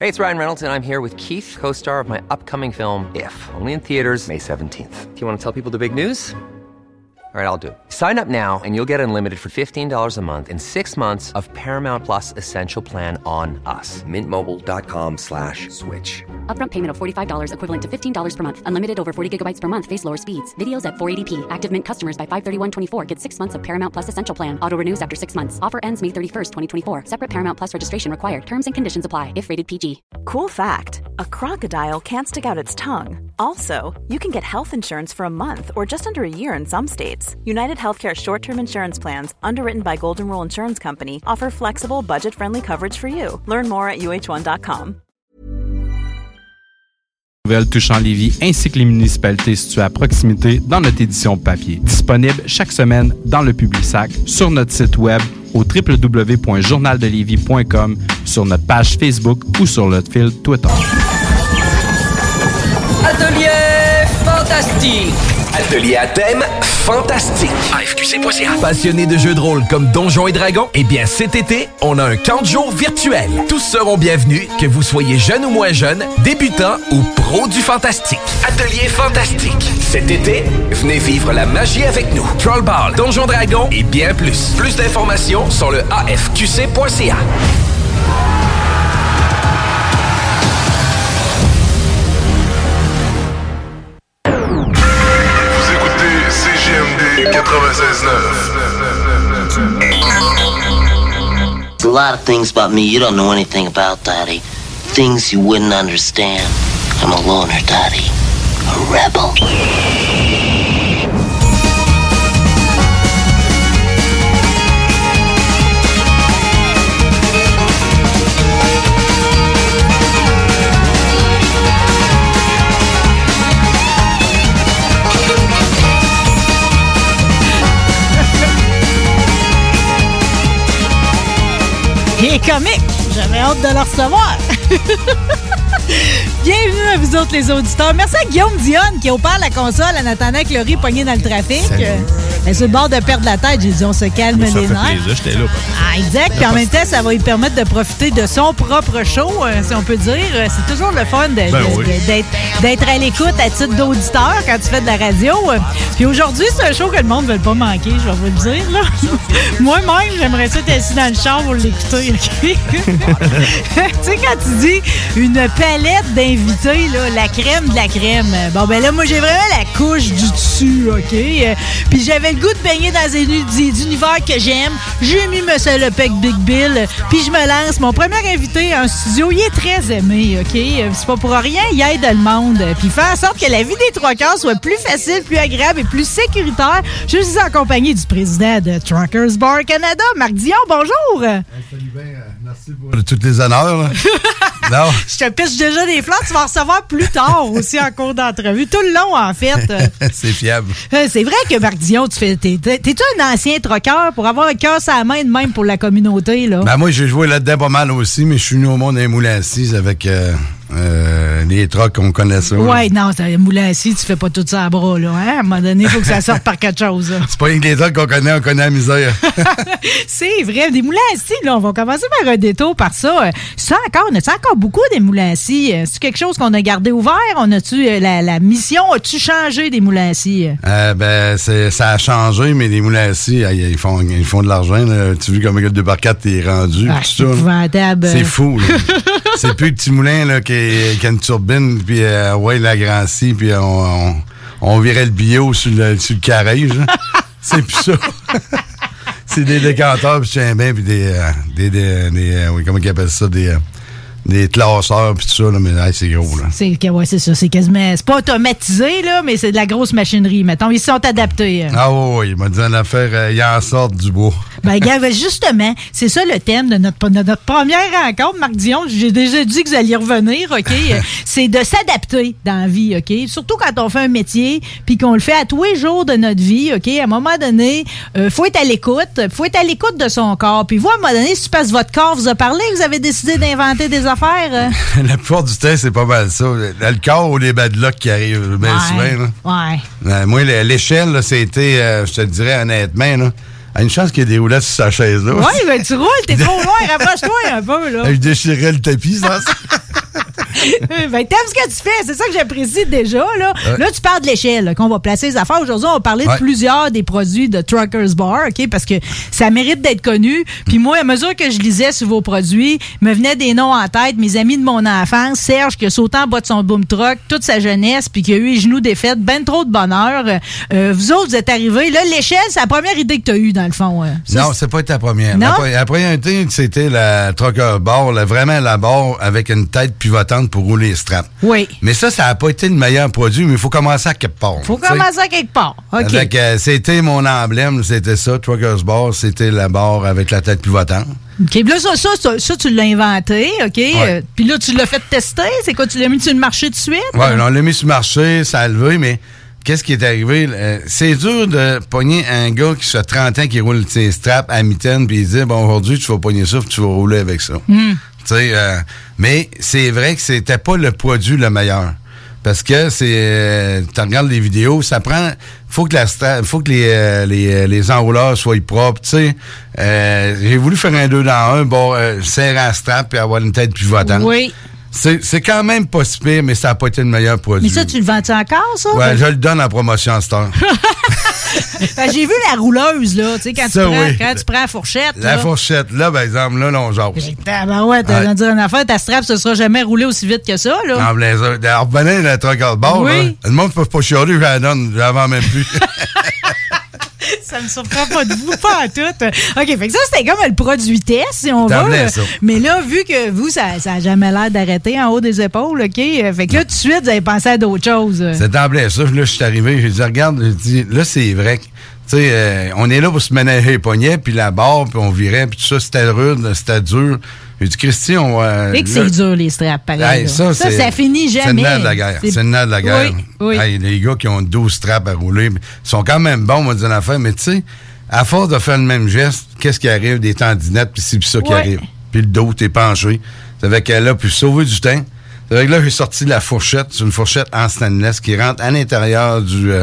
Hey, it's Ryan Reynolds, and I'm here with Keith, co-star of my upcoming film, If, only in theaters May 17th. Do you want to tell people the big news? All right, I'll do it. Sign up now and you'll get unlimited for $15 a month and 6 months of Paramount Plus Essential Plan on us. MintMobile.com/switch. Upfront payment of $45 equivalent to $15 per month. Unlimited over 40 gigabytes per month. Face lower speeds. Videos at 480p. Active Mint customers by 531.24 get 6 months of Paramount Plus Essential Plan. Auto renews after 6 months. Offer ends May 31st, 2024. Separate Paramount Plus registration required. Terms and conditions apply if rated PG. Cool fact, a crocodile can't stick out its tongue. Also, you can get health insurance for a month or just under a year in some states. United Healthcare short-term insurance plans, underwritten by Golden Rule Insurance Company, offer flexible, budget-friendly coverage for you. Learn more at uh1.com. Nouvelles touchant Lévis ainsi que les municipalités situées à proximité dans notre édition papier. Disponible chaque semaine dans le Publisac, sur notre site web au www.journaldelevis.com, sur notre page Facebook ou sur notre fil Twitter. Atelier fantastique. Atelier à thème fantastique. AFQC.ca. Passionné de jeux de rôle comme Donjons et Dragons? Eh bien, cet été, on a un camp de jour virtuel. Tous seront bienvenus, que vous soyez jeune ou moins jeune, débutant ou pro du fantastique. Atelier fantastique. Cet été, venez vivre la magie avec nous. Trollball, Donjons Dragons et bien plus. Plus d'informations sur le AFQC.ca. CJMD 96.9. There's a lot of things about me you don't know anything about, Daddy. Things you wouldn't understand. I'm a loner, Daddy. A rebel. Il est comique. J'avais hâte de le recevoir. Bienvenue à vous autres les auditeurs. Merci à Guillaume Dionne qui opère la console en attendant que Laurie pognée dans le trafic. Elle est sur le bord de perdre la tête. J'ai dit, on se calme les nerfs. J'étais là. Ah, exact. Puis en même temps, ça va lui permettre de profiter de son propre show, si on peut dire. C'est toujours le fun d'être à l'écoute à titre d'auditeur quand tu fais de la radio. Puis aujourd'hui, c'est un show que le monde ne veut pas manquer, je vais vous le dire. Là. Moi-même, j'aimerais ça être assis dans le char pour l'écouter. Okay? Tu sais, quand tu dis une palette d'invités, là, la crème de la crème. Bon, ben là, moi, j'ai vraiment la couche du dessus, OK? Puis j'avais le goût de baigner dans des univers que j'aime. J'ai mis Monsieur Lepec Big Bill, puis je me lance. Mon premier invité en studio, il est très aimé, OK? C'est pas pour rien, il aide le monde. Puis il fait en sorte que la vie des trois quarts soit plus facile, plus agréable et plus sécuritaire. Je suis en compagnie du président de Truckers Bar Canada, Marc Dion. Bonjour! Salut bien, merci pour tous les honneurs. Non. Je te pisse déjà des fleurs, tu vas en recevoir plus tard aussi en cours d'entrevue. Tout le long, en fait. C'est fiable. C'est vrai que Marc Dion, t'es-tu un ancien troqueur pour avoir un cœur sur la main de même pour la communauté, là? Ben moi, j'ai joué là-dedans pas mal aussi, mais je suis venu au monde des moulins à scie avec les trocs qu'on connaît ça. Ouais, non, c'est un moulin à scie, tu fais pas tout ça à bras, là. Hein? À un moment donné, il faut que ça sorte par quelque chose. Là. C'est pas rien que les trocs qu'on connaît, on connaît la misère. C'est vrai, des moulins à scie, là, on va commencer par un détour par ça. C'est encore beaucoup des moulins à scie? C'est quelque chose qu'on a gardé ouvert? La mission, as-tu changé des moulins à scie? Ça a changé, mais les moulins à scie, ils font de l'argent. Là. Tu vois comme le 2x4 t'es rendu. C'est épouvantable. C'est fou. Là. C'est plus le petit moulin là, qui a une turbine, puis la grand scie, puis on virait le bio sur le carré. C'est plus ça. C'est des décanteurs, puis tiens bien, puis comment ils appellent ça, des classeurs puis tout ça, là, mais c'est gros. Là. C'est ça. C'est quasiment. C'est pas automatisé, là, mais c'est de la grosse machinerie. Mettons, ils sont adaptés. Ah oui, il m'a dit en affaire, il en sort du bois. Ben, regarde, justement, c'est ça le thème de notre première rencontre, Marc Dion. J'ai déjà dit que vous alliez revenir, OK? C'est de s'adapter dans la vie, OK? Surtout quand on fait un métier puis qu'on le fait à tous les jours de notre vie, OK? À un moment donné, faut être à l'écoute. Faut être à l'écoute de son corps. Puis vous, à un moment donné, si parce que votre corps vous a parlé, vous avez décidé d'inventer des affaires. La plupart du temps, c'est pas mal ça. Le corps ou les bad luck qui arrivent bien souvent. Là. Ouais. Moi, l'échelle, là, c'était, je te le dirais honnêtement, là, Une chance qu'il y ait des roulettes sur sa chaise, là. Oui, ben tu roules, t'es trop loin, rapproche-toi un peu, là. Je déchirerais le tapis, ça. Ben, t'aimes ce que tu fais, c'est ça que j'apprécie déjà, là. Ouais. Là, tu parles de l'échelle, là, qu'on va placer les affaires. Aujourd'hui, on va parler de plusieurs des produits de Truckers Bar, OK? Parce que ça mérite d'être connu. Puis moi, à mesure que je lisais sur vos produits, me venaient des noms en tête. Mes amis de mon enfance, Serge, qui a sauté en bas de son boom truck toute sa jeunesse, puis qui a eu les genoux défaits, ben trop de bonheur. Vous autres, vous êtes arrivés. Là, l'échelle, c'est la première idée que tu as eue, dans le fond. Non, c'est pas ta première. Non? La première idée, c'était la Trucker Bar, vraiment la barre avec une tête pivotante pour rouler les straps. Oui. Mais ça n'a pas été le meilleur produit, mais il faut commencer à quelque part. Faut commencer à quelque part. OK. Avec, c'était mon emblème, c'était ça, Truckers Bar, c'était la barre avec la tête pivotante. OK. Là, ça, tu l'as inventé, OK? Ouais. Puis là, tu l'as fait tester. C'est quoi? Tu l'as mis sur le marché tout de suite? Oui, on l'a mis sur le marché, ça a levé, mais qu'est-ce qui est arrivé? C'est dur de pogner un gars qui fait 30 ans qui roule ses straps à mitaine puis il dit, bon, aujourd'hui, tu vas pogner ça puis tu vas rouler avec ça. Tu sais, mais c'est vrai que c'était pas le produit le meilleur. Parce que tu regardes les vidéos, ça prend. Faut que les enrouleurs soient propres, tu sais. J'ai voulu faire un 2 dans 1, serrer un strap puis avoir une tête pivotante. Oui. C'est quand même pas si pire, mais ça n'a pas été le meilleur produit. Mais ça, tu le vends-tu encore, ça? Ouais, je le donne en promotion à cette heure. J'ai vu la rouleuse, là, tu sais, quand tu prends la fourchette. La fourchette, là, par exemple, là, on jase. Ben ouais, t'as dire une affaire, ta strap, ça sera jamais roulé aussi vite que ça, là. En blazer. Alors, revenez la Trucker Bar, oui. là. Le monde ne peut pas chialer, je la donne, je la vends même plus. Ça me surprend pas de vous, pas à tout. OK, fait que ça, c'était comme le produit test, si on veut. Ça. Mais là, vu que vous, ça n'a jamais l'air d'arrêter en haut des épaules, OK? Fait que là, tout de suite, vous avez pensé à d'autres choses. C'est en plein ça. Là, je suis arrivé, j'ai dit, regarde, j'ai dit, là, c'est vrai que, tu sais, on est là pour se ménager les poignets, puis la barre, puis on virait, puis tout ça, c'était rude, c'était dur. J'ai dit, Christy, on va... Et que c'est dur, les straps, pareil. Hey, ça finit jamais. C'est le nerf de la guerre. C'est le nerf de la guerre. Oui. Hey, les gars qui ont 12 straps à rouler, ils sont quand même bons, on va dire une affaire, mais tu sais, à force de faire le même geste, qu'est-ce qui arrive? Des tendinettes, puis c'est ça qui arrive. Puis le dos, t'es penché. Ça fait qu'elle a pu sauver du temps. Ça fait que là, j'ai sorti la fourchette. C'est une fourchette en stainless qui rentre à l'intérieur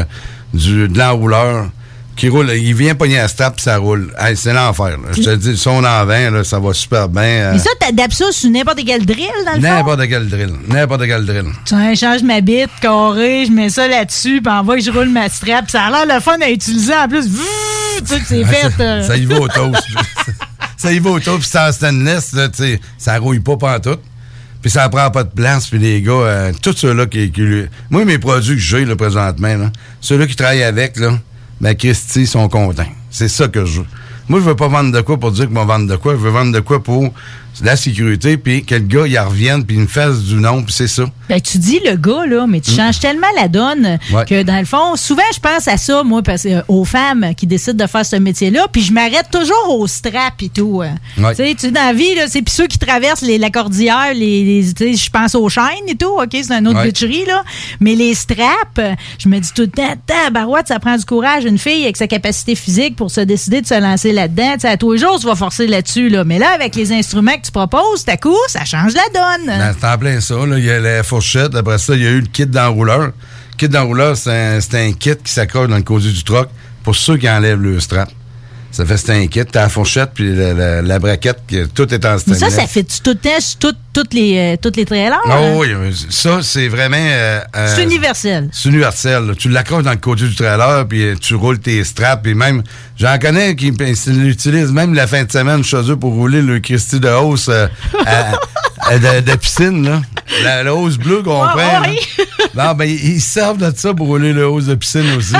de l'enrouleur. Qui roule, il vient pogner la strap puis ça roule. Hey, c'est l'enfer. Là. Je te dis, le son en vin, là, ça va super bien. Mais ça, t'adaptes ça sur n'importe quel drill, dans le fond? N'importe quel drill. Tu change ma bite carrée, je mets ça là-dessus, puis envoie que je roule ma strap. Ça a l'air le fun à utiliser en plus. Tu sais, c'est fait. Ça y va au toast. Ça y va au toast, puis c'est en stainless, là, tu sais, ça rouille pas pantoute. Puis ça prend pas de place, puis les gars, tous ceux-là qui moi, mes produits que j'ai, là, présentement, là, ceux-là qui travaillent avec, là, ben, Christy, sont contents. C'est ça que je veux. Moi, je veux pas vendre de quoi pour dire que je vais vendre de quoi. Je veux vendre de quoi pour la sécurité, puis que le gars, il revienne, puis il me fasse du nom, puis c'est ça. Ben, tu dis le gars, là, mais tu changes tellement la donne que, dans le fond, souvent, je pense à ça, moi, parce que, aux femmes qui décident de faire ce métier-là, puis je m'arrête toujours au strap et tout. Tu sais, dans la vie, là, c'est puis ceux qui traversent la cordillère, je pense aux chaînes et tout, OK, c'est une autre butcherie, là. Mais les straps, je me dis tout le temps, tabarouette, ça prend du courage, une fille avec sa capacité physique pour se décider de se lancer là-dedans. Tu sais, à tous les jours, tu vas forcer là-dessus, là. Mais là, avec les instruments que tu proposes, ta coup, ça change la donne. Ben, c'est en plein ça, là. Il y a la fourchette, après ça, il y a eu le kit d'enrouleur. Le kit d'enrouleur, c'est un kit qui s'accroche dans le cosier du truck pour ceux qui enlèvent le strap. Ça fait c'est un kit, t'as la fourchette puis la braquette, tout est en stainless. Mais ça fait tout le temps sur toutes les trailers? Oh, oui, ça, c'est vraiment... c'est universel. C'est universel. Là. Tu l'accroches dans le côté du trailer, puis tu roules tes straps, puis même... J'en connais qui l'utilisent même la fin de semaine chez eux pour rouler le Christy de hausse de piscine, là. La hausse bleue qu'on prend. Oui. Non, ben, ils servent de ça pour rouler le hausse de piscine aussi.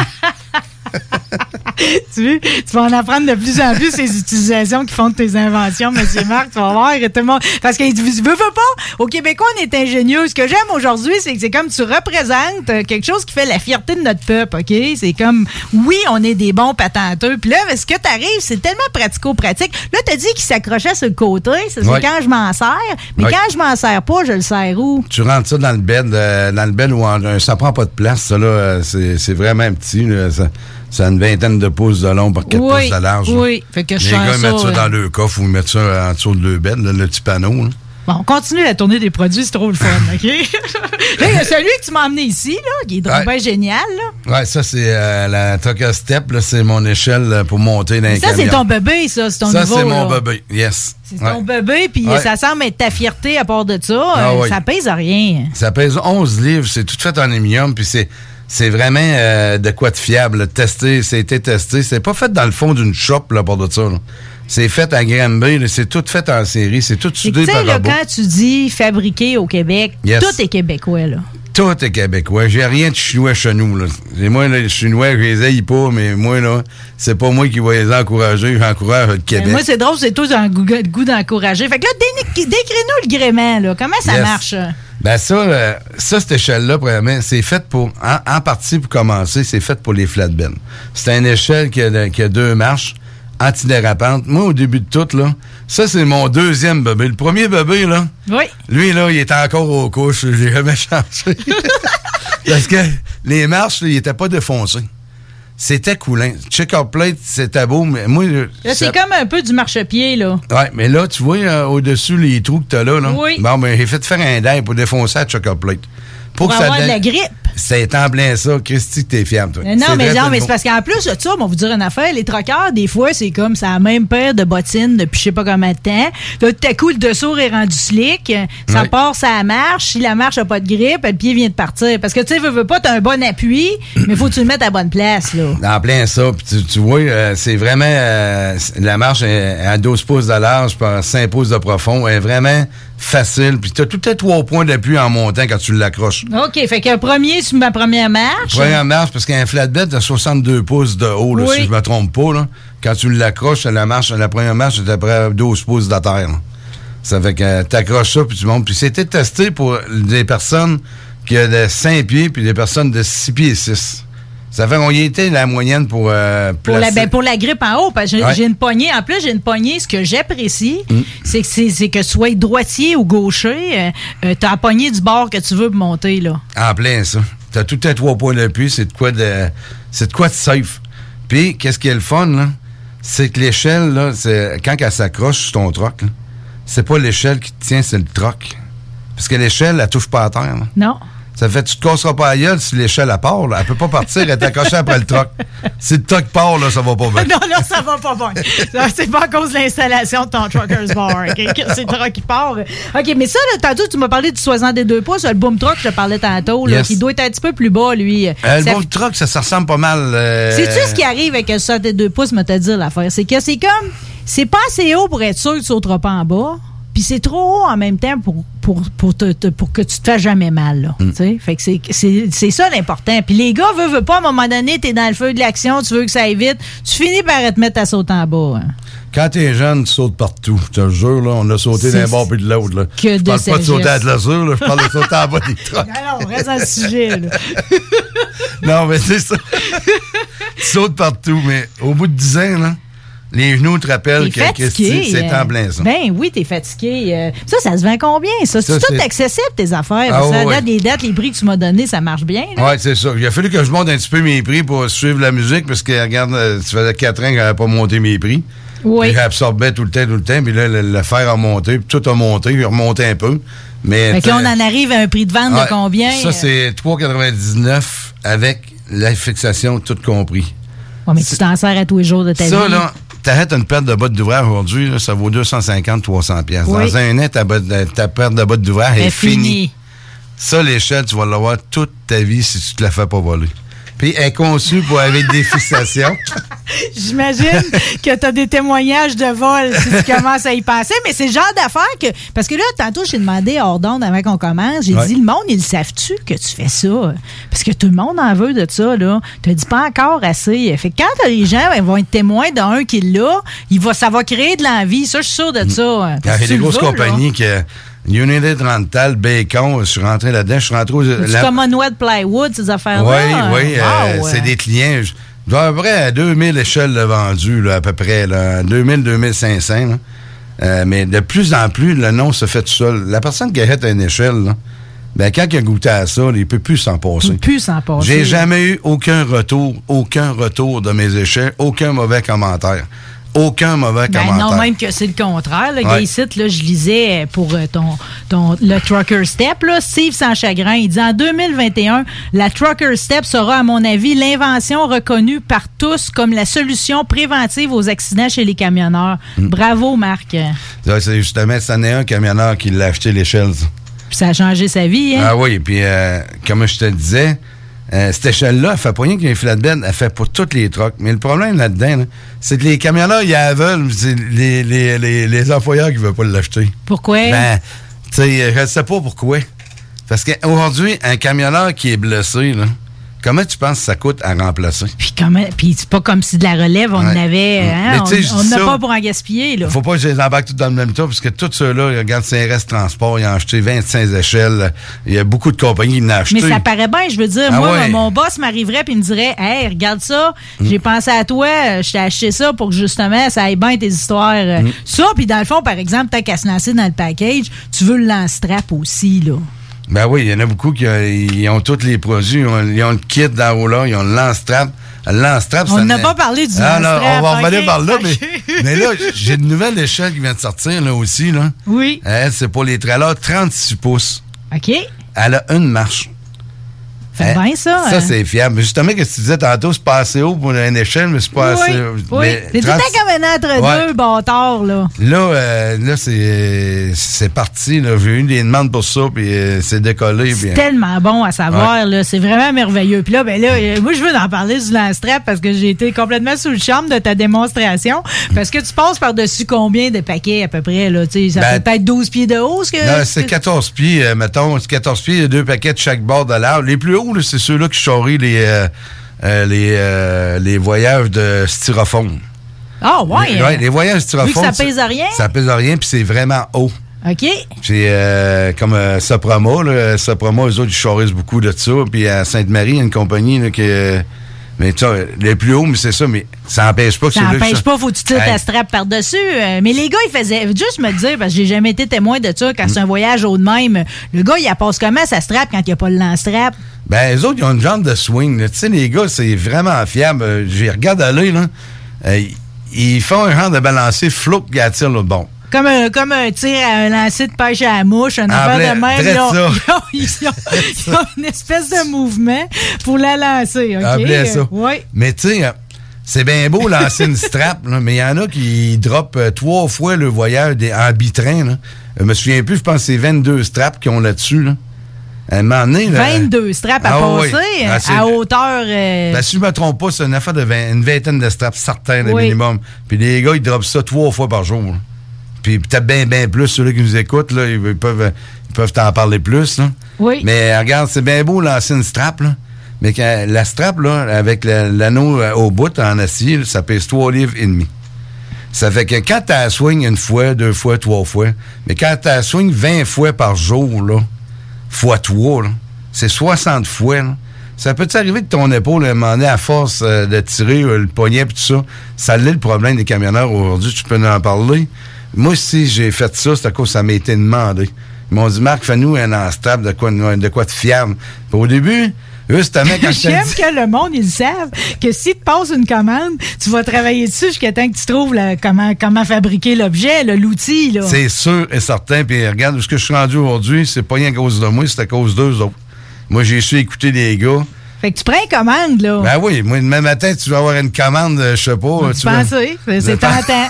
Tu vas en apprendre de plus en plus ces utilisations qui font de tes inventions, M. Marc. Tu vas voir, tout le monde. Parce que tu veux pas. Au Québécois, on est ingénieux. Ce que j'aime aujourd'hui, c'est que c'est comme tu représentes quelque chose qui fait la fierté de notre peuple, OK? C'est comme, oui, on est des bons patenteux. Puis là, ce que t'arrives, c'est tellement pratico-pratique. Là, t'as dit qu'il s'accrochait sur le côté. C'est quand je m'en sers. Mais quand je m'en sers pas, je le sers où? Tu rentres ça dans le bed où ça prend pas de place. Ça, là, c'est vraiment petit. Là, ça a une vingtaine de pouces de long par 4 pouces de large. Oui, fait que les gars mettent ça dans le coffre ou ils mettent ça en dessous de leur bed, le petit panneau. Là. Bon, on continue la tournée des produits, c'est trop le fun, OK? Là, il y a celui que tu m'as emmené ici, là, qui est bien génial, là. Ouais, ça, c'est la Trucker Step, là, c'est mon échelle pour monter dans les camions. Ça, c'est ton bébé, ça, c'est ton nouveau, ça, c'est mon là. bébé, yes. C'est ton bébé, puis ça semble être ta fierté à part de ça. Ça pèse rien. Ça pèse 11 livres, c'est tout fait en aluminium, puis c'est vraiment de quoi de fiable, testé, c'était testé. C'est pas fait dans le fond d'une shop, là, pour de ça, là. C'est fait à Granby, c'est tout fait en série, c'est tout soudé par robot. Quand tu dis fabriqué au Québec, tout est québécois, là. Tout est québécois. J'ai rien de chinois chez nous, là. Et moi, là, les Chinois, je les haïs pas, mais moi, là, c'est pas moi qui vais les encourager, j'encourage le Québec. Moi, c'est drôle, c'est tous un goût d'encourager. Fait que là, décris-nous le gréement, là. Comment ça marche? Ben ça, cette échelle-là, premièrement, c'est fait pour, en partie pour commencer, c'est fait pour les flatbeds. C'est une échelle qui a 2 marches, antidérapante. Moi, au début de tout, là, ça, c'est mon deuxième bébé. Le premier bébé, là, lui, là, il était encore aux couches. J'ai jamais changé. Parce que les marches, là, ils étaient pas défoncés. C'était coulant. Check-up plate, c'était beau, mais moi... Là, c'est comme un peu du marchepied, là. Ouais, mais là, tu vois, au-dessus, les trous que t'as là, oui. Bon, ben, j'ai fait faire un dent pour défoncer la check-up plate. Pour avoir de la grippe. C'est en plein ça. Christy, que t'es fiable, toi. Non, mais c'est parce qu'en plus de ça, on va vous dire une affaire, les troqueurs, des fois, c'est comme ça, la même paire de bottines depuis je sais pas combien de temps. Là, tout à coup, le dessous est rendu slick. Ça part, ça marche. Si la marche n'a pas de grippe, le pied vient de partir. Parce que, tu sais, veux pas, t'as un bon appui, mais faut que tu le mettes à la bonne place, là. En plein ça. Puis tu vois, c'est vraiment... la marche est à 12 pouces de large par 5 pouces de profond. Elle est vraiment facile. Puis t'as tout à 3 points d'appui en montant quand tu l'accroches. OK. Fait qu'un premier sur ma première marche. Première marche, parce qu'un flatbed, t'as 62 pouces de haut, là, si je me trompe pas, là. Quand tu l'accroches, la première marche, c'est à peu près 12 pouces de terre, là. Ça fait que t'accroches ça, puis tu montes. Puis c'était testé pour des personnes qui ont de 5 pieds, puis des personnes de 6 pieds et 6. Ça fait qu'on y était la moyenne pour placer. Pour la grippe en haut, parce que j'ai une poignée. En plus, j'ai une poignée. Ce que j'apprécie, c'est que tu sois droitier ou gaucher, t'as la poignée du bord que tu veux monter, là. En plein, ça. T'as tout à 3 points d'appui. C'est de quoi de safe. Puis, qu'est-ce qui est le fun, là? C'est que l'échelle, là, quand elle s'accroche sur ton troc, là, c'est pas l'échelle qui te tient, c'est le troc. Parce que l'échelle, elle touche pas à terre, là. Non. Ça fait tu te casseras pas la gueule si l'échelle elle part, là. Elle peut pas partir, elle est accrochée après le troc. Si le troc part, là, ça va pas bien. Non, là, ça va pas bien. C'est pas à cause de l'installation de ton trucker's bar, OK? C'est le troc qui part. OK, mais ça, là, tantôt, tu m'as parlé du 62 pouces, le boom truck, je te parlais tantôt, là, qui doit être un petit peu plus bas, lui. Le boom truck, ça ressemble pas mal. Sais-tu ce qui arrive avec le 62 pouces, me te dire l'affaire? C'est que c'est comme, c'est pas assez haut pour être sûr que tu sauteras pas en bas. Puis c'est trop haut en même temps pour que tu te fasses jamais mal, là. Fait que c'est ça l'important. Puis les gars, veulent pas, à un moment donné, t'es dans le feu de l'action, tu veux que ça aille vite, tu finis par te mettre à sauter en bas. Hein. Quand t'es jeune, tu sautes partout. Je te jure, là, on a sauté d'un bord puis de l'autre. Là. Je parle pas de sauter à la sûre, là, je parle de sauter en bas des trucs. Non, reste dans le sujet, là. Non, mais c'est ça. Tu sautes partout, mais au bout de 10 ans, là, les genoux te rappellent que c'est en plein ça. Ben oui, t'es fatigué. Ça se vend combien, ça? C'est tout accessible, tes affaires. Les dates, les prix que tu m'as donnés, ça marche bien. Oui, c'est ça. Il a fallu que je monte un petit peu mes prix pour suivre la musique, parce que, regarde, ça faisait 4 ans que j'avais pas monté mes prix. Oui. J'absorbais tout le temps, puis là, le fer a monté, puis tout a monté, il a remonté un peu. Mais fait que là, on en arrive à un prix de vente de combien? Ça, c'est 3,99 avec la fixation, tout compris. Ouais, mais tu t'en sers à tous les jours de ta vie. Ça, là, t'arrêtes une perte de bottes d'ouvrage aujourd'hui, là, ça vaut 250-300$. Dans un an, ta perte de bottes d'ouvrage est finie. Ça, l'échelle, tu vas l'avoir toute ta vie si tu te la fais pas voler. Puis elle est conçue pour avec des fixations. J'imagine que tu as des témoignages de vol si tu commences à y penser, mais c'est le genre d'affaire que... Parce que là, tantôt, j'ai demandé hors d'onde avant qu'on commence, j'ai dit, le monde, ils savent-tu que tu fais ça? Parce que tout le monde en veut de ça, là. Tu dis pas encore assez. Fait que quand les gens vont être témoins d'un qui l'a, ça va créer de l'envie. Ça, je suis sûr de ça. Il y a des grosses compagnies qui... United Rental, Bacon, je suis rentré là-dedans. Je suis rentré aux... Commonwealth Plywood, ces affaires-là. Oui, c'est des clients. Je dois à peu près à 2000 échelles de vendues, là, à peu près. 2000-2500. Mais de plus en plus, le nom se fait tout seul. La personne qui achète une échelle, là, ben, quand il a goûté à ça, il ne peut plus s'en passer. J'ai jamais eu aucun retour de mes échelles, aucun mauvais commentaire. aucun mauvais commentaire. Non, même que c'est le contraire. Le gars ici, là, je lisais pour le Trucker Step, là, Steve Sans-Chagrin, il dit en 2021, la Trucker Step sera, à mon avis, l'invention reconnue par tous comme la solution préventive aux accidents chez les camionneurs. Bravo, Marc. C'est justement, c'en est un camionneur qui l'a acheté l'échelle. Puis ça a changé sa vie, hein? Ah oui, puis comme je te le disais, cette échelle-là, elle fait pas rien qu'un flatbed, elle fait pour toutes les trucks. Mais le problème là-dedans, là, c'est que les camionneurs, ils la veulent, c'est les employeurs qui veulent pas l'acheter. Pourquoi? Ben, tu sais, je sais pas pourquoi. Parce qu'aujourd'hui, un camionneur qui est blessé, là, comment tu penses que ça coûte à remplacer? Puis c'est pas comme si de la relève, on en avait... Hein, on n'a pas pour en gaspiller, là. Faut pas que je les embarque tout dans le même tas, parce que tous ceux-là, regarde, CRS Transport, ils ont acheté 25 échelles. Il y a beaucoup de compagnies qui l'ont acheté. Mais ça paraît bien, je veux dire. Moi, mon boss m'arriverait et me dirait, « Hey, regarde ça, j'ai pensé à toi, je t'ai acheté ça pour que, justement, ça aille bien tes histoires. Ça, puis dans le fond, par exemple, tant qu'à se lancer dans le package, tu veux le lance-strap aussi, là. Ben oui, il y en a beaucoup qui ont tous les produits. Ils ont le kit d'enrouleur, ils ont le lance-strap. Le lance-strap, on n'a pas parlé du lance-strap. On va revenir par là, mais là, j'ai une nouvelle échelle qui vient de sortir, là aussi. Là. Oui. Elle, c'est pour les trailers 36 pouces. OK. Elle a une marche. C'est bien ça. Ça, c'est fiable. Mais justement, que tu disais tantôt, c'est pas assez haut pour une échelle, mais c'est pas assez haut. Oui, c'est tout le temps comme un entre-deux bâtards, là. Là, c'est parti. Là. J'ai eu des demandes pour ça, puis c'est décollé. C'est tellement bon à savoir, là. C'est vraiment merveilleux. Puis là, moi, je veux en parler du lance-strap parce que j'ai été complètement sous le charme de ta démonstration. Parce que tu passes par-dessus combien de paquets, à peu près, là? Ça fait peut-être 12 pieds de haut, Non, c'est 14 pieds, mettons. C'est 14 pieds, il y a 2 paquets de chaque bord de l'arbre. Les plus hauts, là, c'est ceux-là qui charrient les voyages de styrofoam. Ah, ouais. Les voyages de styrofoam. Vu que ça pèse à rien? Ça pèse à rien, puis c'est vraiment haut. OK. C'est comme Soprama. Là. Soprama, eux autres, ils charrissent beaucoup de ça. Puis à Sainte-Marie, il y a une compagnie là, qui... mais tu sais, les plus hauts, mais c'est ça, mais ça n'empêche pas que ça n'empêche pas, faut que tu tires ta strap par-dessus. Mais les gars, ils faisaient, juste me dire, parce que j'ai jamais été témoin de ça, quand c'est un voyage haut de même, le gars, il passe comment sa strap quand il n'y a pas le lance-strap? Ben, les autres, ils ont une jambe de swing. Tu sais, les gars, c'est vraiment fiable. J'y regarde aller, là. Ils font un genre de balancier flou qui attire l'autre bon. Comme un tir à un lancer de pêche à la mouche, un affaire de même. Ils ont une espèce de mouvement pour la lancer. Okay? Ça. Ouais. Mais tu sais, c'est bien beau lancer une strap, là, mais il y en a qui droppent 3 fois le voyage en bitrain. Là. Je me souviens plus, je pense que c'est 22 straps qu'ils ont là-dessus. Là. À un moment donné, là, 22 straps à passer à hauteur... Ben, si je ne me trompe pas, c'est une affaire de une vingtaine de straps certains, le minimum. Puis les gars, ils droppent ça 3 fois par jour. Là. Puis peut-être bien plus, ceux-là qui nous écoutent, là, ils peuvent t'en parler plus. Là. Oui. Mais regarde, c'est bien beau lancer une strap, là. Mais la strap, là, avec l'anneau au bout en acier, là, ça pèse 3,5 livres. Ça fait que quand tu la swing 1 fois, 2 fois, 3 fois, mais quand tu la swing 20 fois par jour, là, fois 3, là, c'est 60 fois. Là. Ça peut t'arriver que ton épaule, à un moment donné, à force de tirer le poignet et tout ça, ça l'est le problème des camionneurs aujourd'hui. Tu peux nous en parler. Moi, si j'ai fait ça, c'est à cause que ça m'a été demandé. Ils m'ont dit, Marc, fais-nous un enstable de quoi de fiable. Au début, justement, quand j'aime que le monde, ils savent que si tu passes une commande, tu vas travailler dessus jusqu'à temps que tu trouves comment fabriquer l'objet, l'outil. Là. C'est sûr et certain. Puis regarde, ce que je suis rendu aujourd'hui, c'est pas rien à cause de moi, c'est à cause d'eux autres. Moi, j'ai su écouter les gars. Fait que tu prends une commande, là. Ben oui. Moi, demain matin, tu vas avoir une commande, je sais pas. Tu penses, c'est tentant.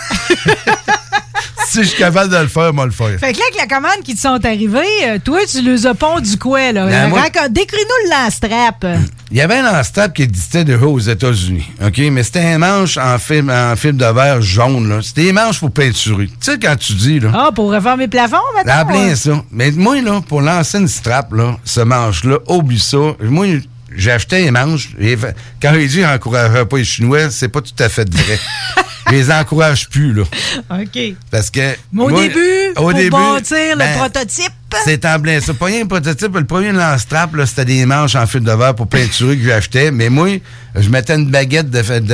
Si je suis capable de le faire, moi le faire. Fait que là, avec la commande qui te sont arrivées, toi, tu les as pondu quoi, là? Décris-nous le lance-strap. Il y avait un lance-strap qui existait déjà aux États-Unis, OK? Mais c'était un manche en film de verre jaune, là. C'était des manches pour peinturer. Tu sais, quand tu dis, là... Ah, pour refaire mes plafonds, maintenant? En plein ça. Mais moi, là, pour lancer une strap, là, ce manche-là, oublie ça. Moi, j'ai acheté les manches. Quand j'ai dit j'encouragerais pas les Chinois, c'est pas tout à fait vrai. Je les encourage plus, là. OK. Parce que... Mais au début, pour bâtir le prototype... C'est en plein ça. Pas rien un prototype. Le premier lance-strap, là, c'était des manches en fil de verre pour peinturer que j'achetais. Mais moi, je mettais une baguette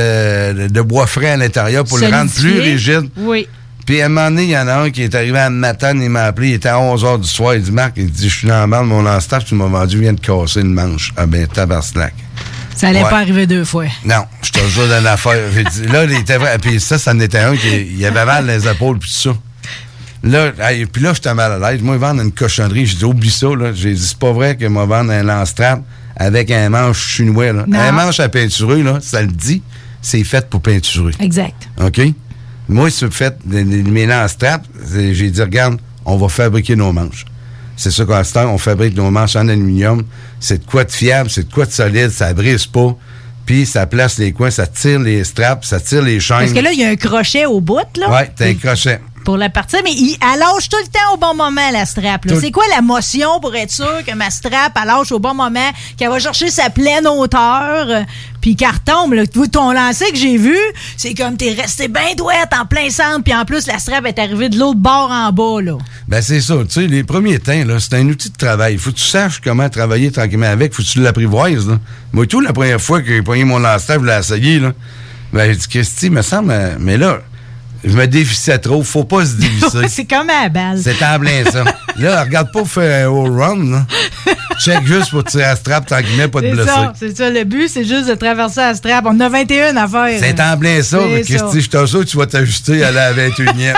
de bois frais à l'intérieur pour le rendre plus rigide. Oui. Puis à un moment donné, il y en a un qui est arrivé à Matane, il m'a appelé, il était à 11h du soir, il dit, Marc, il dit, je suis dans la bande, mon lance-strap, tu m'as vendu, vient de casser une manche. Ah ben, tabarnak. Ça allait pas arriver 2 fois. Non, je te jure d'une affaire. Là, il était vrai. Puis ça n'était un qui avait mal les épaules, puis tout ça. Là, puis là, j'étais mal à l'aise. Moi, vendre une cochonnerie, j'ai dit, oublie ça, là. J'ai dit, c'est pas vrai que moi, vendre un lance-trappe avec un manche chinois, là. Non. Un manche à peinturer, là, ça le dit, c'est fait pour peinturer. Exact. OK? Moi, si vous faites mes lance-trappes, j'ai dit, regarde, on va fabriquer nos manches. C'est ça qu'à ce temps, on fabrique nos manches en aluminium. C'est de quoi de fiable, c'est de quoi de solide, ça brise pas. Puis ça place les coins, ça tire les straps, ça tire les chaînes. Parce que là, il y a un crochet au bout, là. Oui, t'as un crochet. Pour la partie, mais elle lâche tout le temps au bon moment, la strap. C'est quoi la motion pour être sûr que ma strap, elle lâche au bon moment, qu'elle va chercher sa pleine hauteur, puis qu'elle retombe? Là. Ton lancer que j'ai vu, c'est comme t'es resté bien douette en plein centre, puis en plus, la strap est arrivée de l'autre bord en bas. Là. Ben c'est ça. Tu sais, les premiers temps, là, c'est un outil de travail. Faut que tu saches comment travailler tranquillement avec. Faut que tu l'apprivoises. Là. Moi, tout, la première fois que j'ai pogné mon lance-strap, je l'ai essayé, là, ben j'ai dit, Christy, me semble, mais là, je me dévissais trop. Faut pas se dévisser. C'est comme à la balle. C'est en plein ça. Là, regarde pas faire un all run. Là. Check juste pour tirer la strap, tant qu'il n'est pas de blessé. C'est ça. Le but, c'est juste de traverser la strap. On a 21 à faire. C'est en plein ça. Christy, je t'assure que tu vas t'ajuster à la 21e.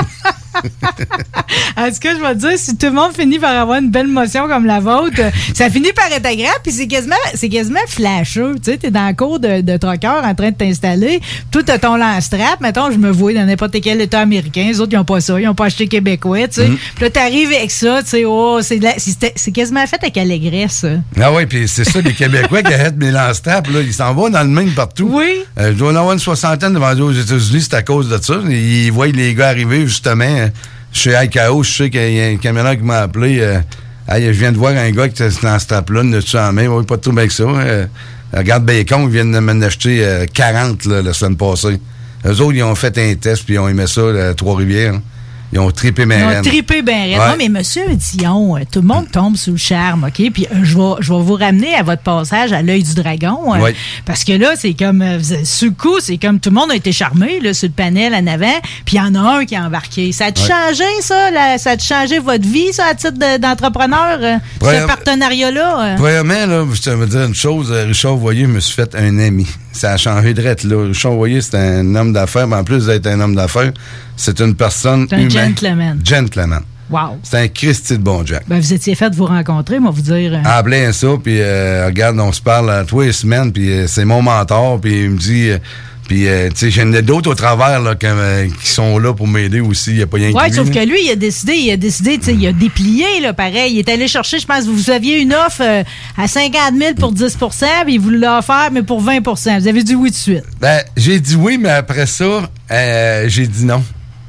En tout cas, je vais te dire, si tout le monde finit par avoir une belle motion comme la vôtre, ça finit par être agréable, puis c'est quasiment flasheux. Tu sais, t'es dans le cours de trucker en train de t'installer, toi, t'as ton lance-strap, mettons, je me vois dans n'importe quel état américain, les autres, ils ont pas ça, ils ont pas acheté québécois, tu sais. Puis là, t'arrives avec ça, tu sais, c'est quasiment fait avec allégresse. Ah oui, puis c'est ça, les Québécois qui arrêtent mes lance-straps, là, ils s'en vont dans le Maine partout. Oui. Je dois en avoir une 60aine de vendus aux États-Unis, c'est à cause de ça. Ils voient les gars arriver, justement, chez ICAO, je sais qu'il y a un camionneur qui m'a appelé. Je viens de voir un gars qui était dans ce strap-là, ne-tu en main? Oui, pas de trouble avec ça. Regarde Bacon, ils viennent de m'en acheter 40 là, la semaine passée. Eux autres, ils ont fait un test, puis ils ont aimé ça, à Trois-Rivières. Ils ont trippé bien raide. Ils ont trippé bien raide. Ouais. Non, mais monsieur Dion, tout le monde tombe sous le charme, OK? Puis je vais vous ramener à votre passage à l'œil du dragon. Oui. Parce que là, c'est comme, sur le coup, c'est comme tout le monde a été charmé, là, sur le panel en avant, puis il y en a un qui a embarqué. Ça a-tu changé, ça? Ça a-tu changé votre vie, ça, à titre d'entrepreneur, ce partenariat-là? Premièrement, là, je te veux dire une chose, Richard Voyer me suis fait un ami. Ça a changé de rette, là. Richard Voyer, c'est un homme d'affaires, mais en plus d'être un homme d'affaires, c'est une personne humaine. C'est un gentleman. Gentleman. Wow. C'est un Christy de bon Jack. Ben, vous étiez fait de vous rencontrer, moi, vous dire. En plein ça, puis regarde, on se parle tous les semaines, puis c'est mon mentor, puis il me dit... Puis, tu sais, j'en ai d'autres au travers là, qui sont là pour m'aider aussi. Il n'y a pas rien Oui, que sauf lui, que lui, il a décidé, tu sais, il a déplié, là, pareil. Il est allé chercher, je pense, vous aviez une offre à 50 000 pour 10 puis il vous l'a offert, mais pour 20 Vous avez dit oui tout de suite. Ben, j'ai dit oui, mais après ça, j'ai dit non.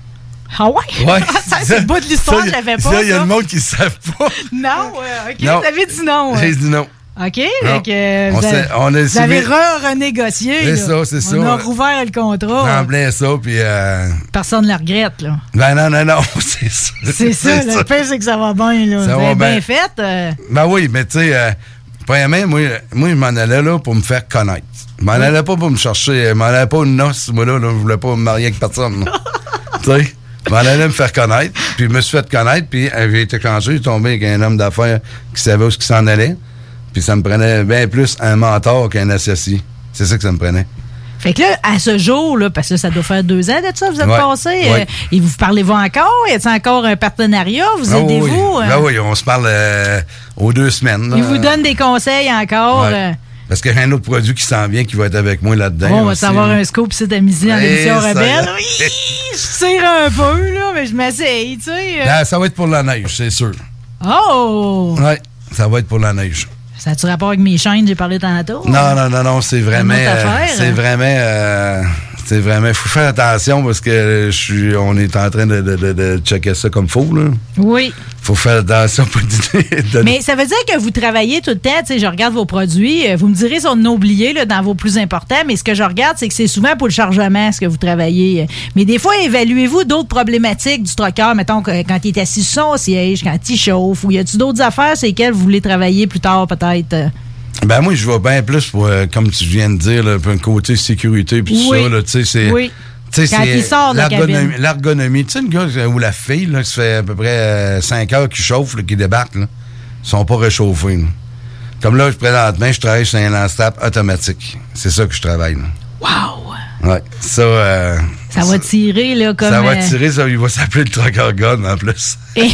Ah ouais? Ouais. C'est le bout de l'histoire, je l'avais pas. Ça, il y a le monde qui ne savent pas. Non, OK, non. vous avez dit non. J'ai dit non. OK, donc vous avez renégocié. C'est ça, c'est ça. On a rouvert le contrat. En plein ça, puis... Personne ne le regrette, là. Ben non, c'est ça. C'est ça, le pire, c'est que ça va bien, là. Ça va bien fait. Ben oui, mais tu sais, premièrement, moi, je m'en allais là pour me faire connaître. Je m'en allais pas pour me chercher, je m'en allais pas une noce, moi, là, je voulais pas me marier avec personne, tu sais. Je m'en allais me faire connaître, puis je me suis fait connaître, puis j'ai été chanceux, j'ai tombé avec un homme d'affaires qui savait où s'en allait. Puis ça me prenait bien plus un mentor qu'un associé. C'est ça que ça me prenait. Fait que là, à ce jour, là, parce que ça doit faire 2 ans de ça, vous êtes passé. Ouais. Et vous parlez-vous encore? Y a-t-il encore un partenariat? Vous aidez-vous? Oui. Ben oui, on se parle aux 2 semaines. Là. Il vous donne des conseils encore? Ouais. Parce qu'il y a un autre produit qui s'en vient qui va être avec moi là-dedans. Bon, on va savoir un scoop ici à midi dans l'émission Rebelle. Oui, je tire un peu, là, mais je m'essaye, tu sais. Ben, ça va être pour la neige, c'est sûr. Oh! Oui, ça va être pour la neige. Ça a-tu rapport avec mes chaînes, j'ai parlé tantôt? Non, c'est vraiment... C'est vraiment... faut faire attention parce que on est en train de checker ça comme faux, là. Oui. Faut faire attention pour Mais ça veut dire que vous travaillez tout le temps, tu sais, je regarde vos produits, vous me direz si on a oublié là, dans vos plus importants, mais ce que je regarde, c'est que c'est souvent pour le chargement, ce que vous travaillez. Mais des fois, évaluez-vous d'autres problématiques du trucker, mettons, quand il est assis sur son siège, quand il chauffe, ou y a-t-il d'autres affaires sur lesquelles vous voulez travailler plus tard, peut-être? Ben moi, je vais bien plus pour, comme tu viens de dire, là, pour un côté sécurité puis tout ça, là, tu sais, c'est... Oui. Quand il sort de la cabine. L'ergonomie. Tu sais, une gars ou la fille, là, qui se fait à peu près 5 heures qui chauffe, là, qui débarque, là, ils sont pas réchauffés. Là. Comme là, présentement, je travaille sur un lance-trappe automatique. C'est ça que je travaille, là. Wow! Ouais. Ça va tirer, là, comme... Ça va tirer, il va s'appeler le Trucker Gun, en plus.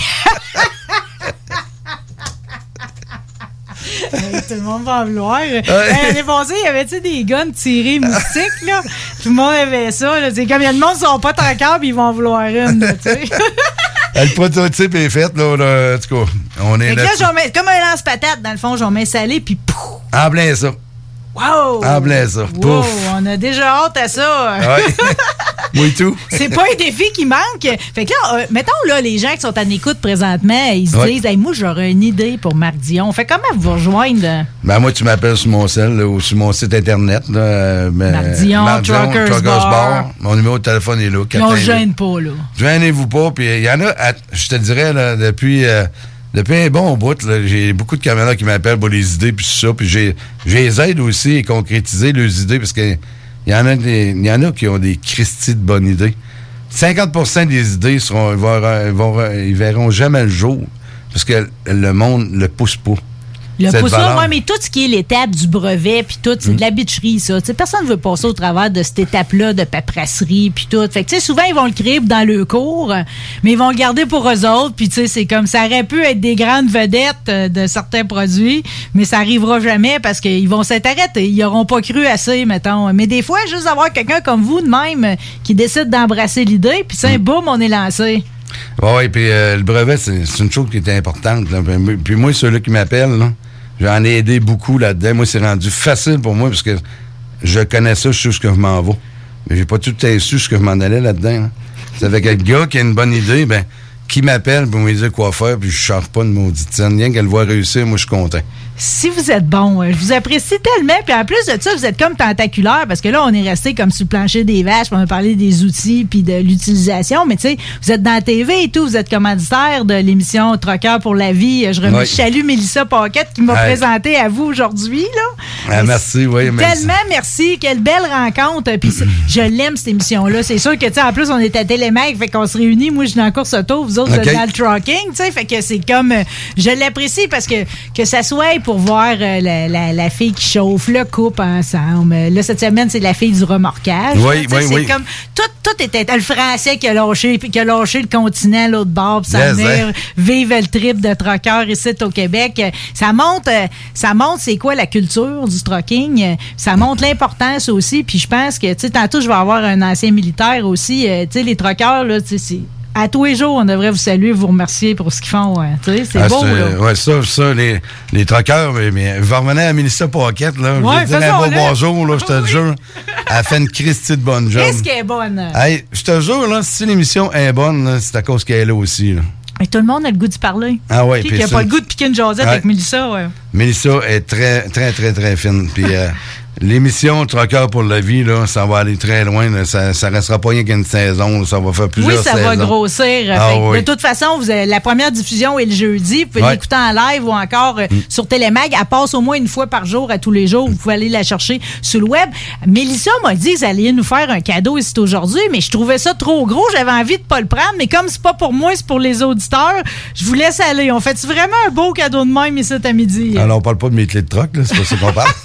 Tout le monde va en vouloir. L'année passée, il y avait des guns tirés moustiques, là. Tout le monde avait ça, là. C'est comme il y a le monde qui sont pas traqueurs, puis ils vont en vouloir une, là, tu sais. Le prototype est fait, là, en tout cas, on est là. Comme un lance-patate, dans le fond, j'en mets salé, puis pouf! En plein ça. Wow! En plein ça. Wow, Pouf! on a déjà hâte à ça. Ouais. Moi et tout. C'est pas un défi qui manque. Fait que là, mettons, là, les gens qui sont en écoute présentement, ils se disent, hey, moi, j'aurais une idée pour Marc Dion. Fait comment vous rejoindre? Ben, moi, tu m'appelles sur mon cell, là, ou sur mon site Internet, là. Marc Dion, Truckers Bar. Mon numéro de téléphone est là. On ne gêne pas, là. Gênez-vous pas. Puis, il y en a, je te dirais, là, depuis un bon bout, là, j'ai beaucoup de caméras qui m'appellent pour les idées, puis ça. Puis, je les aide aussi à concrétiser leurs idées, parce que il y en a qui ont des Christy de bonnes idées. 50% des idées ils verront jamais le jour, parce que le monde le pousse pas. Le pousseur, oui, mais tout ce qui est l'étape du brevet, puis tout, c'est de la bitcherie, ça. T'sais, personne ne veut passer au travers de cette étape-là de paperasserie, puis tout. Fait que, souvent, ils vont le créer dans le cours, mais ils vont le garder pour eux autres, puis c'est comme ça aurait pu être des grandes vedettes de certains produits, mais ça arrivera jamais parce qu'ils vont s'arrêter. Ils n'auront pas cru assez, mettons. Mais des fois, juste avoir quelqu'un comme vous, de même, qui décide d'embrasser l'idée, puis boum, on est lancé. Oui, puis le brevet, c'est une chose qui était importante. Là. Puis moi, ceux-là qui m'appellent, là, j'en ai aidé beaucoup là-dedans. Moi, c'est rendu facile pour moi parce que je connais ça, je sais ce que je m'en vais. Mais j'ai pas tout su ce que je m'en allais là-dedans. Hein. C'est avec un gars qui a une bonne idée, ben, qui m'appelle pour me dire quoi faire, puis je charge pas de maudite scène. Rien qu'elle voit réussir, moi, je suis content. Si vous êtes bon, je vous apprécie tellement. Puis en plus de ça, vous êtes comme tentaculaire parce que là, on est resté comme sur le plancher des vaches. On a parlé des outils puis de l'utilisation. Mais tu sais, vous êtes dans la TV et tout. Vous êtes commanditaire de l'émission Trucker pour la vie. Je salue Mélissa Paquette qui m'a présenté à vous aujourd'hui. Là. Merci, oui. Tellement merci. Quelle belle rencontre. Puis je l'aime, cette émission-là. C'est sûr que, tu sais, en plus, on est à Télémec. Fait qu'on se réunit. Moi, je suis dans la course auto. Vous autres, vous êtes dans le trucking. Tu sais, fait que c'est comme... je l'apprécie parce que ça soit pour voir la fille qui chauffe, le couple ensemble. Là, cette semaine, c'est la fille du remorquage. Oui, là, c'est comme... Tout était... Le Français qui a lâché le continent, l'autre bord, puis ça venir vivre le trip de trucker ici au Québec. Ça montre c'est quoi la culture du trucking. Ça montre l'importance aussi. Puis je pense que, tu sais, tantôt, je vais avoir un ancien militaire aussi. Tu sais, les truckers, là, tu sais, c'est... À tous les jours, on devrait vous saluer, vous remercier pour ce qu'ils font. Hein. Tu sais, c'est beau, là. Oui, ça, les truckers, mais je vais revenir à Mélissa Paquette, là. Ouais, je vais dire un beau bonjour, là, je te le jure. Elle fait une Christie de bonne job. Qu'est-ce qu'elle est bonne? Hey, je te jure, là, si l'émission est bonne, là, c'est à cause qu'elle est là aussi, là. Et tout le monde a le goût d'y parler. Ah ouais. Qui n'a pas le goût de piquer une jasette avec Mélissa, ouais. Mélissa est très, très, très, très fine. Puis l'émission Trucker pour la vie, là, ça va aller très loin. Là. Ça restera pas rien qu'une saison. Là. Ça va faire plusieurs saisons. Oui, ça va grossir. Oui. De toute façon, la première diffusion est le jeudi. Vous pouvez l'écouter en live ou encore sur Télémag. Elle passe au moins une fois par jour, à tous les jours. Vous pouvez aller la chercher sur le web. Mélissa m'a dit qu'elle allait nous faire un cadeau ici aujourd'hui, mais je trouvais ça trop gros. J'avais envie de pas le prendre, mais comme c'est pas pour moi, c'est pour les auditeurs, je vous laisse aller. On fait vraiment un beau cadeau de même ici à midi? Alors, on parle pas de mes clés de truck, là. C'est pas ça qu'on parle.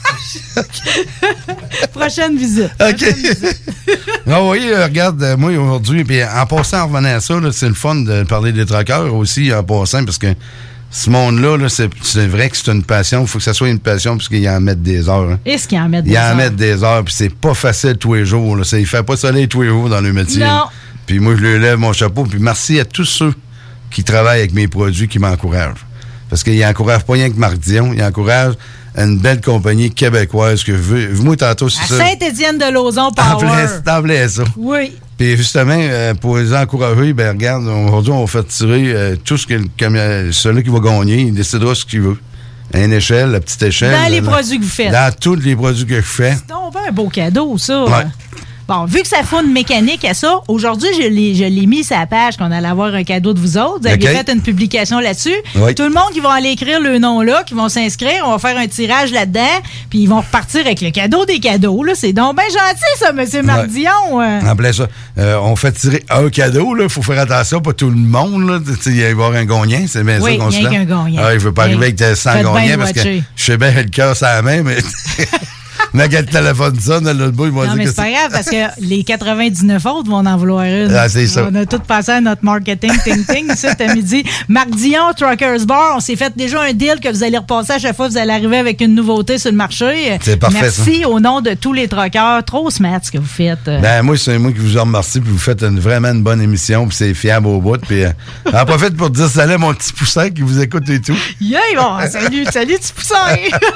Prochaine visite. OK. Ah oui, regarde, moi, aujourd'hui, puis en passant, en revenant à ça, là, c'est le fun de parler des truckers aussi, en passant, parce que ce monde-là, là, c'est vrai que c'est une passion. Il faut que ça soit une passion, parce qu'ils en mettent des heures. Hein. Est-ce qu'ils en mettent des heures? Ils en mettent des heures, puis c'est pas facile tous les jours. Là. Il fait pas soleil tous les jours dans le métier. Non. Puis moi, je lui lève mon chapeau, puis merci à tous ceux qui travaillent avec mes produits, qui m'encouragent. Parce qu'ils n'encouragent pas rien que Marc Dion, ils encouragent une belle compagnie québécoise que moi, tantôt, c'est ça. À Saint-Étienne-de-Lauzon, Power. En plein ça. Oui. Puis justement, pour les encourager, ben regarde, aujourd'hui, on va faire tirer tout ce que celui qui va gagner, il décidera ce qu'il veut. À une échelle, la petite échelle. Dans les produits que vous faites. Dans tous les produits que je fais. C'est donc un beau cadeau, ça. Ouais. Bon, vu que ça fait une mécanique à ça, aujourd'hui, je l'ai mis sur la page qu'on allait avoir un cadeau de vous autres. Vous aviez fait une publication là-dessus. Oui. Tout le monde qui va aller écrire le nom là, qui vont s'inscrire, on va faire un tirage là-dedans, puis ils vont repartir avec le cadeau des cadeaux. Là. C'est donc bien gentil, ça, M. Mardillon. En plein ça. On fait tirer un cadeau, il faut faire attention, pas tout le monde. Là. Il va y avoir un gagnant, c'est bien ça qu'on se fait. Un gagnant. Il ne veut pas arriver avec 100 gagnants parce que je sais bien que le cœur, ça la main, mais. Mais quand le téléphone sonne, l'autre bout, ils vont dire mais que c'est pas grave, parce que les 99 autres vont en vouloir une. Ah, c'est ça. On a tout passé à notre marketing ting-ting, ça, à midi. Marc Dion, Truckers Bar, on s'est fait déjà un deal que vous allez repasser à chaque fois que vous allez arriver avec une nouveauté sur le marché. C'est parfait, merci au nom de tous les truckers. Trop smart, ce que vous faites. Ben, moi, c'est moi qui vous en remercie, puis vous faites vraiment une bonne émission, puis c'est fiable au bout. Puis, en profite pour dire salut à mon petit poussin qui vous écoute et tout. Yeah, bon, salut, petit poussin.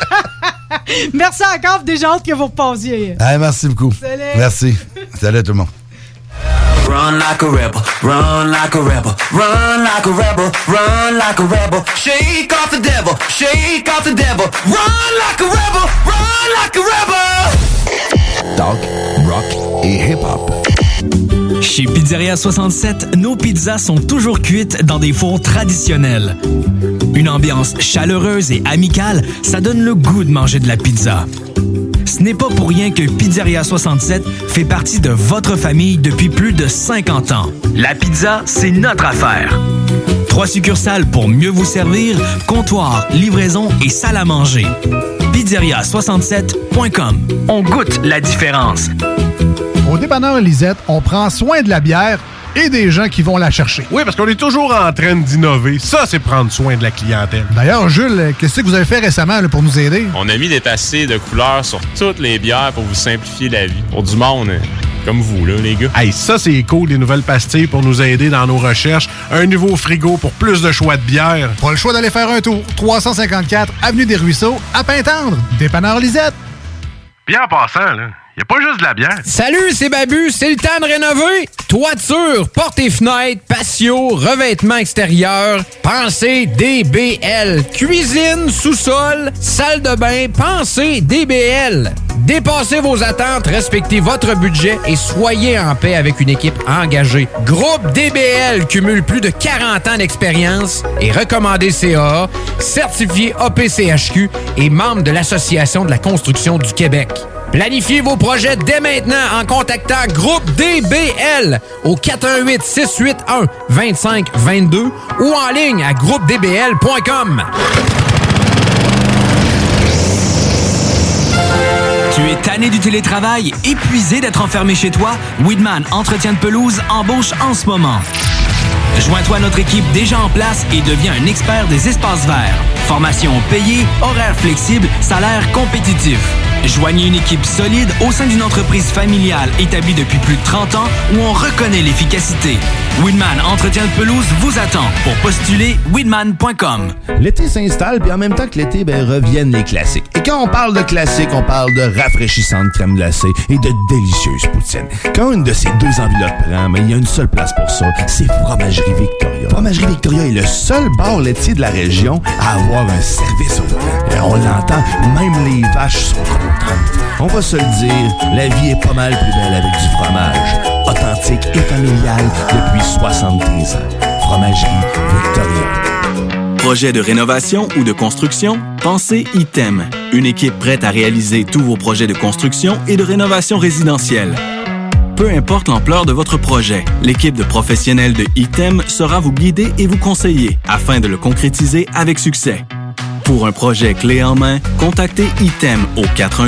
Merci encore, déjà hâte que vous repassiez. Merci beaucoup. Salut. Merci. Salut tout le monde. Run like a rebel, run like a rebel, run like a rebel, run like a rebel. Shake off the devil, run like a rebel, run like a rebel. Talk, rock et hip-hop. Chez Pizzeria 67, nos pizzas sont toujours cuites dans des fours traditionnels. Une ambiance chaleureuse et amicale, ça donne le goût de manger de la pizza. Ce n'est pas pour rien que Pizzeria 67 fait partie de votre famille depuis plus de 50 ans. La pizza, c'est notre affaire. 3 succursales pour mieux vous servir, comptoir, livraison et salle à manger. Pizzeria67.com. On goûte la différence. Au dépanneur Lisette, on prend soin de la bière et des gens qui vont la chercher. Oui, parce qu'on est toujours en train d'innover. Ça, c'est prendre soin de la clientèle. D'ailleurs, Jules, qu'est-ce que vous avez fait récemment là, pour nous aider? On a mis des pastilles de couleurs sur toutes les bières pour vous simplifier la vie. Pour du monde comme vous, là, les gars. Hey, ça, c'est cool, les nouvelles pastilles pour nous aider dans nos recherches. Un nouveau frigo pour plus de choix de bières. Pas le choix d'aller faire un tour. 354 Avenue des Ruisseaux, à Pintendre. Dépanneur Lisette. Puis en passant, là, y a pas juste de la bière. Salut, c'est Babu, c'est le temps de rénover. Toiture, portes et fenêtres, patio, revêtement extérieur. Pensez DBL. Cuisine, sous-sol, salle de bain, pensez DBL. Dépassez vos attentes, respectez votre budget et soyez en paix avec une équipe engagée. Groupe DBL cumule plus de 40 ans d'expérience et recommandé CAA, certifié APCHQ et membre de l'Association de la construction du Québec. Planifiez vos projets dès maintenant en contactant Groupe DBL au 418-681-2522 ou en ligne à groupedbl.com. Tu es tanné du télétravail, épuisé d'être enfermé chez toi? Weedman Entretien de pelouse embauche en ce moment. Joins-toi à notre équipe déjà en place et deviens un expert des espaces verts. Formation payée, horaires flexibles, salaire compétitif. Joignez une équipe solide au sein d'une entreprise familiale établie depuis plus de 30 ans où on reconnaît l'efficacité. Weedman Entretien de pelouse vous attend. Pour postuler, weedman.com. L'été s'installe, puis en même temps que l'été, reviennent les classiques. Et quand on parle de classiques, on parle de rafraîchissante crème glacée et de délicieuse poutine. Quand une de ces deux enveloppes prend, il y a une seule place pour ça, c'est Fromagerie Victoria. Fromagerie Victoria est le seul bar laitier de la région à avoir un service au volant. Et on l'entend, même les vaches sont contentes. On va se le dire, la vie est pas mal plus belle avec du fromage. Authentique et familial depuis 73 ans. Fromagerie Victoria. Projet de rénovation ou de construction? Pensez ITEM. Une équipe prête à réaliser tous vos projets de construction et de rénovation résidentielle. Peu importe l'ampleur de votre projet, l'équipe de professionnels de ITEM sera vous guider et vous conseiller afin de le concrétiser avec succès. Pour un projet clé en main, contactez ITEM au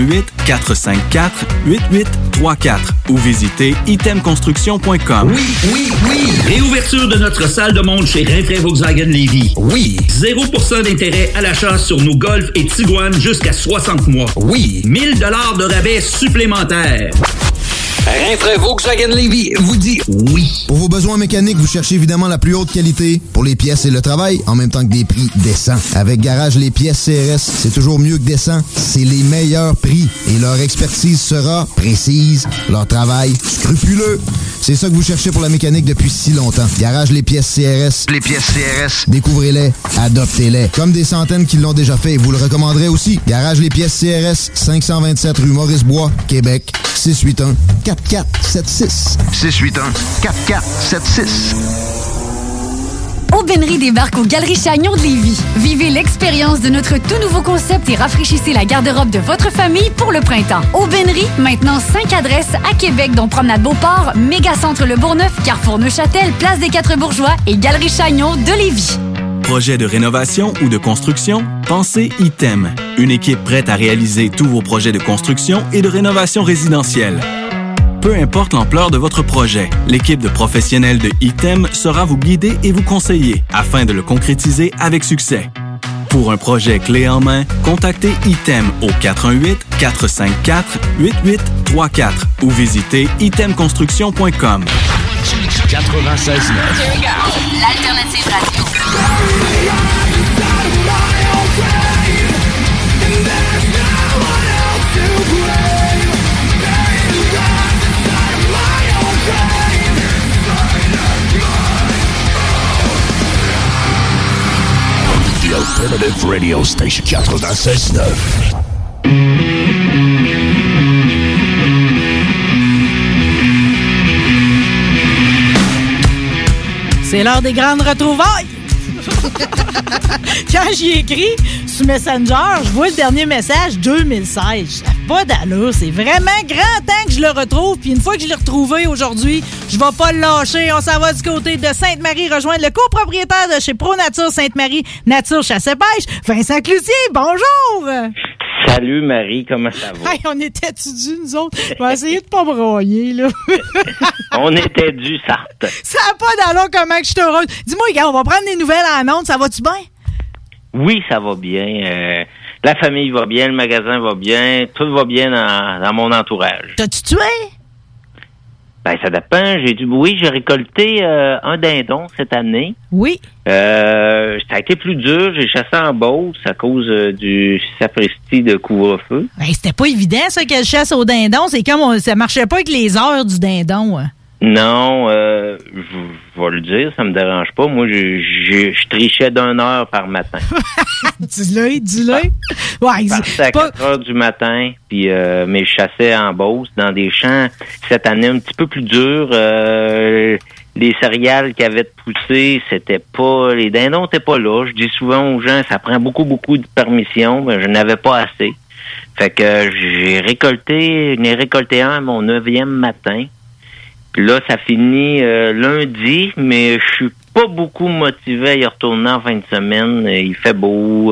418-454-8834 ou visitez itemconstruction.com. Oui! Réouverture de notre salle de monde chez Rinfraie Volkswagen Lévis. Oui! 0% d'intérêt à l'achat sur nos Golf et Tiguan jusqu'à 60 mois. Oui! 1000 $ de rabais supplémentaires. Rinfraie Volkswagen Lévis vous dit oui. Pour vos besoins mécaniques, vous cherchez évidemment la plus haute qualité pour les pièces et le travail, en même temps que des prix décents. Avec Garage Les Pièces CRS, c'est toujours mieux que décent. C'est les meilleurs prix et leur expertise sera précise, leur travail scrupuleux. C'est ça que vous cherchez pour la mécanique depuis si longtemps. Garage Les Pièces CRS. Les Pièces CRS. Découvrez-les, adoptez-les. Comme des centaines qui l'ont déjà fait et vous le recommanderez aussi. Garage Les Pièces CRS, 527 rue Maurice-Bois, Québec, 681-4476. 681-4476. Aubainerie débarque aux Galeries Chagnon de Lévis. Vivez l'expérience de notre tout nouveau concept et rafraîchissez la garde-robe de votre famille pour le printemps. Aubainerie, maintenant 5 adresses à Québec, dont Promenade Beauport, Mégacentre Le Bourgneuf, Carrefour Neuchâtel, Place des Quatre Bourgeois et Galerie Chagnon de Lévis. Projet de rénovation ou de construction? Pensez ITEM. Une équipe prête à réaliser tous vos projets de construction et de rénovation résidentielle. Peu importe l'ampleur de votre projet, l'équipe de professionnels de ITEM sera vous guider et vous conseiller afin de le concrétiser avec succès. Pour un projet clé en main, contactez ITEM au 418-454-8834 ou visitez itemconstruction.com. 96.9. L'alternative radio. The Alternative Radio Station 96.9. C'est l'heure des grandes retrouvailles! Quand j'y écris sur Messenger, je vois le dernier message 2016. Ça n'a pas d'allure. C'est vraiment grand temps que je le retrouve. Puis une fois que je l'ai retrouvé aujourd'hui, je vais pas le lâcher. On s'en va du côté de Sainte-Marie rejoindre le copropriétaire de chez ProNature Sainte-Marie, Nature Chasse et Pêche, Vincent Cloutier. Bonjour! Salut Marie, comment ça va? Hey, on était dû, nous autres. On va essayer de pas broyer, là. On était dû, Sartre. Ça n'a pas d'allure comment que je suis heureuse. Dis-moi, gars, on va prendre des nouvelles en ondes. Ça va-tu bien? Oui, ça va bien. La famille va bien, le magasin va bien. Tout va bien dans mon entourage. T'as-tu tué? Ben, ça dépend. J'ai récolté un dindon cette année. Oui. Ça a été plus dur. J'ai chassé en Beauce à cause du sapristi de couvre-feu. Ben, c'était pas évident, ça, que je chasse au dindon. C'est comme ça marchait pas avec les heures du dindon. Hein. Non, je vais le dire, ça me dérange pas. Moi, je trichais d'1 heure par matin. Dis-le. Ouais, je partais à 4 heures du matin, puis mais je chassais en Beauce, dans des champs, cette année un petit peu plus dur. Les céréales qui avaient poussé, c'était pas... Les dindons n'étaient pas là. Je dis souvent aux gens, ça prend beaucoup de permission, mais je n'avais pas assez. Fait que j'en ai récolté un à mon 9e matin. Puis là, ça finit lundi, mais je suis pas beaucoup motivé à y retourner en fin de semaine. Il fait beau.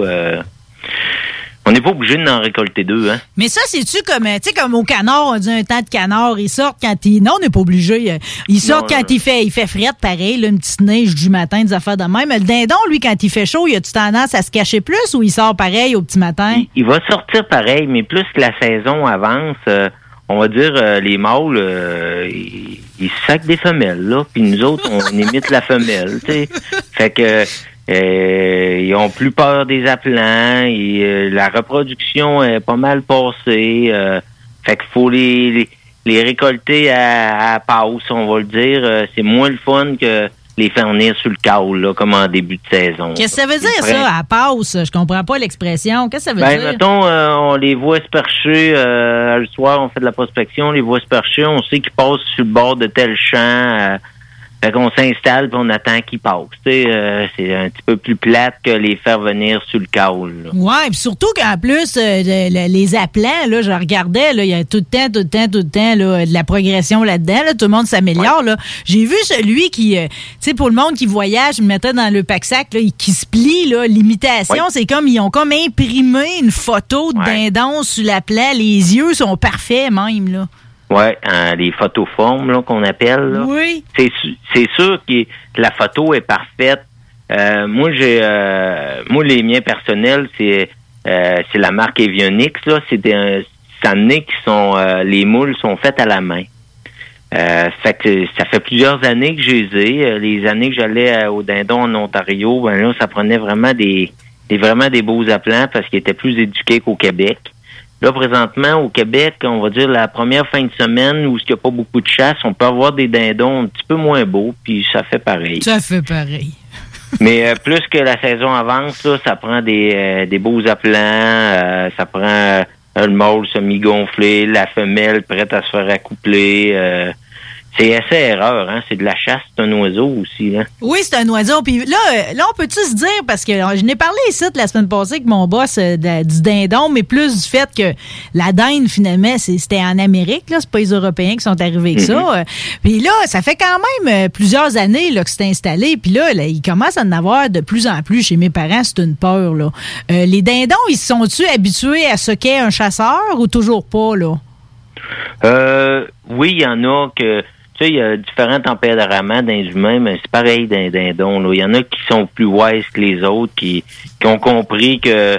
On n'est pas obligé d'en récolter 2, hein. Mais ça, c'est-tu comme, tu sais, comme au canard, on dit un temps de canard, ils sortent quand il... Non, on n'est pas obligé. Ils sortent quand il fait frette, pareil, là, une petite neige du matin, des affaires de même. Le dindon, lui, quand il fait chaud, il a-tu tendance à se cacher plus ou il sort pareil au petit matin? Il va sortir pareil, mais plus que la saison avance... on va dire, les mâles, ils sacent des femelles, là. Puis nous autres, on imite la femelle, tu sais. Fait que ils ont plus peur des appelants. Et, la reproduction est pas mal passée. Fait qu'il faut les récolter à passe, on va le dire. C'est moins le fun que les faire venir sur le caul, là, comme en début de saison. Qu'est-ce que ça veut dire, ça, à passe? Je comprends pas l'expression. Qu'est-ce que ça veut dire? Mettons, on les voit se percher, le soir, on fait de la prospection, on les voit se percher, on sait qu'ils passent sur le bord de tel champ, fait qu'on s'installe puis on attend qu'ils passent. C'est un petit peu plus plate que les faire venir sur le caul. Là. Ouais, puis surtout qu'en plus, les appelants, là, je regardais, là, il y a tout le temps, là, de la progression là-dedans, là, tout le monde s'améliore. Ouais. Là. J'ai vu celui qui, tu sais, pour le monde qui voyage, je me mettais dans le pack-sac, là, qui se plie, là, l'imitation, c'est comme, ils ont comme imprimé une photo de dindon sur l'appelant, les yeux sont parfaits même, là. Ouais, les photoformes là, qu'on appelle. Là. Oui. C'est sûr que la photo est parfaite. Moi, les miens personnels, c'est la marque Avionics. Là, c'est des années qui sont les moules sont faites à la main. Fait que ça fait plusieurs années que je les ai. Les années que j'allais au Dindon en Ontario, ben là, ça prenait vraiment des beaux appelants parce qu'ils étaient plus éduqués qu'au Québec. Là, présentement, au Québec, on va dire la première fin de semaine où il n'y a pas beaucoup de chasse, on peut avoir des dindons un petit peu moins beaux, puis ça fait pareil. Ça fait pareil. Mais plus que la saison avance, là, ça prend des beaux appelants, ça prend le mâle semi-gonflé, la femelle prête à se faire accoupler. C'est assez erreur, hein? C'est de la chasse, c'est un oiseau aussi, hein? Oui, c'est un oiseau. Puis là, on peut-tu se dire, parce que je n'ai parlé ici la semaine passée avec mon boss du dindon, mais plus du fait que la dinde, finalement, c'était en Amérique, là, c'est pas les Européens qui sont arrivés avec ça. Puis là, ça fait quand même plusieurs années là, que c'est installé. Puis là, il commence à en avoir de plus en plus chez mes parents, c'est une peur, là. Les dindons, ils se sont-tu habitués à ce qu'est un chasseur ou toujours pas, là? Oui, il y en a que... Tu sais, il y a différents tempéraments dans les humains, mais c'est pareil dans les dindons. Là. Il y en a qui sont plus wise que les autres, qui ont compris que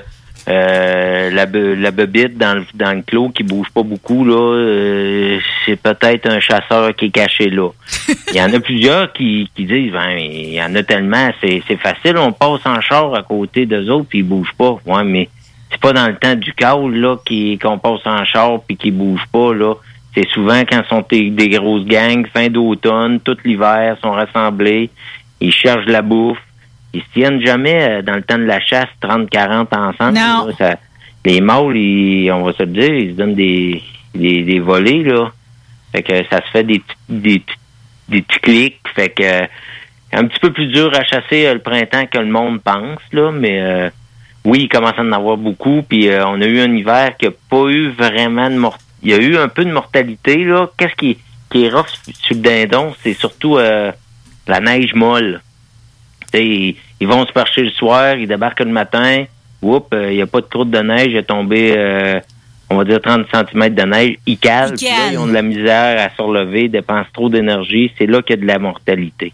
la bebite dans le clos qui bouge pas beaucoup, là, c'est peut-être un chasseur qui est caché là. Il y en a plusieurs qui disent, il y en a tellement, c'est facile, on passe en char à côté d'eux autres puis ils bougent pas. Ouais, mais c'est pas dans le temps du caule là qu'on passe en char puis qu'ils bougent pas là. C'est souvent quand sont des grosses gangs, fin d'automne, tout l'hiver, sont rassemblés, ils cherchent de la bouffe. Ils se tiennent jamais, dans le temps de la chasse, 30-40 ensemble. Non. Là, les mâles, on va se le dire, ils se donnent des volées, là. Fait que ça se fait des petits clics. Fait que un petit peu plus dur à chasser le printemps que le monde pense, là, mais oui, il commence à en avoir beaucoup, puis on a eu un hiver qui n'a pas eu vraiment de mortalité. Il y a eu un peu de mortalité, là. Qu'est-ce qui est rough sur le dindon? C'est surtout la neige molle. Ils vont se percher le soir, ils débarquent le matin. Oups, il n'y a pas de croûte de neige, il est tombé, on va dire 30 cm de neige. Ils calent, puis là, ils ont de la misère à se relever, ils dépensent trop d'énergie. C'est là qu'il y a de la mortalité.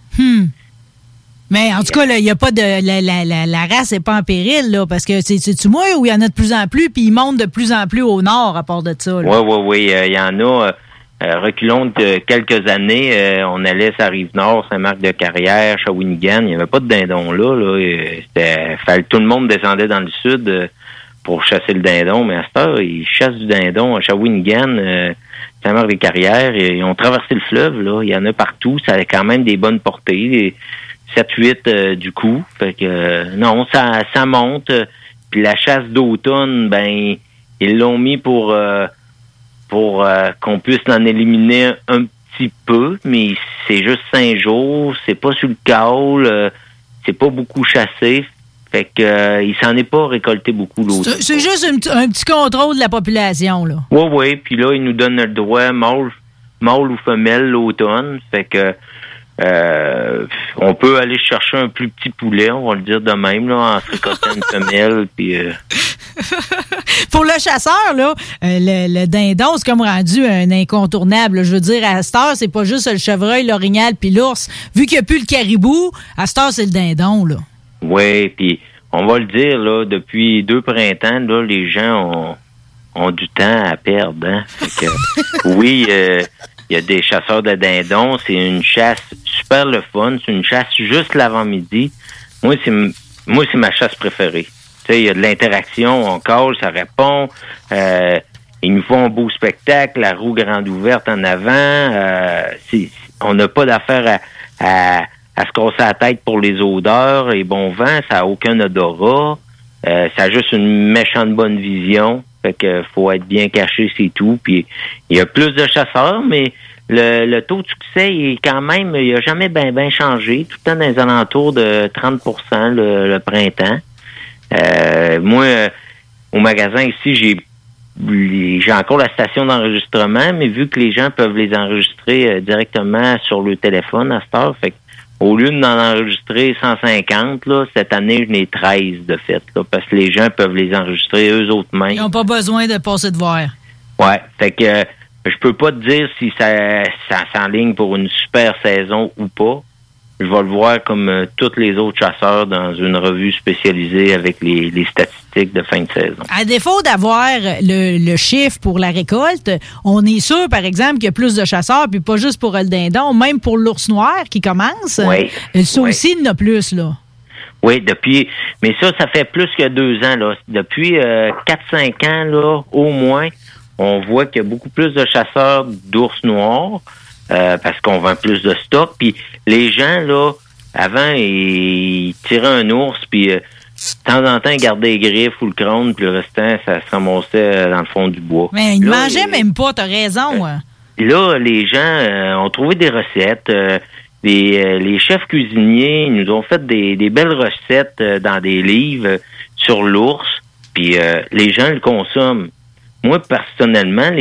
Mais en tout cas, il n'y a pas de. La race n'est pas en péril, là, parce que c'est-tu moi où il y en a de plus en plus, puis ils montent de plus en plus au nord à part de ça. Oui. Il y en a. Reculons de quelques années, on allait sur la Rive-Nord, Saint-Marc-de-Carrière, Shawinigan. Il n'y avait pas de dindon là. Tout le monde descendait dans le sud pour chasser le dindon, mais à cette heure, ils chassent du dindon à Shawinigan, Saint-Marc-de-Carrière. Ils ont traversé le fleuve, là. Il y en a partout. Ça a quand même des bonnes portées. 7-8 du coup. Fait que non, ça monte. Puis la chasse d'automne, ben ils l'ont mis pour qu'on puisse en éliminer un petit peu, mais c'est juste 5 jours, c'est pas sur le caule, c'est pas beaucoup chassé. Fait que il s'en est pas récolté beaucoup l'automne. C'est juste un petit contrôle de la population, là. Oui, puis là, ils nous donnent le droit mâle ou femelle l'automne. Fait que on peut aller chercher un plus petit poulet, on va le dire de même, là, en se récoltant une femelle, puis... Pour le chasseur, là, le dindon, c'est comme rendu un incontournable. Là. Je veux dire, à cette heure, c'est pas juste le chevreuil, l'orignal puis l'ours. Vu qu'il n'y a plus le caribou, à cette heure, c'est le dindon, là. Oui, puis on va le dire, là, depuis 2 printemps, là, les gens ont du temps à perdre, hein. Fait que, oui, il y a des chasseurs de dindons. C'est une chasse super le fun. C'est une chasse juste l'avant-midi. Moi, c'est ma chasse préférée. Tu sais, il y a de l'interaction. On call, ça répond. Ils nous font un beau spectacle. La roue grande ouverte en avant. On n'a pas d'affaire à se casser la tête pour les odeurs. Les bons vents, ça n'a aucun odorat. Ça a juste une méchante bonne vision. Fait que faut être bien caché, c'est tout. Puis il y a plus de chasseurs, mais le taux de succès est quand même, il a jamais bien changé. Tout le temps dans les alentours de 30% le printemps. Moi, au magasin ici, j'ai encore la station d'enregistrement, mais vu que les gens peuvent les enregistrer directement sur le téléphone à cette heure, fait que au lieu d'en enregistrer 150, là, cette année, j'en ai 13 de fait, là, parce que les gens peuvent les enregistrer eux autres mêmes. Ils n'ont pas besoin de passer de voir. Ouais, fait que je peux pas te dire si ça s'enligne pour une super saison ou pas. Je vais le voir comme tous les autres chasseurs dans une revue spécialisée avec les statistiques de fin de saison. À défaut d'avoir le chiffre pour la récolte, on est sûr, par exemple, qu'il y a plus de chasseurs, puis pas juste pour le dindon, même pour l'ours noir qui commence. Oui. Ça aussi, il y en a plus, là. Oui, mais ça fait plus que 2 ans, là. Depuis 4-5 ans, là, au moins, on voit qu'il y a beaucoup plus de chasseurs d'ours noirs, parce qu'on vend plus de stock. Puis les gens, là, avant, ils tiraient un ours, puis de temps en temps, ils gardaient les griffes ou le crâne, puis le restant, ça se ramassait dans le fond du bois. Mais ils mangeaient même pas, t'as raison. Là, les gens ont trouvé des recettes. Les chefs cuisiniers nous ont fait des belles recettes dans des livres sur l'ours, puis les gens le consomment. Moi, personnellement,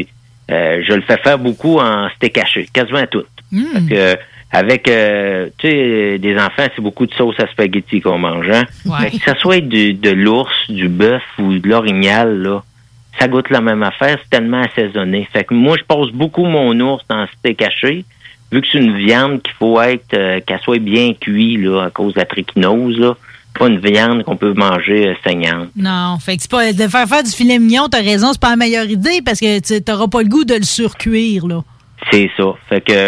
je le fais faire beaucoup en steak haché, quasiment tout. Parce que avec, tu sais, des enfants, c'est beaucoup de sauce à spaghetti qu'on mange. Hein? Ouais. Que ça soit de l'ours, du bœuf ou de l'orignal, là, ça goûte la même affaire, c'est tellement assaisonné. Fait que moi, je passe beaucoup mon ours dans steak haché, vu que c'est une viande qu'il faut qu'elle soit bien cuite, là, à cause de la trichинose, là. Pas une viande qu'on peut manger saignante. Non, fait que c'est pas de faire du filet mignon, t'as raison, c'est pas la meilleure idée parce que t'auras pas le goût de le surcuire, là. C'est ça. Fait que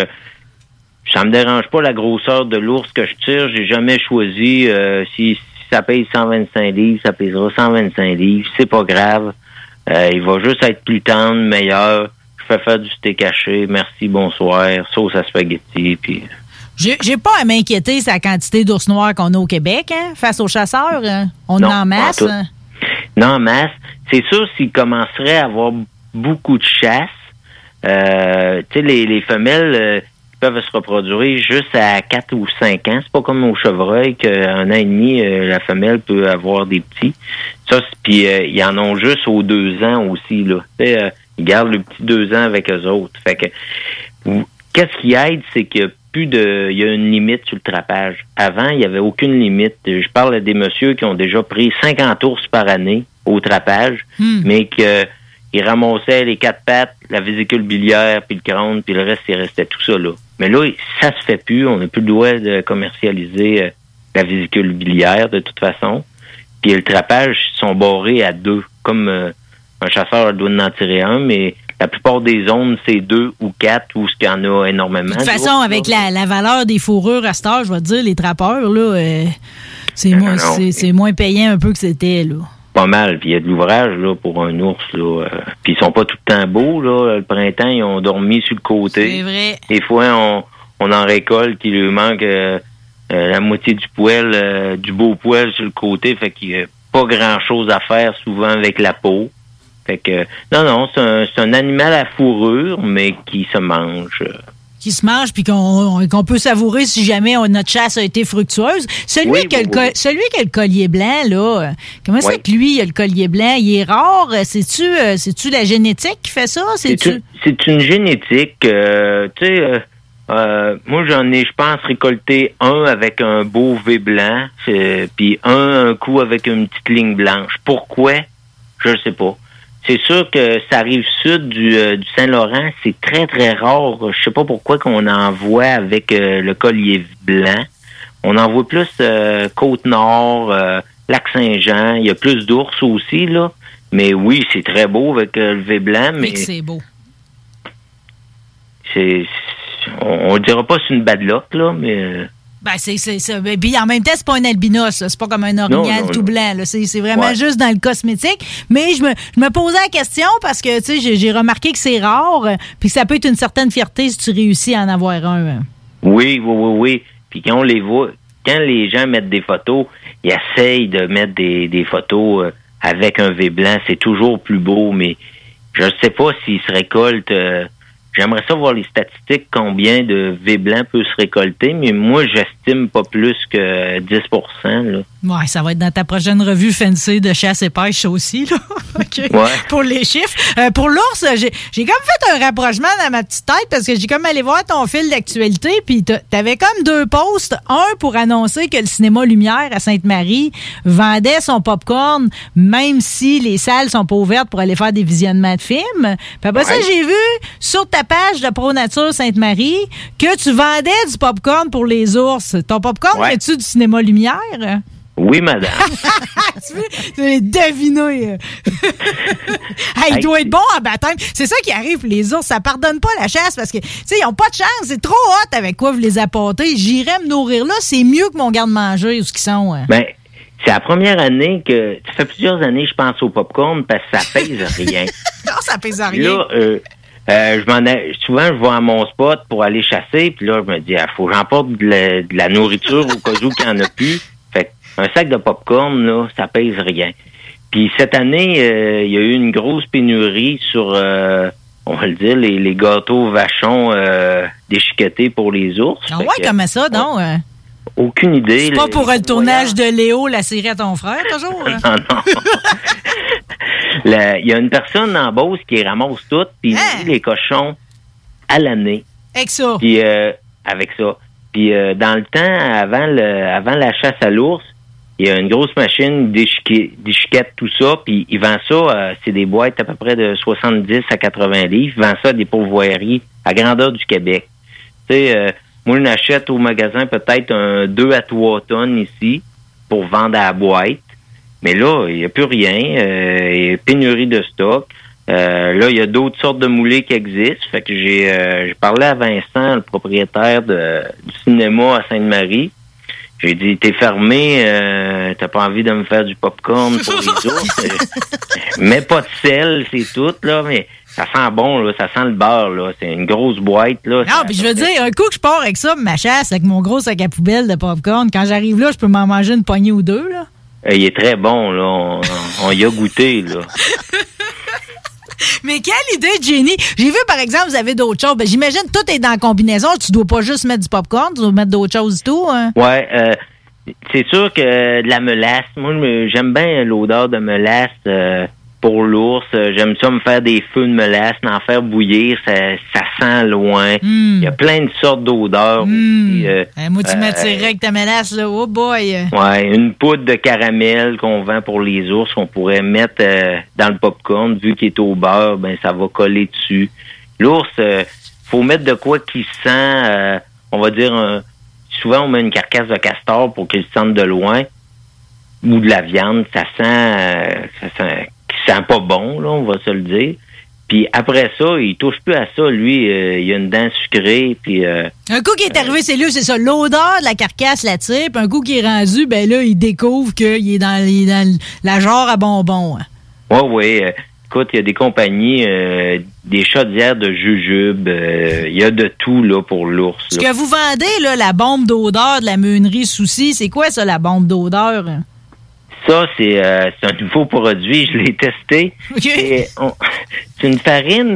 ça me dérange pas la grosseur de l'ours que je tire. J'ai jamais choisi si ça pèse 125 livres, ça pèsera 125 livres. C'est pas grave. Il va juste être plus tendre, meilleur. Je fais faire du steak haché. Merci, bonsoir. Sauce à spaghetti, puis... J'ai pas à m'inquiéter sur la quantité d'ours noirs qu'on a au Québec, hein, face aux chasseurs. Hein. On en masse. Non, en masse. C'est sûr, s'ils commenceraient à avoir beaucoup de chasse, tu sais, les femelles peuvent se reproduire juste à 4 ou 5 ans. C'est pas comme au chevreuil qu'un an et demi, la femelle peut avoir des petits. Ça, puis ils en ont juste aux 2 ans aussi, là. Tu sais, ils gardent le petit 2 ans avec eux autres. Fait que, qu'est-ce qui aide, c'est que il y a une limite sur le trapage. Avant, il n'y avait aucune limite. Je parle à des messieurs qui ont déjà pris 50 ours par année au trapage, mais qu'ils ramassaient les 4 pattes, la vésicule biliaire, puis le crâne, puis le reste, il restait tout ça là. Mais là, ça se fait plus. On n'a plus le droit de commercialiser la vésicule biliaire, de toute façon. Puis le trapage, ils sont barrés à 2. Comme un chasseur doit en tirer un, mais la plupart des zones, c'est 2 ou 4 où il y en a énormément. De toute façon, avec la valeur des fourrures à cette heure, je vais te dire, les trappeurs, là, c'est moins payant un peu que c'était, là. Pas mal. Puis il y a de l'ouvrage là pour un ours. Là. Puis ils sont pas tout le temps beaux. Là. Le printemps, ils ont dormi sur le côté. C'est vrai. Des fois, on en récolte, il lui manque la moitié du poil, du beau poil sur le côté. Fait qu'il n'y a pas grand-chose à faire souvent avec la peau. Fait que non, c'est un animal à fourrure, mais qui se mange. Qui se mange puis qu'on peut savourer si jamais notre chasse a été fructueuse. Celui qui a le collier blanc, là, comment ça que lui, il a le collier blanc? Il est rare? C'est-tu la génétique qui fait ça? C'est une génétique. Tu sais, moi, j'en ai, je pense, récolté un avec un beau V blanc, puis un coup avec une petite ligne blanche. Pourquoi? Je ne sais pas. C'est sûr que ça arrive sud du Saint-Laurent, c'est très, très rare. Je sais pas pourquoi qu'on en voit avec le collier blanc. On en voit plus Côte-Nord, Lac-Saint-Jean. Il y a plus d'ours aussi, là. Mais oui, c'est très beau avec le V blanc. Mais c'est beau. On dira pas c'est une bad luck, là, mais... Ben, c'est ça. Puis en même temps, c'est pas un albinos, là. C'est pas comme un orignal tout blanc, là. C'est vraiment juste dans le cosmétique. Mais je me posais la question parce que, tu sais, j'ai remarqué que c'est rare, puis que ça peut être une certaine fierté si tu réussis à en avoir un. Oui. Puis quand on les voit, quand les gens mettent des photos, ils essayent de mettre des photos avec un V blanc. C'est toujours plus beau, mais je ne sais pas s'ils se récoltent... J'aimerais ça voir les statistiques, combien de V blanc peut se récolter, mais moi, j'estime pas plus que 10 là. Ouais, ça va être dans ta prochaine revue fancy de chasse et pêche, ça aussi, là. OK. Ouais. Pour les chiffres. Pour l'ours, j'ai comme fait un rapprochement dans ma petite tête parce que j'ai comme allé voir ton fil d'actualité, puis t'avais comme 2 posts. Un pour annoncer que le cinéma Lumière à Sainte-Marie vendait son popcorn, même si les salles sont pas ouvertes pour aller faire des visionnements de films. Puis après ça, j'ai vu sur ta page de Pro Nature Sainte-Marie que tu vendais du popcorn pour les ours. Ton popcorn, es-tu du cinéma Lumière? Oui, madame. Tu l'as deviné. Il doit être bon en baptême. C'est ça qui arrive, les ours. Ça pardonne pas la chasse parce que, tu sais, ils ont pas de chance. C'est trop hot avec quoi vous les apportez. J'irais me nourrir là. C'est mieux que mon garde-manger ou ce qu'ils sont. Ben, c'est la première année que... Ça fait plusieurs années que je pense au popcorn parce que ça pèse rien. Non, ça pèse rien. Là, souvent, je vais à mon spot pour aller chasser, puis là, je me dis, faut que j'emporte de la nourriture au cas où qu'il n'y en a plus. Fait un sac de popcorn, là, ça pèse rien. Puis cette année, il y a eu une grosse pénurie sur, on va le dire, les gâteaux vachons déchiquetés pour les ours. Ah ouais, comment ça, donc? Aucune idée. C'est pas pour le tournage de Léo, la série à ton frère, toujours? Non. Il y a une personne en Beauce qui ramasse tout, puis il nourrit les cochons à l'année. Avec ça? Puis, avec ça. Puis, dans le temps, avant la chasse à l'ours, il y a une grosse machine déchiquette tout ça, puis il vend ça, c'est des boîtes à peu près de 70 à 80 livres. Il vend ça à des pourvoiries à grandeur du Québec. Tu sais, moi, je n'achète au magasin peut-être un 2 à 3 tonnes ici pour vendre à la boîte. Mais là, il n'y a plus rien. Il y a pénurie de stock. Là, il y a d'autres sortes de moulées qui existent. Fait que j'ai parlé à Vincent, le propriétaire du cinéma à Sainte-Marie. J'ai dit, t'es fermé, t'as pas envie de me faire du popcorn pour les ours. Mets pas de sel, c'est tout, là, mais ça sent bon, là, ça sent le beurre, là. C'est une grosse boîte, là. Non, puis je veux dire, un coup que je pars avec ça, ma chasse, avec mon gros sac à poubelle de popcorn, quand j'arrive là, je peux m'en manger une poignée ou deux, là. Il est très bon, là. On y a goûté, là. Mais quelle idée, Jenny! J'ai vu, par exemple, vous avez d'autres choses. Ben, j'imagine que tout est dans la combinaison. Tu dois pas juste mettre du popcorn, tu dois mettre d'autres choses et tout. Hein? Ouais, c'est sûr que de la mélasse. Moi, j'aime bien l'odeur de mélasse pour l'ours. J'aime ça me faire des feux de mélasse, d'en faire bouillir. Ça sent loin. Il y a plein de sortes d'odeurs. Aussi, moi, tu m'attirerais avec ta mélasse, là. Oh boy! Ouais, une poudre de caramel qu'on vend pour les ours qu'on pourrait mettre dans le popcorn. Vu qu'il est au beurre, ben ça va coller dessus. L'ours, faut mettre de quoi qu'il sent, on va dire, souvent on met une carcasse de castor pour qu'il sente de loin. Ou de la viande, ça sent pas bon, là, on va se le dire. Puis après ça, il touche plus à ça. Lui, il a une dent sucrée. Puis un coup qui est arrivé, c'est lui, c'est ça. L'odeur de la carcasse l'attire. Puis un coup qui est rendu, ben là, il découvre qu'il est dans la jarre à bonbons. Hein. Oui. Écoute, il y a des compagnies, des chaudières de jujube. Il y a de tout là pour l'ours. Ce que vous vendez, là, la bombe d'odeur de la meunerie Souci, c'est quoi ça, la bombe d'odeur? Ça, c'est un nouveau produit. Je l'ai testé. Okay. C'est une farine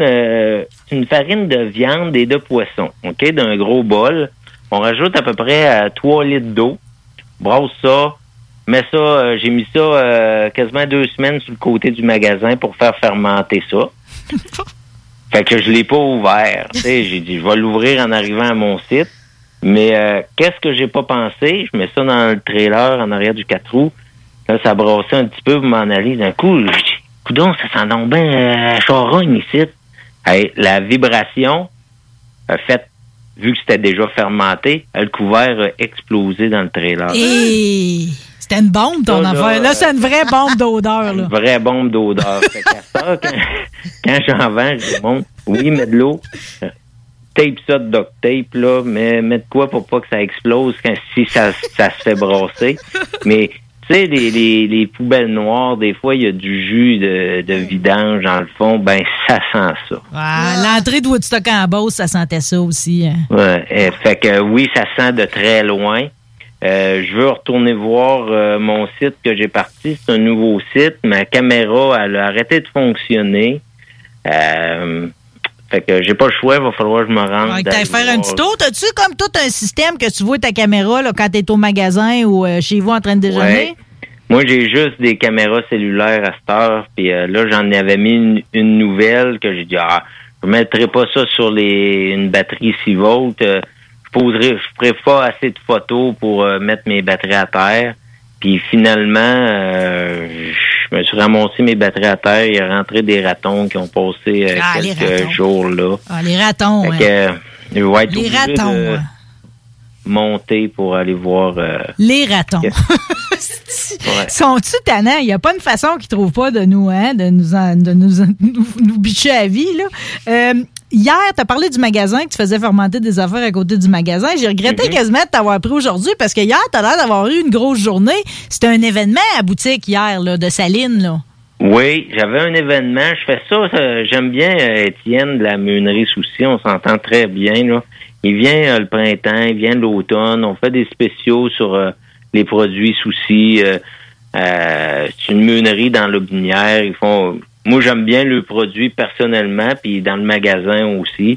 de viande et de poisson. OK? D'un gros bol. On rajoute à peu près 3 litres d'eau. Brosse ça. Mets ça. J'ai mis ça quasiment 2 semaines sur le côté du magasin pour faire fermenter ça. Fait que je l'ai pas ouvert. J'ai dit, je vais l'ouvrir en arrivant à mon site. Mais qu'est-ce que j'ai pas pensé? Je mets ça dans le trailer en arrière du 4 roues. Là, ça brassait un petit peu pour m'en aller. D'un coup, coudonc, ça sent donc bien charogne ici. Hey, la vibration a fait, vu que c'était déjà fermenté, le couvert a explosé dans le trailer. Et c'était une bombe, ton affaire. Là, c'est une vraie bombe d'odeur. Là. Une vraie bombe d'odeur. Fait qu'à ça, quand j'en vends, je dis, bon, oui, mets de l'eau. Tape ça de duct tape, là, mais mets de quoi pour pas que ça explose si ça se fait brasser. Mais tu sais, les poubelles noires, des fois, il y a du jus de vidange dans le fond, ben ça sent ça. L'entrée de Woodstock en Beauce, ça sentait ça aussi. Hein. Ouais, fait que oui, ça sent de très loin. Je veux retourner voir mon site que j'ai parti. C'est un nouveau site. Ma caméra, elle a arrêté de fonctionner. Fait que j'ai pas le choix, il va falloir que je me rende. T'as faire un petit tour. T'as-tu comme tout un système que tu vois ta caméra là, quand t'es au magasin ou chez vous en train de déjeuner? Ouais. Moi, j'ai juste des caméras cellulaires à cette heure. Puis là, j'en avais mis une nouvelle que j'ai dit, je mettrai pas ça sur une batterie 6 volts. Je ferai pas assez de photos pour mettre mes batteries à terre. Puis finalement, je me suis ramassé mes batteries à terre. Il y a rentré des ratons qui ont passé quelques jours là. Les ratons, fait que, je vais être les obligé ratons, de monter pour aller voir. Les ratons. Sont-tu tannants? Il n'y a pas une façon qu'ils ne trouvent pas de nous, hein, de nous bicher à vie, là. Hier, tu as parlé du magasin, que tu faisais fermenter des affaires à côté du magasin. J'ai regretté quasiment de t'avoir pris aujourd'hui parce que hier, tu as l'air d'avoir eu une grosse journée. C'était un événement à boutique hier, là, de Saline, là. Oui, j'avais un événement. Je fais ça. J'aime bien Étienne de la Meunerie Soucy. On s'entend très bien, là. Il vient le printemps, il vient l'automne. On fait des spéciaux sur les produits Soucy. C'est une meunerie dans l'Aubinière. Ils font... Moi, j'aime bien le produit personnellement, puis dans le magasin aussi.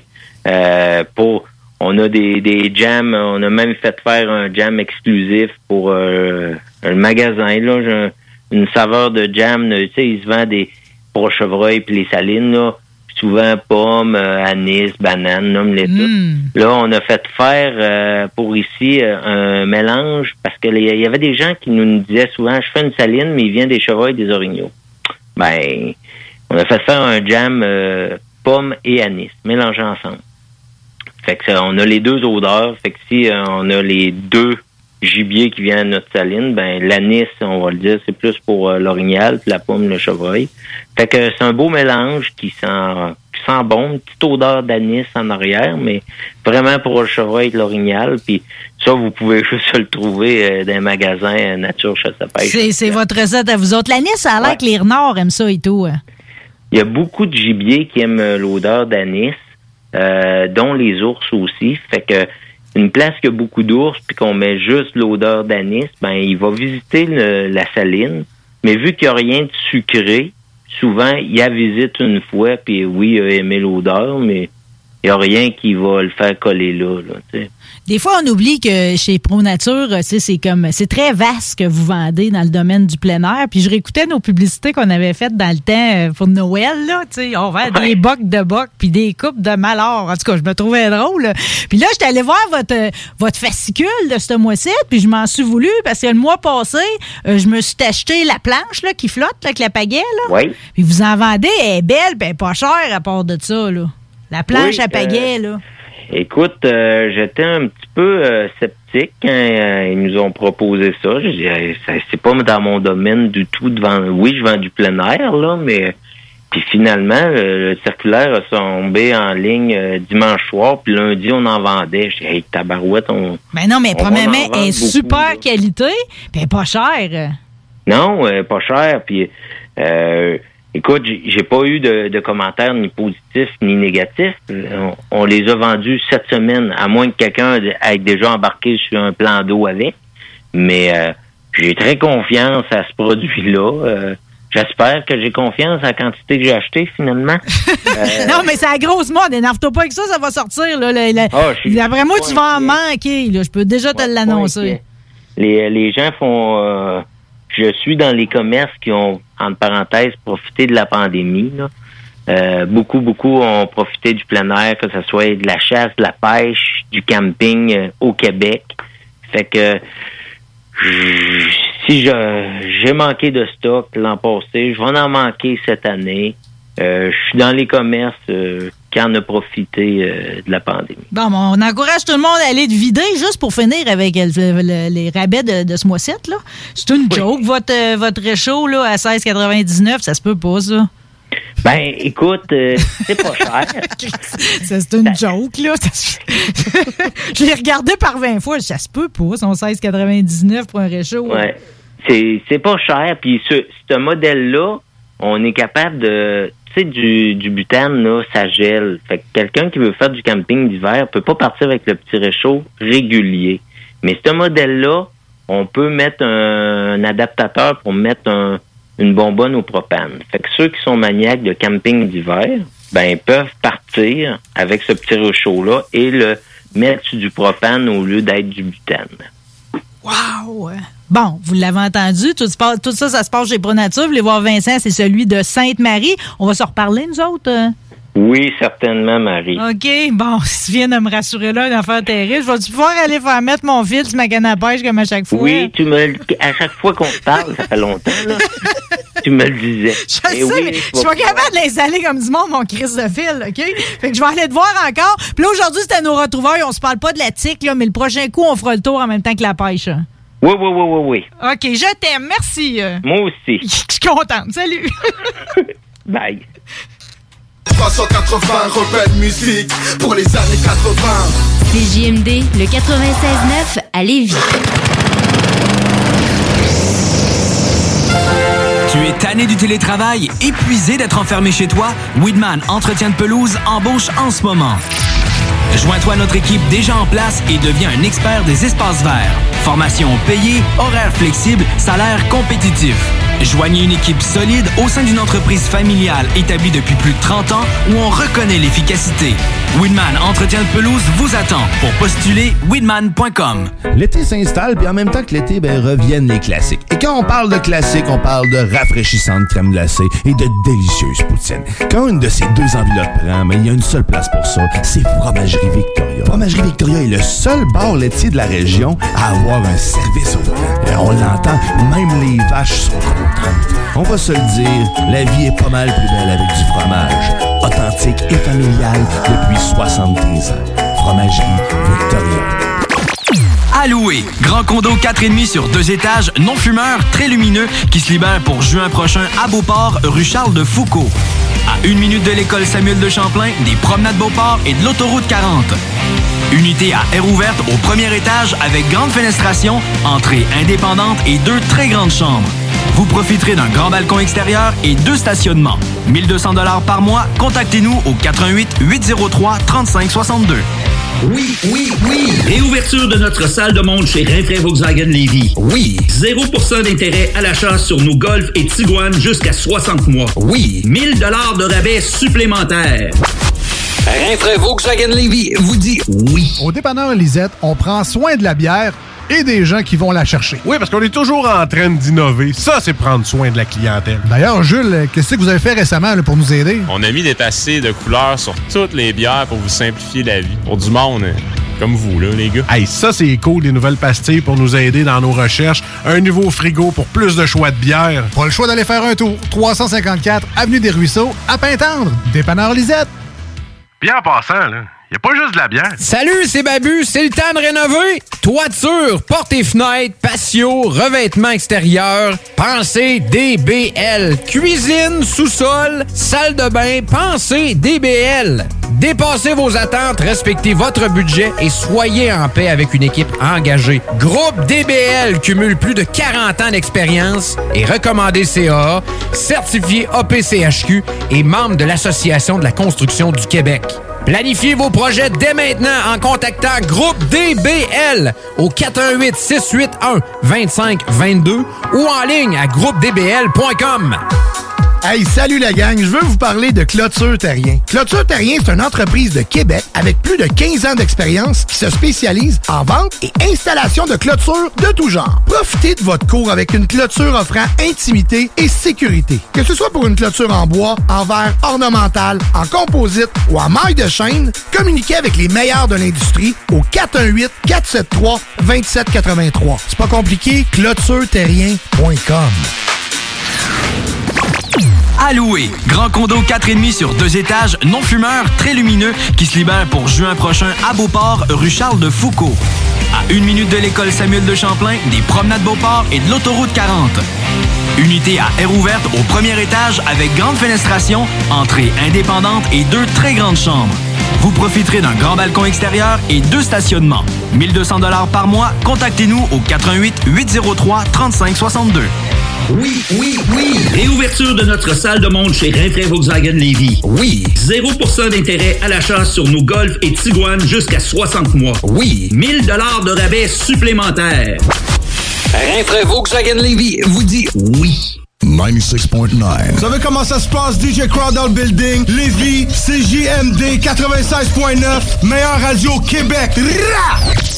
On a des jams, on a même fait faire un jam exclusif pour le magasin. Là, une saveur de jam, tu sais, il se vend pour chevreuil puis les salines, là, souvent pommes, anis, bananes, nomme-les toutes. Là, on a fait faire pour ici un mélange, parce que il y avait des gens qui nous disaient souvent, je fais une saline, mais il vient des chevreuils des orignaux. Ben... On a fait faire un jam pomme et anis, mélangés ensemble. Fait que on a les deux odeurs. Fait que si on a les deux gibiers qui viennent de notre saline, ben l'anis, on va le dire, c'est plus pour l'orignal, puis la pomme, le chevreuil. Fait que c'est un beau mélange qui sent bon, une petite odeur d'anis en arrière, mais vraiment pour le chevreuil et l'orignal. Puis ça, vous pouvez juste le trouver dans un magasin Nature Chasse à Pêche. C'est votre recette à vous autres. L'anis, ça a l'air que les renards aiment ça et tout. Il y a beaucoup de gibiers qui aiment l'odeur d'anis, dont les ours aussi. Fait que une place qui a beaucoup d'ours puis qu'on met juste l'odeur d'anis, ben il va visiter la saline. Mais vu qu'il n'y a rien de sucré, souvent il la visite une fois puis oui, il a aimé l'odeur, mais il n'y a rien qui va le faire coller là, t'sais. Des fois, on oublie que chez ProNature, c'est très vaste ce que vous vendez dans le domaine du plein air. Puis je réécoutais nos publicités qu'on avait faites dans le temps pour Noël, là. Tu sais, on vend des bocs de bocs puis des coupes de malheur. En tout cas, je me trouvais drôle. Puis là, j'étais allée voir votre fascicule de ce mois-ci, puis je m'en suis voulu parce que le mois passé, je me suis acheté la planche là qui flotte là, avec la pagaie, là. Oui. Puis vous en vendez, elle est belle, puis elle est pas chère à part de ça, là. La planche à pagaie, là. Écoute, j'étais un petit peu sceptique quand ils nous ont proposé ça. Je dis, c'est pas dans mon domaine du tout de vendre. Oui, je vends du plein air, là, mais puis finalement, le circulaire a tombé en ligne dimanche soir, puis lundi, on en vendait. Je dis, hey, tabarouette, Ben non, mais premièrement, elle est super qualité, puis elle est pas chère. Non, pas cher, puis... Écoute, j'ai pas eu de commentaires ni positifs ni négatifs. On les a vendus cette semaine, à moins que quelqu'un ait déjà embarqué sur un plan d'eau avec. Mais j'ai très confiance à ce produit-là. J'espère que j'ai confiance à la quantité que j'ai achetée, finalement. Non, mais c'est la grosse mode. Énerve-toi pas avec ça, ça va sortir. Là, d'après moi, tu vas en manquer. Là. Je peux déjà te l'annoncer. Les gens font... je suis dans les commerces qui ont, entre parenthèses, profité de la pandémie. Là. Beaucoup ont profité du plein air, que ce soit de la chasse, de la pêche, du camping au Québec. Fait que si j'ai manqué de stock l'an passé, je vais en manquer cette année. Je suis dans les commerces qui en ont profité de la pandémie. Bon, on encourage tout le monde à aller te vider juste pour finir avec les rabais de ce mois-ci, là. C'est une joke, votre réchaud là, à 16,99, ça se peut pas, ça? Ben, écoute, c'est pas cher. C'est une joke, là. Je l'ai regardé par 20 fois, ça se peut pas, son 16,99 pour un réchaud. Ouais, c'est pas cher, puis ce modèle-là, on est capable de... Tu sais, du butane, là, ça gèle. Fait que quelqu'un qui veut faire du camping d'hiver peut pas partir avec le petit réchaud régulier. Mais ce modèle-là, on peut mettre un adaptateur pour mettre une bonbonne au propane. Fait que ceux qui sont maniaques de camping d'hiver, ben, peuvent partir avec ce petit réchaud-là et le mettre sur du propane au lieu d'être du butane. Wow! Bon, vous l'avez entendu, tout ça, ça se passe chez ProNature. Vous voulez voir Vincent, c'est celui de Sainte-Marie. On va se reparler, nous autres? Oui, certainement, Marie. OK, bon, si tu viens de me rassurer là, une affaire terrible, je vais-tu pouvoir aller faire mettre mon fil sur ma canne à pêche comme à chaque fois? Oui, à chaque fois qu'on se parle, ça fait longtemps, là, tu me le disais. Je sais, mais je suis pas capable de l'installer comme du monde, mon crise de fil, OK? Fait que je vais aller te voir encore. Puis là, aujourd'hui, c'était nos retrouvailles. On se parle pas de la tique, là, mais le prochain coup, on fera le tour en même temps que la pêche. Hein. Oui. OK, je t'aime. Merci. Moi aussi. Je suis contente. Salut. Bye. 380 rebelle musique pour les années 80. CJMD, le 96.9 à Lévis. Tu es tanné du télétravail, épuisé d'être enfermé chez toi? Weedman Entretien de pelouse embauche en ce moment. Joins-toi à notre équipe déjà en place et deviens un expert des espaces verts. Formation payée, horaires flexibles, salaire compétitif. Joignez une équipe solide au sein d'une entreprise familiale établie depuis plus de 30 ans où on reconnaît l'efficacité. Weedman Entretien de pelouse vous attend. Pour postuler, weedman.com. L'été s'installe, puis en même temps que l'été, reviennent les classiques. Et quand on parle de classiques, on parle de rafraîchissantes crèmes glacées et de délicieuses poutines. Quand une de ces deux enveloppes prend, il y a une seule place pour ça, c'est Fromagerie Victoria. Fromagerie Victoria est le seul bar laitier de la région à avoir un service au volant. On l'entend, même les vaches sont contentes. On va se le dire, la vie est pas mal plus belle avec du fromage. Authentique et familial depuis 73 ans. Fromagerie Victoria. À louer. Grand condo 4,5 sur 2 étages, non fumeur, très lumineux, qui se libère pour juin prochain à Beauport, rue Charles de Foucault. À 1 minute de l'école Samuel de Champlain, des promenades Beauport et de l'autoroute 40. Unité à air ouverte au premier étage avec grande fenestration, entrée indépendante et 2 très grandes chambres. Vous profiterez d'un grand balcon extérieur et 2 stationnements. 1 200 $ par mois. Contactez-nous au 88 803 35 62. Oui. Réouverture de notre salle de monde chez Rinfraie Volkswagen Lévis. Oui. 0% d'intérêt à l'achat sur nos Golf et Tiguan jusqu'à 60 mois. Oui. 1000 $ de rabais supplémentaires. Rinfraie Volkswagen Lévis vous dit oui. Au dépanneur Lisette, on prend soin de la bière et des gens qui vont la chercher. Oui, parce qu'on est toujours en train d'innover. Ça, c'est prendre soin de la clientèle. D'ailleurs, Jules, qu'est-ce que vous avez fait récemment pour nous aider? On a mis des passés de couleurs sur toutes les bières pour vous simplifier la vie. Pour du monde comme vous, là, les gars. Hey, ça, c'est cool, des nouvelles pastilles pour nous aider dans nos recherches. Un nouveau frigo pour plus de choix de bière. Pas le choix d'aller faire un tour. 354 Avenue des Ruisseaux, à Pintendre. Dépanneur Lisette. Bien en passant, là, y a pas juste de la bière. Salut, c'est Babu, c'est le temps de rénover. Toiture, portes et fenêtres, patio, revêtement extérieur, pensez DBL. Cuisine, sous-sol, salle de bain, pensez DBL. Dépassez vos attentes, respectez votre budget et soyez en paix avec une équipe engagée. Groupe DBL cumule plus de 40 ans d'expérience et recommandé CAA, certifié APCHQ et membre de l'Association de la construction du Québec. Planifiez vos projets dès maintenant en contactant Groupe DBL au 418-681-2522 ou en ligne à groupedbl.com. Hey, salut la gang, je veux vous parler de Clôture Terrien. Clôture Terrien, c'est une entreprise de Québec avec plus de 15 ans d'expérience qui se spécialise en vente et installation de clôtures de tout genre. Profitez de votre cour avec une clôture offrant intimité et sécurité. Que ce soit pour une clôture en bois, en verre ornemental, en composite ou en maille de chaîne, communiquez avec les meilleurs de l'industrie au 418-473-2783. C'est pas compliqué, clôtureterrien.com. À louer. Grand condo 4,5 sur 2 étages, non fumeur, très lumineux, qui se libère pour juin prochain à Beauport, rue Charles de Foucault. À 1 minute de l'école Samuel de Champlain, des promenades Beauport et de l'autoroute 40. Unité à air ouverte au premier étage avec grande fenestration, entrée indépendante et 2 très grandes chambres. Vous profiterez d'un grand balcon extérieur et 2 stationnements. 1 200 $ par mois. Contactez-nous au 88 803 35 62. Oui. Réouverture de notre salle de monde chez Rinfraie Volkswagen Lévis. Oui. 0% d'intérêt à l'achat sur nos Golf et Tiguan jusqu'à 60 mois. Oui. 1000 $ de rabais supplémentaires. Rinfraie Volkswagen Lévis vous dit oui. 96.9. Vous savez comment ça se passe? DJ Crowd dans le building. Lévis, CJMD 96.9. Meilleure radio au Québec. Rah!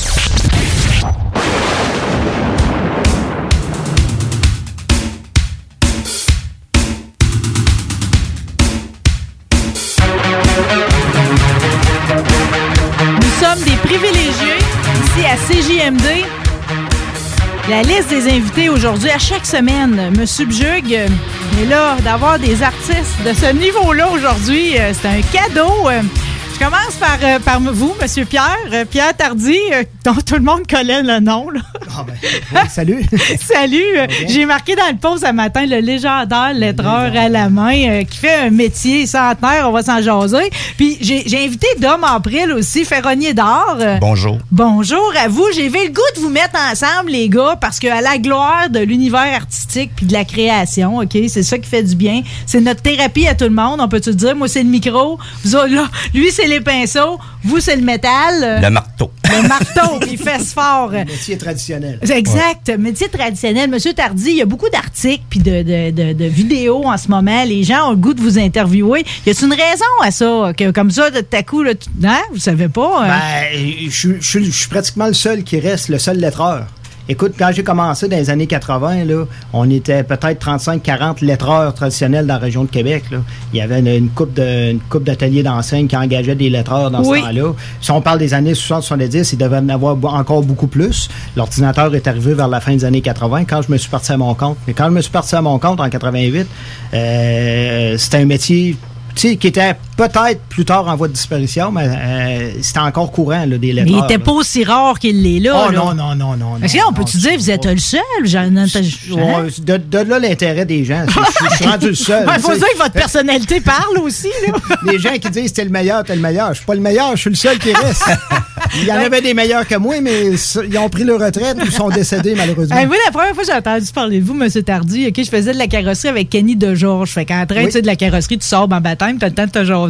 Nous sommes des privilégiés ici à CJMD. La liste des invités aujourd'hui, à chaque semaine, me subjugue. Mais là, d'avoir des artistes de ce niveau-là aujourd'hui, c'est un cadeau. Je commence par vous, M. Pierre. Pierre Tardy, dont tout le monde connaît le nom. Là. Salut. Salut. J'ai marqué dans le post ce matin le légendaire lettreur à la main qui fait un métier centenaire. On va s'en jaser. Puis j'ai invité Dom April aussi, ferronnier d'art. Bonjour. Bonjour à vous. J'ai eu le goût de vous mettre ensemble, les gars, parce que à la gloire de l'univers artistique puis de la création, OK, c'est ça qui fait du bien. C'est notre thérapie à tout le monde, on peut-tu dire. Moi, c'est le micro. Vous autres, là, lui, c'est les pinceaux. Vous, c'est le métal. Le marteau. Le marteau, il fesse fort. Le métier traditionnel. Exact. Ouais. Métier traditionnel. Monsieur Tardy, il y a beaucoup d'articles puis de vidéos en ce moment. Les gens ont le goût de vous interviewer. Y a-t-il une raison à ça? Que, comme ça, de tout à coup, là, vous savez pas? Je suis pratiquement le seul qui reste, le seul lettreur. Écoute, quand j'ai commencé dans les années 80, là, on était peut-être 35-40 lettreurs traditionnels dans la région de Québec. Là. Il y avait une couple d'ateliers d'enseigne qui engageaient des lettreurs dans ce temps-là. Si on parle des années 60-70, il devait en avoir encore beaucoup plus. L'ordinateur est arrivé vers la fin des années 80 quand je me suis parti à mon compte. Mais quand je me suis parti à mon compte en 88, c'était un métier qui était peut-être plus tard en voie de disparition, mais c'était encore courant, là, des lettreurs. Mais il n'était pas aussi rare qu'il l'est là. Oh là. Non. Parce que là, on peut-tu dire que vous êtes le seul? De là, l'intérêt des gens. Je suis rendu le seul. Il faut dire que votre personnalité parle aussi. Là. Les gens qui disent t'es le meilleur. Je suis pas le meilleur, je suis le seul qui reste. Il y en avait des meilleurs que moi, mais ils ont pris leur retraite ou sont décédés, malheureusement. Moi, la première fois que j'ai entendu parler de vous, M. Tardy, je faisais de la carrosserie avec Kenny DeGeorges. Fait qu'en train de la carrosserie, tu sors en baptême, t'as le temps de te jaser.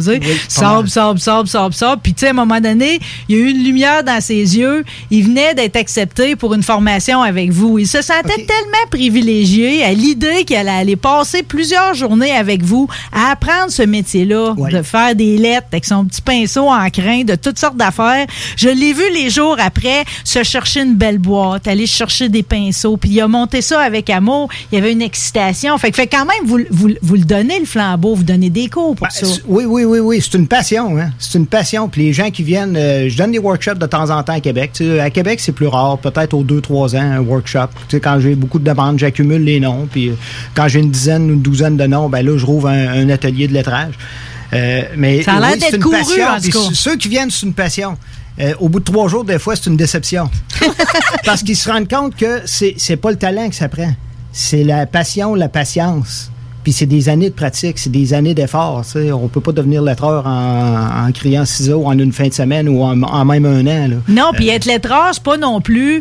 Sable. Puis, tu sais, à un moment donné, il y a eu une lumière dans ses yeux. Il venait d'être accepté pour une formation avec vous. Il se sentait tellement privilégié à l'idée qu'il allait aller passer plusieurs journées avec vous à apprendre ce métier-là, de faire des lettres avec son petit pinceau en crin, de toutes sortes d'affaires. Je l'ai vu les jours après se chercher une belle boîte, aller chercher des pinceaux, puis il a monté ça avec amour. Il y avait une excitation. Fait quand même, vous le donnez le flambeau, vous donnez des cours pour ça. Oui, c'est une passion. Hein? C'est une passion. Puis les gens qui viennent, je donne des workshops de temps en temps à Québec. T'sais, à Québec, c'est plus rare, peut-être aux 2-3 ans, un workshop. T'sais, quand j'ai beaucoup de demandes, j'accumule les noms. Puis quand j'ai une dizaine ou une douzaine de noms, ben là, je rouvre un atelier de lettrage. Mais ça a l'air d'être couru, en tout cas. Ceux qui viennent, c'est une passion. Au bout de 3 jours, des fois, c'est une déception. Parce qu'ils se rendent compte que c'est pas le talent que ça prend. C'est la passion, la patience. Puis c'est des années de pratique, c'est des années d'effort. T'sais. On peut pas devenir lettreur en criant ciseaux en une fin de semaine ou en même un an. Là. Non, puis être lettreur, c'est pas non plus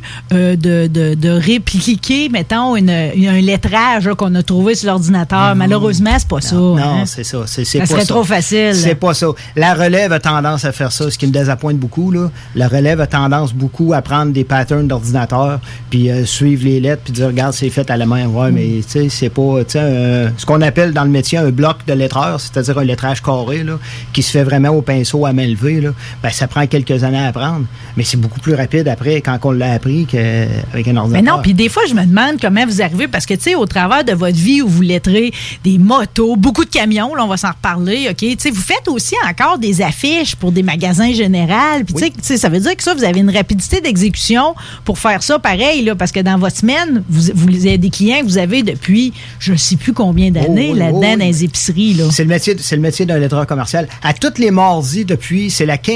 de répliquer, mettons, un lettrage qu'on a trouvé sur l'ordinateur. Malheureusement, c'est pas ça. Non, c'est ça. Ça serait trop facile. C'est pas ça. La relève a tendance à faire ça, ce qui me désappointe beaucoup. Là. La relève a tendance beaucoup à prendre des patterns d'ordinateur, puis suivre les lettres, puis dire, regarde, c'est fait à la main. Ouais, mais tu sais, c'est pas... ce qu'on appelle dans le métier un bloc de lettreur, c'est-à-dire un lettrage carré, là, qui se fait vraiment au pinceau à main levée, là, ben, ça prend quelques années à apprendre, mais c'est beaucoup plus rapide après quand on l'a appris qu'avec un ordinateur. Mais non, puis des fois, je me demande comment vous arrivez, parce que, tu sais, au travers de votre vie où vous lettrez des motos, beaucoup de camions, là, on va s'en reparler, OK? Tu sais, vous faites aussi encore des affiches pour des magasins généraux, puis tu sais, ça veut dire que ça, vous avez une rapidité d'exécution pour faire ça pareil, là, parce que dans votre semaine, vous avez des clients que vous avez depuis, je ne sais plus combien d'années, là-dedans, dans les épiceries. Là. C'est le métier d'un lettreur commercial. À toutes les mardis, depuis, c'est la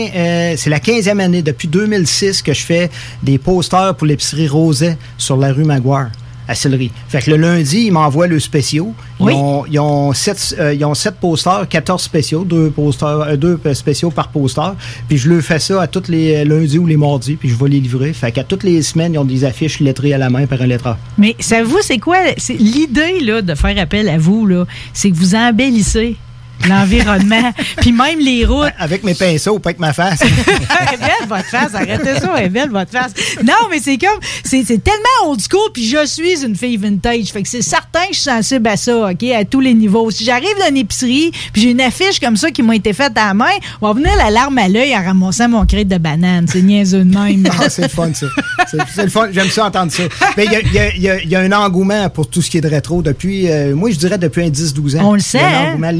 15e année, depuis 2006, que je fais des posters pour l'épicerie Roset sur la rue Maguire, à Sillery. Fait que le lundi, ils m'envoient le spéciaux. Ils ont 7 posters, 14 spéciaux, 2 spéciaux par poster. Puis je leur fais ça à tous les lundis ou les mardis, puis je vais les livrer. Fait qu'à toutes les semaines, ils ont des affiches lettrées à la main par un lettreur. Mais savez-vous, c'est quoi? C'est l'idée là, de faire appel à vous, là, c'est que vous embellissez l'environnement, puis même les routes. Avec mes pinceaux, pas avec ma face. Elle est belle, votre face. Arrêtez ça, elle est belle, votre face. Non, mais c'est comme, c'est tellement old school, puis je suis une fille vintage. Fait que c'est certain que je suis sensible à ça, OK, à tous les niveaux. Si j'arrive dans une épicerie, puis j'ai une affiche comme ça qui m'a été faite à la main, on va venir la larme à l'œil en ramassant mon crête de banane. C'est niaiseux de même. C'est le fun, ça. C'est le fun. J'aime ça entendre ça. Mais il y a un engouement pour tout ce qui est de rétro depuis, moi, je dirais depuis un 10-12 ans. On le sait, hein? Les nouvelles générations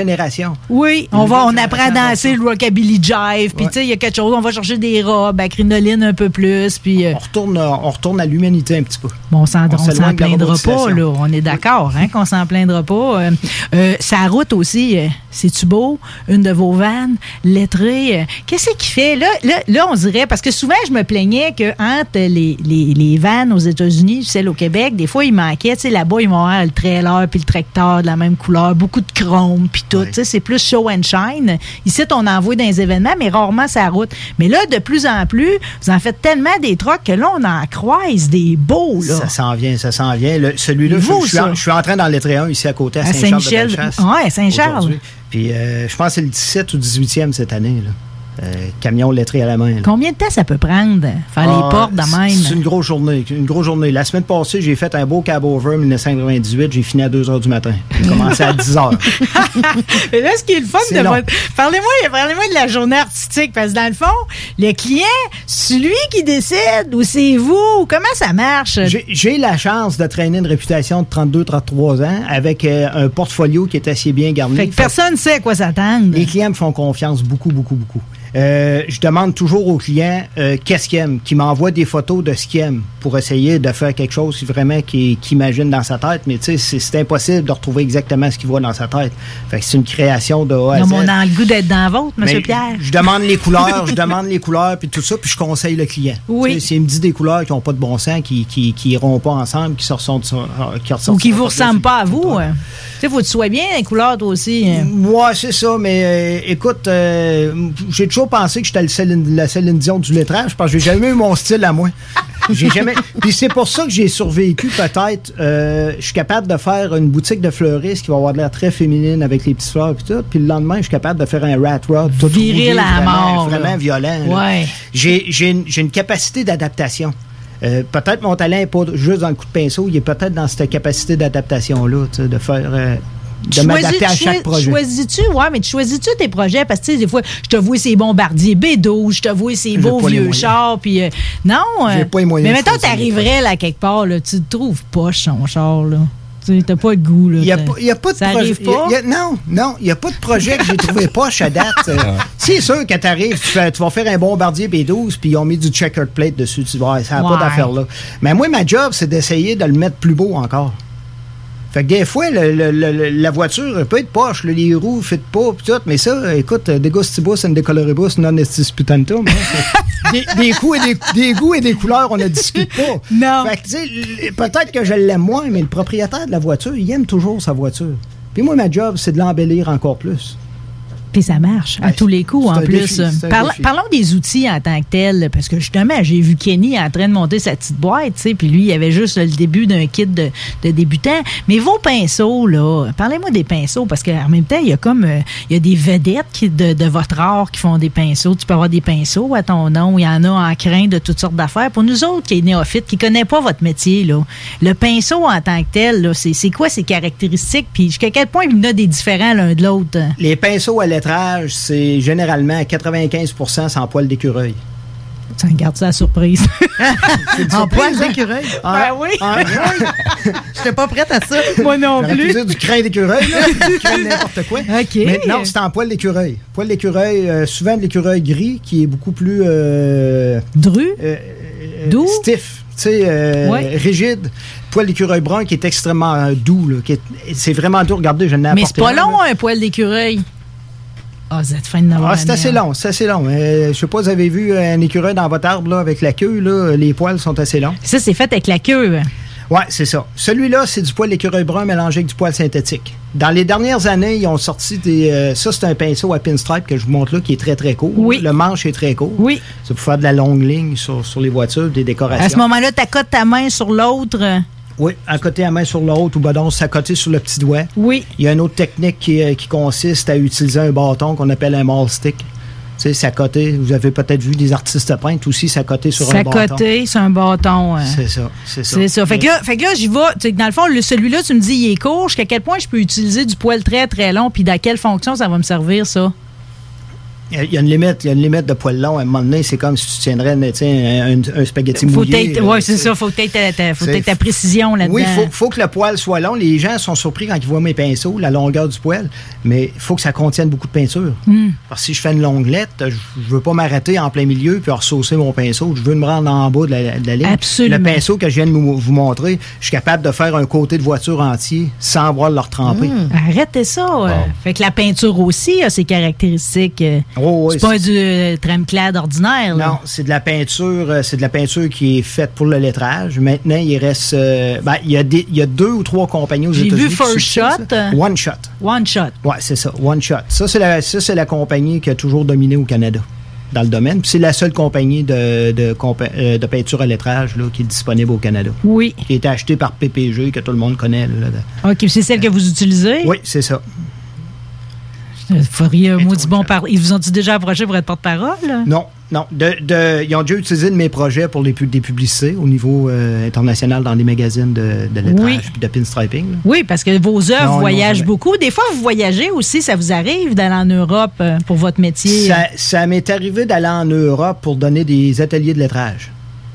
génération. Oui, on apprend à danser le rockabilly jive, puis tu sais, il y a quelque chose, on va chercher des robes à crinoline un peu plus, puis... On retourne à l'humanité un petit peu. Bon, on s'en plaindra pas, là. On est d'accord, hein, qu'on s'en plaindra pas. Sa route aussi, c'est-tu beau? Une de vos vannes, lettrée. Qu'est-ce qu'il fait? Là, on dirait, parce que souvent, je me plaignais qu'entre les vannes aux États-Unis, celles au Québec, des fois, il manquait, tu sais, là-bas, ils vont avoir le trailer puis le tracteur de la même couleur, beaucoup de chrome puis tout, tu sais, c'est plus show and shine. Ici, on envoie dans les événements, mais rarement sa route. Mais là, de plus en plus, vous en faites tellement des trucks que là, on en croise des beaux, là. Ça s'en vient. Celui-là, je suis en train d'en lettrer un ici à côté, à Saint-Charles-de-Bellechasse. Oui, Saint-Charles. Puis je pense que c'est le 17 ou 18e cette année, là. Camion lettré à la main. Là. Combien de temps ça peut prendre, faire les portes de même? C'est une grosse journée. La semaine passée, j'ai fait un beau cab-over 1998. J'ai fini à 2 h du matin. J'ai commencé à 10 h. Et là, ce qui est le fun de votre... Parlez-moi de la journée artistique, parce que dans le fond, le client, c'est lui qui décide ou c'est vous? Comment ça marche? J'ai la chance de traîner une réputation de 32-33 ans avec un portfolio qui est assez bien garni. Fait que personne ne sait à quoi s'attendre. Les clients me font confiance beaucoup. Je demande toujours aux clients qu'est-ce qu'ils aiment, qu'ils m'envoient des photos de ce qu'ils aiment pour essayer de faire quelque chose vraiment qu'ils imaginent dans sa tête. Mais tu sais, c'est impossible de retrouver exactement ce qu'ils voient dans sa tête. Fait que c'est une création de A à Z. Non, on a le goût d'être dans la vôtre, M. Pierre. Je demande les couleurs, puis tout ça, puis je conseille le client. Oui. S'il me dit des couleurs qui n'ont pas de bon sens, qui iront pas ensemble, qui ressortent ou qui vous ressemblent pas à vous. Tu sais, faut que tu sois bien les couleurs, toi aussi. Ouais, c'est ça, mais écoute, j'ai toujours pensé que j'étais la Céline Dion du lettrage, parce que j'ai jamais eu mon style à moi. Puis c'est pour ça que j'ai survécu, peut-être. Je suis capable de faire une boutique de fleuristes qui va avoir de l'air très féminine avec les petites fleurs et tout. Puis le lendemain, je suis capable de faire un rat rod tout viril à mort, vraiment violent. Ouais. J'ai une capacité d'adaptation. Peut-être mon talent n'est pas juste dans le coup de pinceau, il est peut-être dans cette capacité d'adaptation-là, de faire... de m'adapter à chaque projet. Tu choisis-tu tes projets? Parce que, tu sais, des fois, je te vois ces bombardiers B12, je te vois ces beaux vieux chars, puis non. J'ai pas les moyens. Mais mettons, t'arriverais là quelque part, là, tu te trouves poche son char, là. T'as pas de goût, là. Il n'y a pas de projet. Non, il n'y a pas de projet que j'ai trouvé poche à date. C'est sûr, quand t'arrives, tu vas faire un bombardier B12, puis ils ont mis du checkered plate dessus. Tu vois, ça n'a pas d'affaire là. Mais moi, ma job, c'est d'essayer de le mettre plus beau encore. Fait que des fois, la voiture peut être poche, les roues ne fit pas, pis tout, mais ça, écoute, de gustibus and de coloribus non estis putantum. Des goûts et des couleurs, on ne discute pas. Non. Fait que, tu sais, peut-être que je l'aime moins, mais le propriétaire de la voiture, il aime toujours sa voiture. Puis moi, ma job, c'est de l'embellir encore plus. Puis ça marche à tous les coups, en plus. Parlons des outils en tant que tels, parce que justement, j'ai vu Kenny en train de monter sa petite boîte, tu sais, puis lui, il avait juste le début d'un kit de débutant. Mais vos pinceaux, là, parlez-moi des pinceaux, parce qu'en même temps, il y a des vedettes de votre art qui font des pinceaux. Tu peux avoir des pinceaux à ton nom, il y en a en crin de toutes sortes d'affaires. Pour nous autres, qui est néophytes, qui ne connaissent pas votre métier, là, le pinceau en tant que tel, là, c'est quoi ses caractéristiques, puis jusqu'à quel point il y en a des différents l'un de l'autre? Les pinceaux à lettrage, c'est généralement à 95% sans poil d'écureuil. Ça me garde ça à surprise. En poil d'écureuil? Ben oui. J'étais pas prête à ça. Moi non plus. Dire du crin d'écureuil, du crin n'importe quoi. OK. Mais non, c'est en poil d'écureuil. Poil d'écureuil, souvent de l'écureuil gris, qui est beaucoup plus... Dru? Doux? Stiff. Tu sais, rigide. Poil d'écureuil brun qui est extrêmement doux. C'est vraiment dur. Regardez, je n'ai apporté. Mais c'est pas long, un poil d'écureuil. Ah, vous êtes fin de n'avoir c'est assez long, je sais pas, vous avez vu un écureuil dans votre arbre là, avec la queue, là, les poils sont assez longs. Ça, c'est fait avec la queue. Oui, c'est ça. Celui-là, c'est du poil d'écureuil brun mélangé avec du poil synthétique. Dans les dernières années, ils ont sorti ça, c'est un pinceau à pinstripe que je vous montre là, qui est très, très court. Oui. Le manche est très court. Oui. C'est pour faire de la longue ligne sur les voitures, des décorations. À ce moment-là, tu accotes ta main sur l'autre. Oui, à côté à main sur l'autre ou donc s'accoter sur le petit doigt. Oui. Il y a une autre technique qui consiste à utiliser un bâton qu'on appelle un maul stick. Tu sais, s'accoter, vous avez peut-être vu des artistes peintres aussi s'accoter sur un bâton. S'accoter sur un bâton. C'est ça. C'est ça. Fait que là, j'y vais. Dans le fond, celui-là, tu me dis, il est court. Jusqu'à quel point je peux utiliser du poil très, très long, puis dans quelle fonction ça va me servir, ça? Il y a une limite de poil long. À un moment donné, c'est comme si tu tiendrais un spaghetti mouillé. Oui, c'est ça. Faut être ta précision là-dedans. Oui, faut que le poil soit long. Les gens sont surpris quand ils voient mes pinceaux, la longueur du poil, mais il faut que ça contienne beaucoup de peinture. Parce que si je fais une longuelette, je veux pas m'arrêter en plein milieu puis ressaucer mon pinceau. Je veux me rendre en bas de la ligne. Absolument. Le pinceau que je viens de vous montrer, je suis capable de faire un côté de voiture entier sans avoir de le retremper. Arrêtez ça. Fait que la peinture aussi a ses caractéristiques. C'est pas du tremplade ordinaire. Là. Non, c'est de la peinture qui est faite pour le lettrage. Maintenant, il reste il y a 2 ou 3 compagnies aux États-Unis. J'ai vu First Shot. One Shot. One Shot. Ouais, c'est ça. One Shot. Ça, c'est la compagnie qui a toujours dominé au Canada dans le domaine. Puis c'est la seule compagnie de peinture à lettrage là, qui est disponible au Canada. Oui. Qui a été achetée par PPG, que tout le monde connaît. Là. OK, c'est celle que vous utilisez? Oui, c'est ça. Il faudrait un maudit bon parler. Ils vous ont-ils déjà approché pour être porte-parole? Non. Ils ont déjà utilisé de mes projets pour des publicités au niveau international dans des magazines de lettrage et de pinstriping. Là. Oui, parce que vos œuvres voyagent beaucoup. Des fois, vous voyagez aussi. Ça vous arrive d'aller en Europe pour votre métier? Ça m'est arrivé d'aller en Europe pour donner des ateliers de lettrage.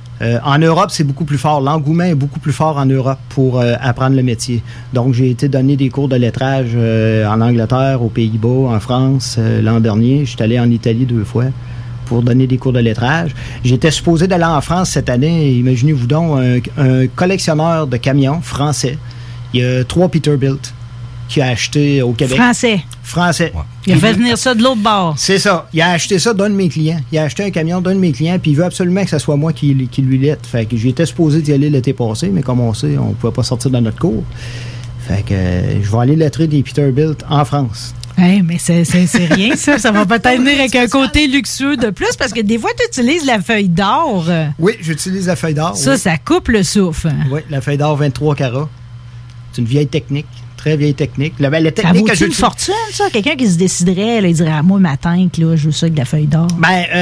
En Europe, c'est beaucoup plus fort. L'engouement est beaucoup plus fort en Europe pour apprendre le métier. Donc, j'ai été donner des cours de lettrage en Angleterre, aux Pays-Bas, en France l'an dernier. J'étais allé en Italie 2 fois pour donner des cours de lettrage. J'étais supposé d'aller en France cette année. Imaginez-vous donc, un collectionneur de camions français. Il y a 3 Peterbilt qui a acheté au Québec. Français. Ouais. Il a fait venir ça de l'autre bord. C'est ça. Il a acheté ça d'un de mes clients. Il a acheté un camion d'un de mes clients, puis il veut absolument que ce soit moi qui lui lette. Fait que j'étais supposé d'y aller l'été passé, mais comme on sait, on ne pouvait pas sortir de notre cours. Fait que je vais aller lettrer des Peterbilt en France. Hey, mais c'est rien, ça. Ça va peut-être venir avec un côté luxueux de plus, parce que des fois, tu utilises la feuille d'or. Oui, j'utilise la feuille d'or. Ça, ça coupe le souffle. Oui, la feuille d'or 23 carats. C'est une vieille technique. Très vieille technique. La technique ça vaut-tu une fortune, ça? Quelqu'un qui se déciderait, là, il dirait, moi, ma tank, là, je veux ça avec de la feuille d'or.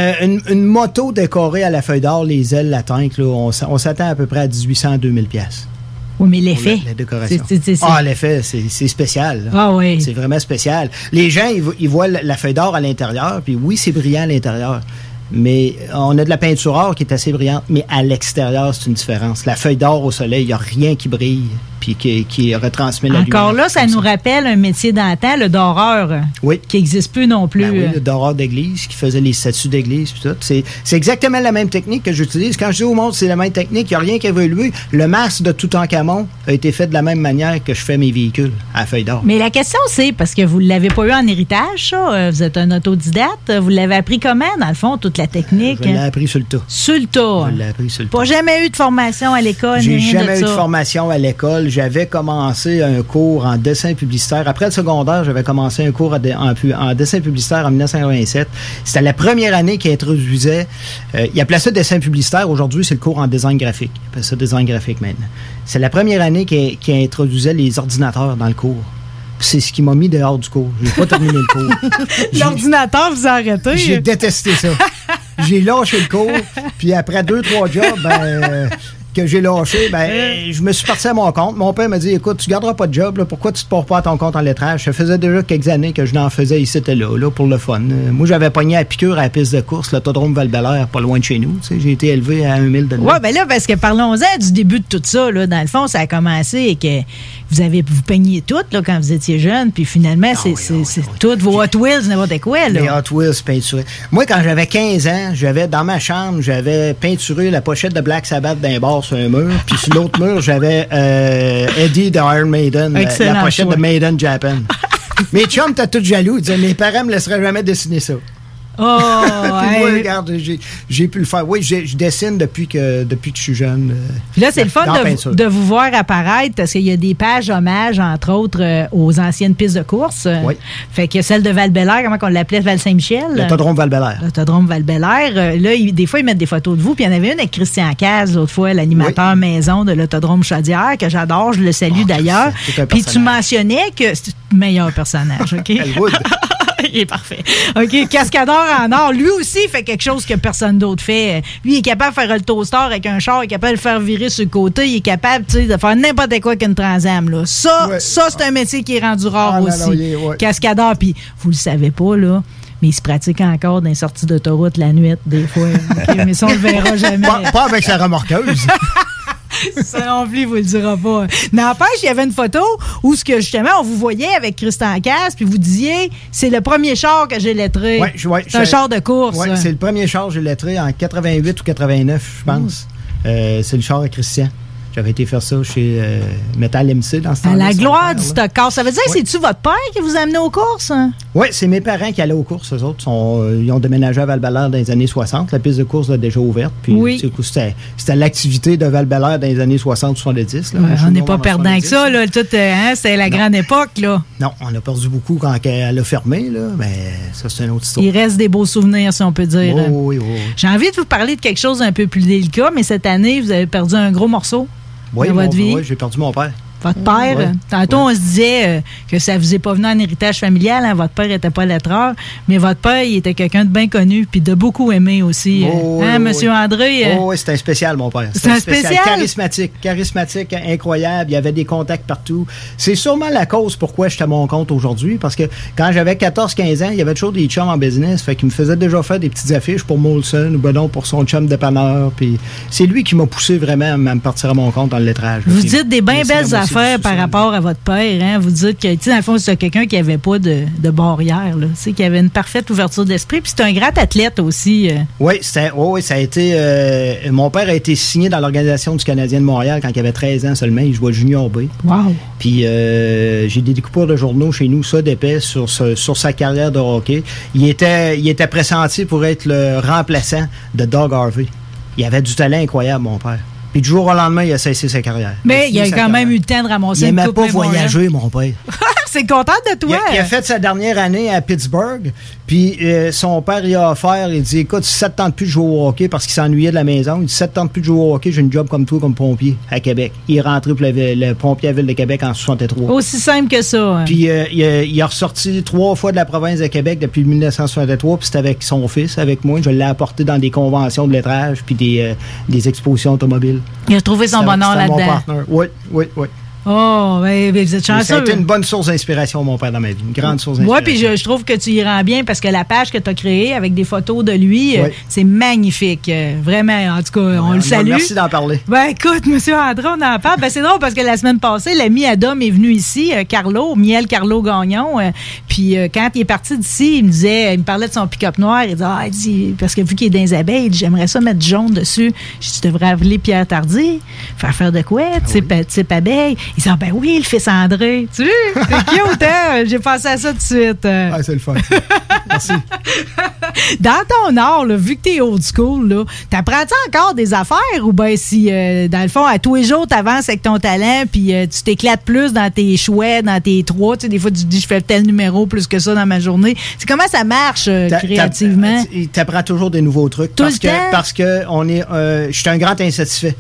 Une moto décorée à la feuille d'or, les ailes, la tank, là, on s'attend à peu près à 1800 à 2000 pièces. Oui, mais l'effet. La décoration. L'effet, c'est spécial. Là. Ah oui. C'est vraiment spécial. Les gens, ils voient la feuille d'or à l'intérieur, puis oui, c'est brillant à l'intérieur. Mais on a de la peinture or qui est assez brillante, mais à l'extérieur, c'est une différence. La feuille d'or au soleil, il n'y a rien qui brille puis qui retransmet la lumière. Encore là, ça nous rappelle un métier d'antan, le doreur, qui n'existe plus non plus. Oui, le doreur d'église, qui faisait les statues d'église puis tout. C'est exactement la même technique que j'utilise. Quand je dis au monde, c'est la même technique, il n'y a rien qui a évolué. Le masque de Toutankhamon a été fait de la même manière que je fais mes véhicules à feuille d'or. Mais la question, c'est, parce que vous ne l'avez pas eu en héritage, ça, vous êtes un autodidacte, vous l'avez appris comment, dans le fond, toute la technique? Je l'ai appris sur le tas. Sur le tas? Je l'ai appris sur le tas. Pas jamais eu de formation à l'école? J'ai jamais eu de formation à l'école. J'avais commencé un cours en dessin publicitaire. Après le secondaire, j'avais commencé un cours en dessin publicitaire en 1987. C'était la première année qui introduisait... il appelait ça dessin publicitaire. Aujourd'hui, c'est le cours en design graphique. Il appelle ça design graphique maintenant. C'est la première année qui introduisait les ordinateurs dans le cours. C'est ce qui m'a mis dehors du cours. J'ai pas terminé le cours. L'ordinateur, vous arrêtez? J'ai détesté ça. J'ai lâché le cours. Puis après 2-3 jobs, que j'ai lâché, je me suis parti à mon compte. Mon père m'a dit, écoute, tu garderas pas de job, là, pourquoi tu te portes pas à ton compte en lettrage? Ça faisait déjà quelques années que je n'en faisais ici et là, pour le fun. Moi, j'avais pogné à piqûre à la piste de course, l'autodrome Val-Bélair, pas loin de chez nous. J'ai été élevé à 1000 de là. Oui, là, parce que parlons-en du début de tout ça. Là. Dans le fond, ça a commencé et que vous peigniez tout là, quand vous étiez jeune, puis finalement, c'est toutes vos Hot Wheels, n'importe quoi. Là. Les Hot Wheels peinturés. Moi, quand j'avais 15 ans, dans ma chambre, j'avais peinturé la pochette de Black Sabbath d'un bar sur un mur, puis sur l'autre mur, j'avais Eddie de Iron Maiden, la pochette de Made in Japan. Mes chums étaient tous jaloux. Ils disaient, mes parents me laisseraient jamais dessiner ça. Oh, puis moi, regarde, j'ai pu le faire. Oui, je dessine depuis que je suis jeune. Puis là, c'est le fun de vous voir apparaître parce qu'il y a des pages hommages, entre autres, aux anciennes pistes de course. Oui. Fait que celle de Val-Bélair, comment on l'appelait, Val-Saint-Michel? L'autodrome Val-Bélair. L'autodrome Val-Bélair. Là, des fois, ils mettent des photos de vous. Puis il y en avait une avec Christian Caz, l'autre fois, l'animateur maison de l'autodrome Chaudière, que j'adore. Je le salue d'ailleurs. Puis tu mentionnais que c'est le meilleur personnage, OK? Il est parfait. OK, cascadeur en or. Lui aussi, il fait quelque chose que personne d'autre fait. Lui, il est capable de faire le toaster avec un char, il est capable de le faire virer sur le côté, il est capable, tu sais, de faire n'importe quoi qu'une Trans-Am, là. Ça, c'est un métier qui est rendu rare aussi. Cascadeur, puis vous le savez pas, là, mais il se pratique encore dans les sorties d'autoroute la nuit, des fois. Okay, mais ça, on le verra jamais. Pas avec sa remorqueuse. Ça non plus, il vous le dira pas. N'empêche, il y avait une photo où, justement, on vous voyait avec Christian Casse, puis vous disiez, c'est le premier char que j'ai lettré. C'est un char de course. Oui, c'est le premier char que j'ai lettré en 88 ou 89, je pense. C'est le char à Christian. J'avais été faire ça chez Metal MC dans ce temps-là. À la gloire du stockcar. Ça veut dire que c'est-tu votre père qui vous a amené aux courses? Hein? Oui, c'est mes parents qui allaient aux courses. Eux autres, ils ont déménagé à Val-Bélair dans les années 60. La piste de course est déjà ouverte. Puis, c'était l'activité de Val-Bélair dans les années 60-70. On n'est pas perdant avec ça. Là, c'était la grande époque. Là. Non, on a perdu beaucoup quand elle a fermé. Là, mais ça, c'est une autre histoire. Il reste des beaux souvenirs, si on peut dire. Oui. J'ai envie de vous parler de quelque chose d'un peu plus délicat, mais cette année, vous avez perdu un gros morceau. Oui, dans votre vie. Oui, j'ai perdu mon père. Votre père, tantôt on se disait que ça vous est pas venu en héritage familial, hein, votre père n'était pas lettreur, mais votre père, il était quelqu'un de bien connu, puis de beaucoup aimé aussi. Monsieur André? Oui, c'était un spécial, mon père. C'était un spécial? Charismatique, incroyable, il y avait des contacts partout. C'est sûrement la cause pourquoi j'étais à mon compte aujourd'hui, parce que quand j'avais 14-15 ans, il y avait toujours des chums en business, fait qu'il me faisait déjà faire des petites affiches pour Molson, ou ben non, pour son chum dépanneur, puis c'est lui qui m'a poussé vraiment à me partir à mon compte dans le lettrage. Vous dites des bien belles affaires par rapport à votre père, hein? Vous dites que, tu sais, dans le fond, c'est quelqu'un qui n'avait pas de barrière, là. Tu sais, qui avait une parfaite ouverture d'esprit. Puis c'est un grand athlète aussi. Oui, ça a été. Mon père a été signé dans l'Organisation du Canadien de Montréal quand il avait 13 ans seulement. Il jouait Junior B. Wow. Puis j'ai des découpures de journaux chez nous, ça d'épais, sur sa carrière de hockey. Il était pressenti pour être le remplaçant de Doug Harvey. Il avait du talent incroyable, mon père. Puis du jour au lendemain, il a cessé sa carrière. Mais il a quand même eu le temps de ramasser une coupe. Il n'aimait pas voyager, mon père. C'est content de toi. Il a fait sa dernière année à Pittsburgh, puis son père il a offert, il dit, écoute, si ça ne te tente plus de jouer au hockey, parce qu'il s'ennuyait de la maison, il dit, si ça ne te tente plus de jouer au hockey, j'ai une job comme toi, comme pompier, à Québec. Il est rentré pour le pompier à la Ville de Québec en 63. Aussi simple que ça. Hein. Puis il a ressorti 3 fois de la province de Québec depuis 1963, puis c'était avec son fils, avec moi. Je l'ai apporté dans des conventions de lettrage, puis des expositions automobiles. Il a trouvé son bonheur là-dedans. Oui. Oh, ben, vous êtes chanceux. Ça a été une bonne source d'inspiration, mon père, dans ma vie. Une grande source d'inspiration. Oui, puis je trouve que tu y rends bien parce que la page que tu as créée avec des photos de lui, c'est magnifique. Vraiment, en tout cas, on le salue. Merci d'en parler. Ben, écoute, M. André, on en parle. Ben, c'est drôle parce que la semaine passée, l'ami Adam est venu ici, Carlo Gagnon. Puis quand il est parti d'ici, il me parlait de son pick-up noir. Il dit, parce que vu qu'il est dans les abeilles, j'aimerais ça mettre jaune dessus. Je dis, tu devrais appeler Pierre Tardy, faire de quoi? Type abeille. Il dit, ben oui, le fils André. Tu sais, c'est cute, hein? J'ai pensé à ça tout de suite. C'est le fun. Merci. Dans ton art, là, vu que t'es old school, t'apprends-tu encore des affaires ou ben si, dans le fond, à tous les jours, t'avances avec ton talent puis tu t'éclates plus dans tes choix, dans tes 3. Tu sais, des fois, tu te dis, je fais tel numéro plus que ça dans ma journée. C'est comment ça marche créativement? T'apprends toujours des nouveaux trucs. Parce que je suis un grand insatisfait.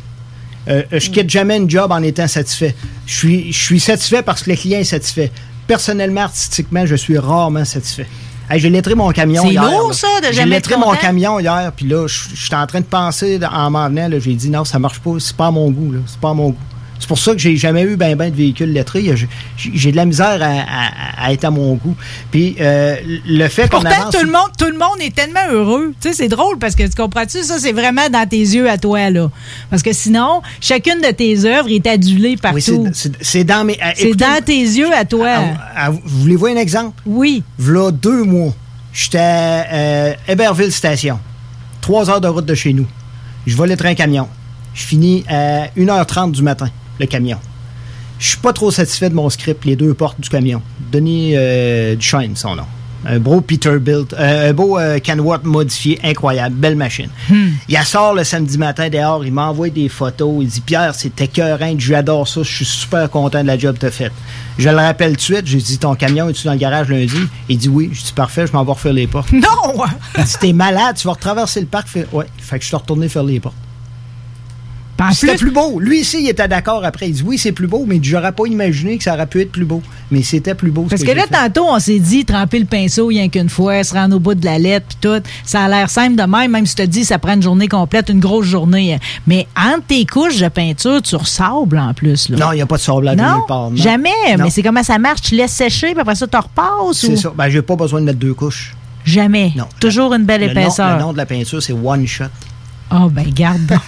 Je quitte jamais une job en étant satisfait. Je suis satisfait parce que le client est satisfait. Personnellement, artistiquement, je suis rarement satisfait. Hey, j'ai lettré mon camion hier. C'est lourd, ça, de jamais être content. J'ai lettré mon camion hier, puis là, j'étais en train de penser en m'en venant. J'ai dit non, ça marche pas, c'est pas à mon goût. C'est pas à mon goût. C'est pour ça que j'ai jamais eu ben de véhicules lettrés. J'ai de la misère à être à mon goût. Puis le fait qu'on avance... Pourtant, tout le monde est tellement heureux. Tu sais, c'est drôle parce que tu comprends-tu? Ça, c'est vraiment dans tes yeux à toi, là. Parce que sinon, chacune de tes œuvres est adulée partout. Oui, c'est dans mes... c'est dans tes yeux à toi. Vous voulez-vous un exemple? Oui. V'là 2 mois, j'étais à Héberville Station. 3 heures de route de chez nous. Je vais lettrer un camion. Je finis à 1h30 du matin. Le camion. Je suis pas trop satisfait de mon script, les 2 portes du camion. Denis Duchesne, son nom. Un beau Peterbilt, un beau Kenworth modifié, incroyable, belle machine. Il sort le samedi matin dehors, il m'envoie des photos, il dit « Pierre, c'est écœurant, j'adore ça, je suis super content de la job que t'as faite. » Je le rappelle tout de suite, j'ai dit « Ton camion, es-tu dans le garage lundi? » Il dit « Oui. » Je dis « Parfait, je m'en vais refaire les portes. » Non! Il dit « T'es malade, tu vas retraverser le parc. » Ouais, fait que je suis retourné faire les portes. C'était plus beau. Lui ici, il était d'accord après. Il dit oui, c'est plus beau, mais j'aurais pas imaginé que ça aurait pu être plus beau. Mais c'était plus beau. Parce que là, tantôt, on s'est dit tremper le pinceau rien qu'une fois, se rendre au bout de la lettre, puis tout. Ça a l'air simple de même si tu te dis ça prend une journée complète, une grosse journée. Mais entre tes couches de peinture, tu ressables en plus. Là. Non, il n'y a pas de sable là nulle part. Non, jamais. Non. Mais c'est comment ça marche? Tu laisses sécher, puis après ça, tu repasses? C'est ça. Ben, j'ai pas besoin de mettre 2 couches. Jamais. Non. Toujours une belle épaisseur. Le nom de la peinture, c'est One Shot. Oh, ben, garde donc.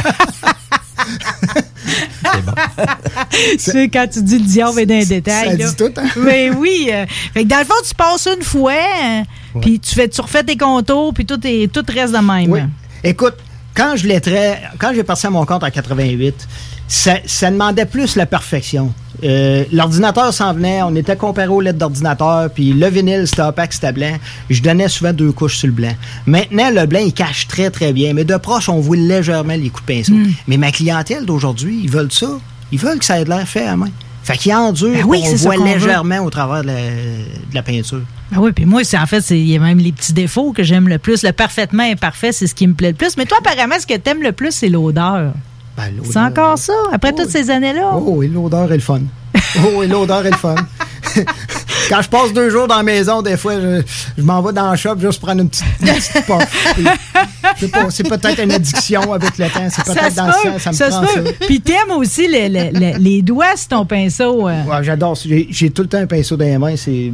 C'est bon. C'est quand tu dis le diable est dans les détails. Ça là. dit tout, hein? Mais oui. Fait que dans le fond, tu passes une fois, puis tu refais tes contours, puis tout reste de même. Oui. Écoute, quand j'ai passé à mon compte en 88, ça demandait plus la perfection. L'ordinateur s'en venait, on était comparé aux lettres d'ordinateur, puis le vinyle, c'était opaque, c'était blanc. Je donnais souvent 2 couches sur le blanc. Maintenant, le blanc, il cache très, très bien, mais de proche, on voit légèrement les coups de pinceau. Mais ma clientèle d'aujourd'hui, ils veulent ça. Ils veulent que ça ait l'air fait à main. Fait qu'il endure, on voit légèrement au travers de la peinture. Ah oui, puis moi, il y a même les petits défauts que j'aime le plus. Le parfaitement imparfait, c'est ce qui me plaît le plus. Mais toi, apparemment, ce que t'aimes le plus, c'est l'odeur. Ben, c'est encore ça, après toutes ces années-là? Oh oui, l'odeur est le fun. Oh oui, l'odeur est le fun. Quand je passe 2 jours dans la maison, des fois, je m'en vais dans le shop juste prendre une petite puff. Je sais pas, c'est peut-être une addiction avec le temps. C'est peut-être dans le sang, ça me prend ça. Puis t'aimes aussi les doigts sur ton pinceau. Ouais, j'adore. J'ai tout le temps un pinceau dans les mains. C'est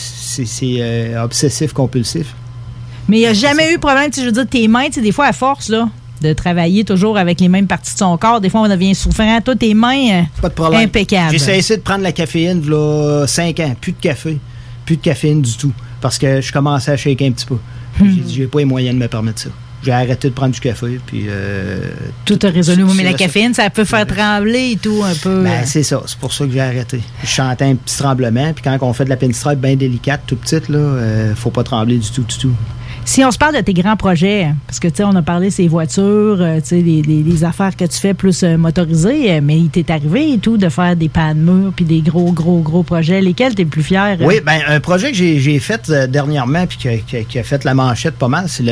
obsessif-compulsif. Mais il n'y a jamais eu de problème. Je veux dire, tes mains, des fois, à force, là, de travailler toujours avec les mêmes parties de son corps. Des fois, on devient souffrant. Toi, tes mains, pas de problème. Impeccables. J'ai cessé de prendre la caféine, là, 5 ans. Plus de café. Plus de caféine du tout. Parce que je commençais à shaker un petit peu. J'ai dit, j'ai pas les moyens de me permettre ça. J'ai arrêté de prendre du café, puis... tout a résolu. Mais la caféine, ça peut faire trembler et tout, un peu. Ben, c'est ça. C'est pour ça que j'ai arrêté. Je chantais un petit tremblement, puis quand on fait de la pinstripe bien délicate, tout petite, là, faut pas trembler du tout, du tout. Si on se parle de tes grands projets, parce que, tu sais, on a parlé de ces voitures, tu sais, les affaires que tu fais plus motorisées, mais il t'est arrivé et tout de faire des pans de mur puis des gros projets. Lesquels t'es le plus fier? Oui, ben un projet que j'ai fait dernièrement puis qui a fait la manchette pas mal, c'est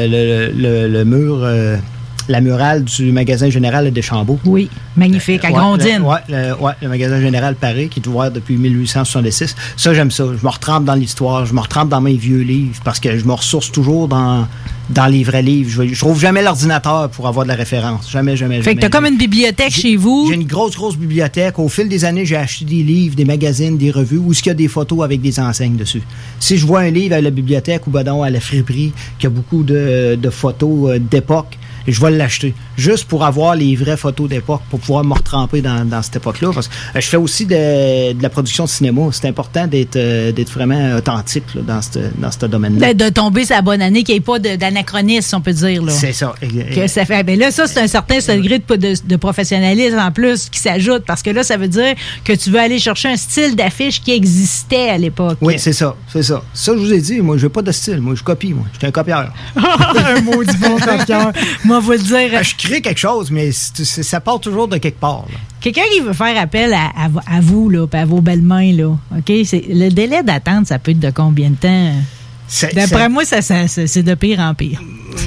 le mur... la murale du magasin général de Deschambault. Oui, magnifique, à Grondines. Le magasin général Paris, qui est ouvert depuis 1866. Ça, j'aime ça. Je me retrempe dans l'histoire, je me retrempe dans mes vieux livres, parce que je me ressource toujours dans les vrais livres. Je trouve jamais l'ordinateur pour avoir de la référence. Jamais. Fait que t'as comme une bibliothèque chez vous. J'ai une grosse bibliothèque. Au fil des années, j'ai acheté des livres, des magazines, des revues, où il y a des photos avec des enseignes dessus. Si je vois un livre à la bibliothèque ou à la friperie, qui a beaucoup de photos d'époque, je vais l'acheter, juste pour avoir les vraies photos d'époque, pour pouvoir me retremper dans cette époque-là. Parce que je fais aussi de la production de cinéma. C'est important d'être vraiment authentique là, dans ce domaine-là. De tomber sur la bonne année, qu'il n'y ait pas d'anachronisme, on peut dire. Là. C'est ça. Que ça fait, ben là, ça, c'est un certain degré de professionnalisme en plus qui s'ajoute, parce que là, ça veut dire que tu veux aller chercher un style d'affiche qui existait à l'époque. Oui, c'est ça. Ça, je vous ai dit, moi, je n'ai pas de style. Moi, je copie. Moi, je suis un copieur. Un maudit bon copieur. Moi, vous le dire. Je crée quelque chose, mais ça part toujours de quelque part. Là. Quelqu'un qui veut faire appel à vous, là, puis à vos belles mains, là, OK? Le délai d'attente, ça peut être de combien de temps? D'après moi, c'est de pire en pire.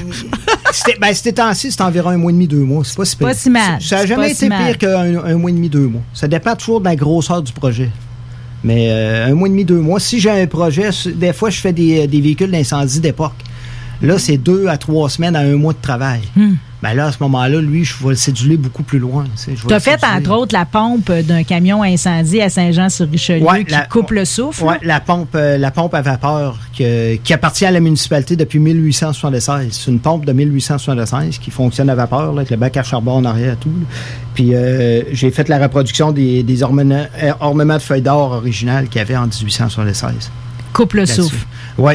Ces temps-ci, c'est environ 1 mois et demi, 2 mois. C'est pas si pire. Pas si mal. Ça n'a jamais été pire qu'un mois et demi, 2 mois. Ça dépend toujours de la grosseur du projet. Mais 1 mois et demi, 2 mois. Si j'ai un projet, des fois, je fais des véhicules d'incendie d'époque. Là, c'est 2 à 3 semaines à 1 mois de travail. Ben là, à ce moment-là, lui, je vais le céduler beaucoup plus loin. Tu as fait, entre autres, la pompe d'un camion incendie à Saint-Jean-sur-Richelieu qui coupe le souffle. Oui, la pompe à vapeur qui appartient à la municipalité depuis 1876. C'est une pompe de 1876 qui fonctionne à vapeur, là, avec le bac à charbon en arrière et tout. Là. Puis j'ai fait la reproduction des ornements de feuilles d'or originales qu'il y avait en 1876. Coupe le souffle. Oui,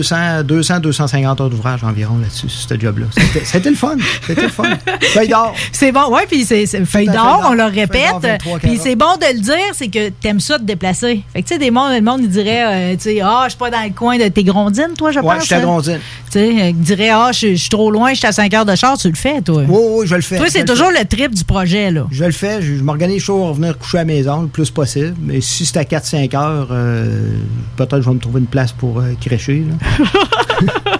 250 heures d'ouvrage environ là-dessus, sur ce job-là. C'était le fun. Feuille d'or. C'est bon, oui, puis c'est feuille d'or, on le répète. Puis c'est bon de le dire, c'est que t'aimes ça te déplacer. Fait que, tu sais, le monde, il dirait, tu sais, je suis pas dans le coin de tes Grondines, toi, je pense. Oui, je suis à Grondines. Tu sais, il dirait, je suis trop loin, je suis à 5 heures de char, tu le fais, toi. Oui, je le fais. Toi, c'est toujours le trip du projet, là. Je le fais, je m'organise toujours à revenir coucher à la maison le plus possible. Mais si c'est à 4-5 heures, peut-être que je vais me trouver une place pour crécher.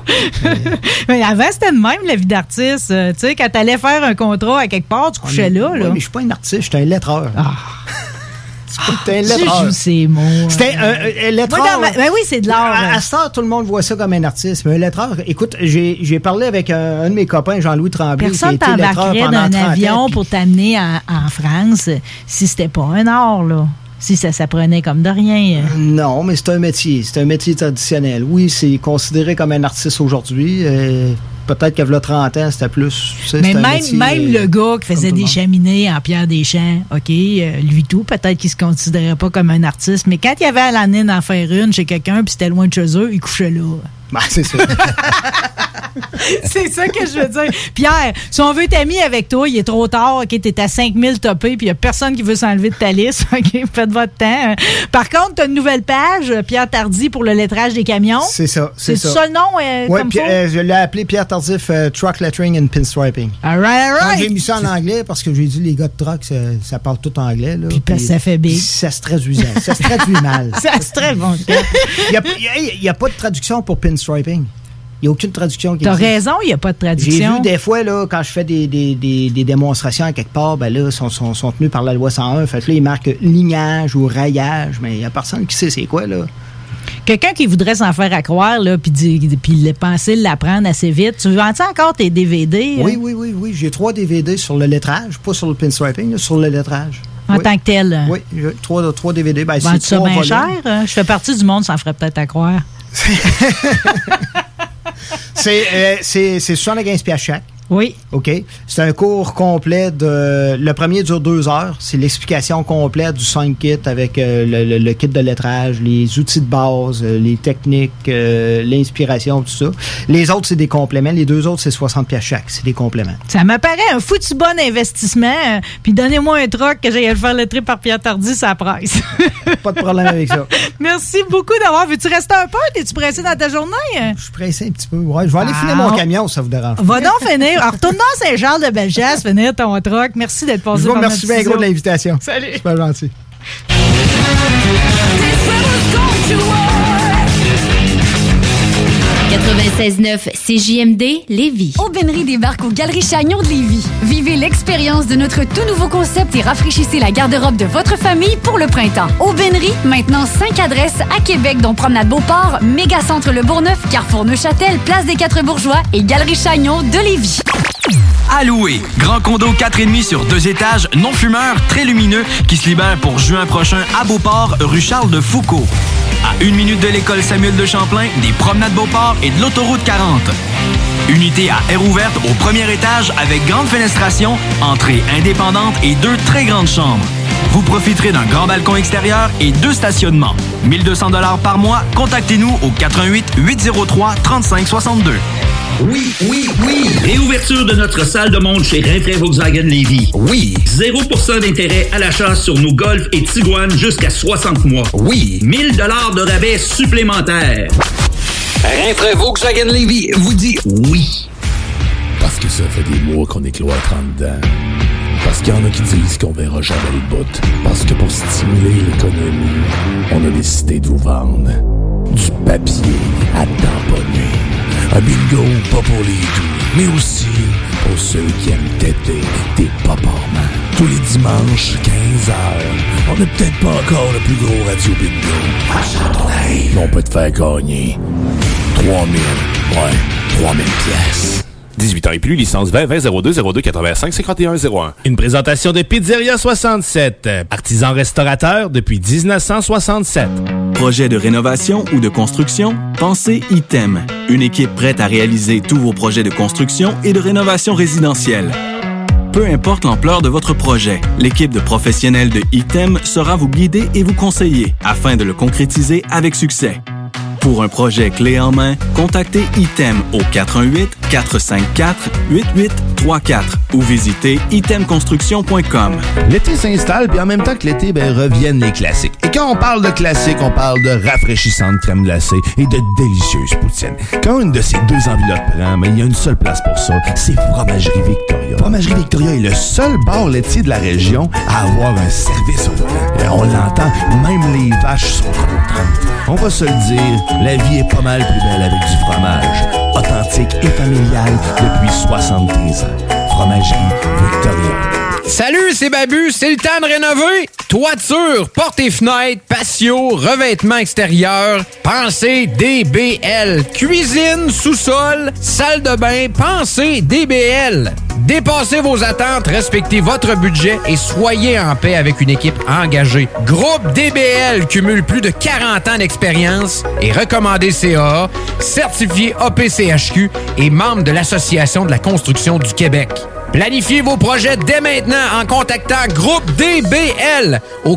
Mais avant, c'était de même, la vie d'artiste. Tu sais, quand t'allais faire un contrat à quelque part, tu couchais là. Oui, mais je suis pas un artiste, je suis un lettreur. C'était un Tu lettreur. joues ces mots. C'était un lettreur. Ben oui, c'est de l'art. À ce temps, tout le monde voit ça comme un artiste. Mais un lettreur, écoute, j'ai parlé avec un de mes copains, Jean-Louis Tremblay, Personne qui a été lettreur t'embarquerait pendant d'un 30 avion ans, pour t'amener en France si c'était pas un art, là. Si ça s'apprenait comme de rien. Non, mais c'est un métier. C'est un métier traditionnel. Oui, c'est considéré comme un artiste aujourd'hui. Peut-être qu'il y a 30 ans, c'était plus. Mais même le gars qui faisait des cheminées en Pierre Deschamps, OK, lui tout, peut-être qu'il se considérait pas comme un artiste, mais quand il y avait à l'année d'en faire une chez quelqu'un puis c'était loin de chez eux, il couchait là. Ben, c'est ça. C'est ça que je veux dire. Pierre, si on veut être ami avec toi, il est trop tard. OK, t'es à 5000 topés, puis il n'y a personne qui veut s'enlever de ta liste. OK, faites votre temps. Par contre, tu as une nouvelle page, Pierre Tardy, pour le lettrage des camions. C'est ça. C'est ça le nom? Oui, je l'ai appelé Pierre Tardif Truck Lettering and Pinstriping. All right. J'ai mis ça en anglais parce que j'ai dit les gars de truck, ça parle tout anglais. Là, puis ça fait big. Ça se traduisait. Ça se traduit mal. Ça se traduit bon. Il n'y a pas de traduction pour pinstriping. Il n'y a aucune traduction qui existe. T'as raison, il n'y a pas de traduction. J'ai vu des fois, là, quand je fais des démonstrations à quelque part, ben là, sont tenus par la loi 101. Fait que là, ils marquent lignage ou raillage, mais il n'y a personne qui sait c'est quoi, là. Quelqu'un qui voudrait s'en faire accroire, là, puis penser l'apprendre assez vite. Tu vends-tu encore tes DVD? Oui. J'ai 3 DVD sur le lettrage, pas sur le pinstriping, là, sur le lettrage. En tant que tel? Oui, 3 DVD. Ben, vends-tu ça bien cher? Je fais partie du monde, ça en ferait peut-être accroire. C'est 75$ chaque. Oui. OK. C'est un cours complet le premier dure 2 heures. C'est l'explication complète du 5 kit avec le kit de lettrage, les outils de base, les techniques, l'inspiration, tout ça. Les autres, c'est des compléments. Les 2 autres, c'est 60$ chaque. C'est des compléments. Ça m'apparaît un foutu bon investissement. Puis donnez-moi un truck que j'aille le faire lettrer par Pierre Tardy, ça presse. Pas de problème avec ça. Merci beaucoup d'avoir. Veux-tu rester un peu? Es-tu pressé dans ta journée? Je suis pressé un petit peu. Ouais, je vais aller finir mon camion, ça vous dérange. Va donc finir. Alors, retourne dans Saint-Charles de Bellechasse, finir ton truck. Merci d'être passé par notre studio. Merci bien gros de l'invitation. Salut. C'est pas gentil. 96.9 CJMD Lévis. Aubainerie débarque aux Galeries Chagnon de Lévis. Vivez l'expérience de notre tout nouveau concept et rafraîchissez la garde-robe de votre famille pour le printemps. Aubainerie, maintenant 5 adresses à Québec, dont Promenade Beauport, Mégacentre Le Bourgneuf, Carrefour Neuchâtel, Place des 4 Bourgeois et Galerie Chagnon de Lévis. À louer. Grand condo 4,5 sur 2 étages, non fumeur, très lumineux, qui se libère pour juin prochain à Beauport, rue Charles de Foucault. À 1 minute de l'école Samuel de Champlain, des promenades Beauport et de l'autoroute 40. Unité à air ouverte au premier étage avec grande fenestration, entrée indépendante et 2 très grandes chambres. Vous profiterez d'un grand balcon extérieur et 2 stationnements. 1 200$ par mois. Contactez-nous au 88 803 3562. Oui. Réouverture de notre salle de monde chez Rinfraie Volkswagen Lévis. Oui. 0% d'intérêt à l'achat sur nos Golf et Tiguan jusqu'à 60 mois. Oui. 1000$ de rabais supplémentaires. Rinfraie Volkswagen Lévis vous dit oui. Parce que ça fait des mois qu'on est cloître en dedans. Parce qu'il y en a qui disent qu'on verra jamais le bout. Parce que pour stimuler l'économie, on a décidé de vous vendre du papier à tamponner. Un bingo pas pour les doux, mais aussi pour ceux qui aiment têter des paparmans. Tous les dimanches, 15h, on n'est peut-être pas encore le plus gros radio bingo à Châteauneuf. Mais on peut te faire gagner 3000 pièces. 18 ans et plus, licence 20 02 02 85 51 01. Une présentation de Pizzeria 67, artisan restaurateur depuis 1967. Projet de rénovation ou de construction? Pensez ITEM. Une équipe prête à réaliser tous vos projets de construction et de rénovation résidentielle. Peu importe l'ampleur de votre projet, l'équipe de professionnels de ITEM sera vous guider et vous conseiller afin de le concrétiser avec succès. Pour un projet clé en main, contactez ITEM au 418-454-8834 ou visitez itemconstruction.com. L'été s'installe, puis en même temps que l'été, reviennent les classiques. Et quand on parle de classiques, on parle de rafraîchissantes crèmes glacées et de délicieuses poutines. Quand une de ces 2 enveloppes prend, il y a une seule place pour ça, c'est Fromagerie Victoria. Fromagerie Victoria est le seul bar laitier de la région à avoir un service au volant. On l'entend, même les vaches sont contentes. On va se le dire, la vie est pas mal plus belle avec du fromage. Authentique et familial depuis 73 ans. Fromagerie Victoria. Salut, c'est Babu, c'est le temps de rénover. Toiture, portes et fenêtres, patio, revêtement extérieur, pensez DBL. Cuisine, sous-sol, salle de bain, pensez DBL. Dépassez vos attentes, respectez votre budget et soyez en paix avec une équipe engagée. Groupe DBL cumule plus de 40 ans d'expérience et recommandé CAA, certifié APCHQ et membre de l'Association de la construction du Québec. Planifiez vos projets dès maintenant en contactant Groupe DBL au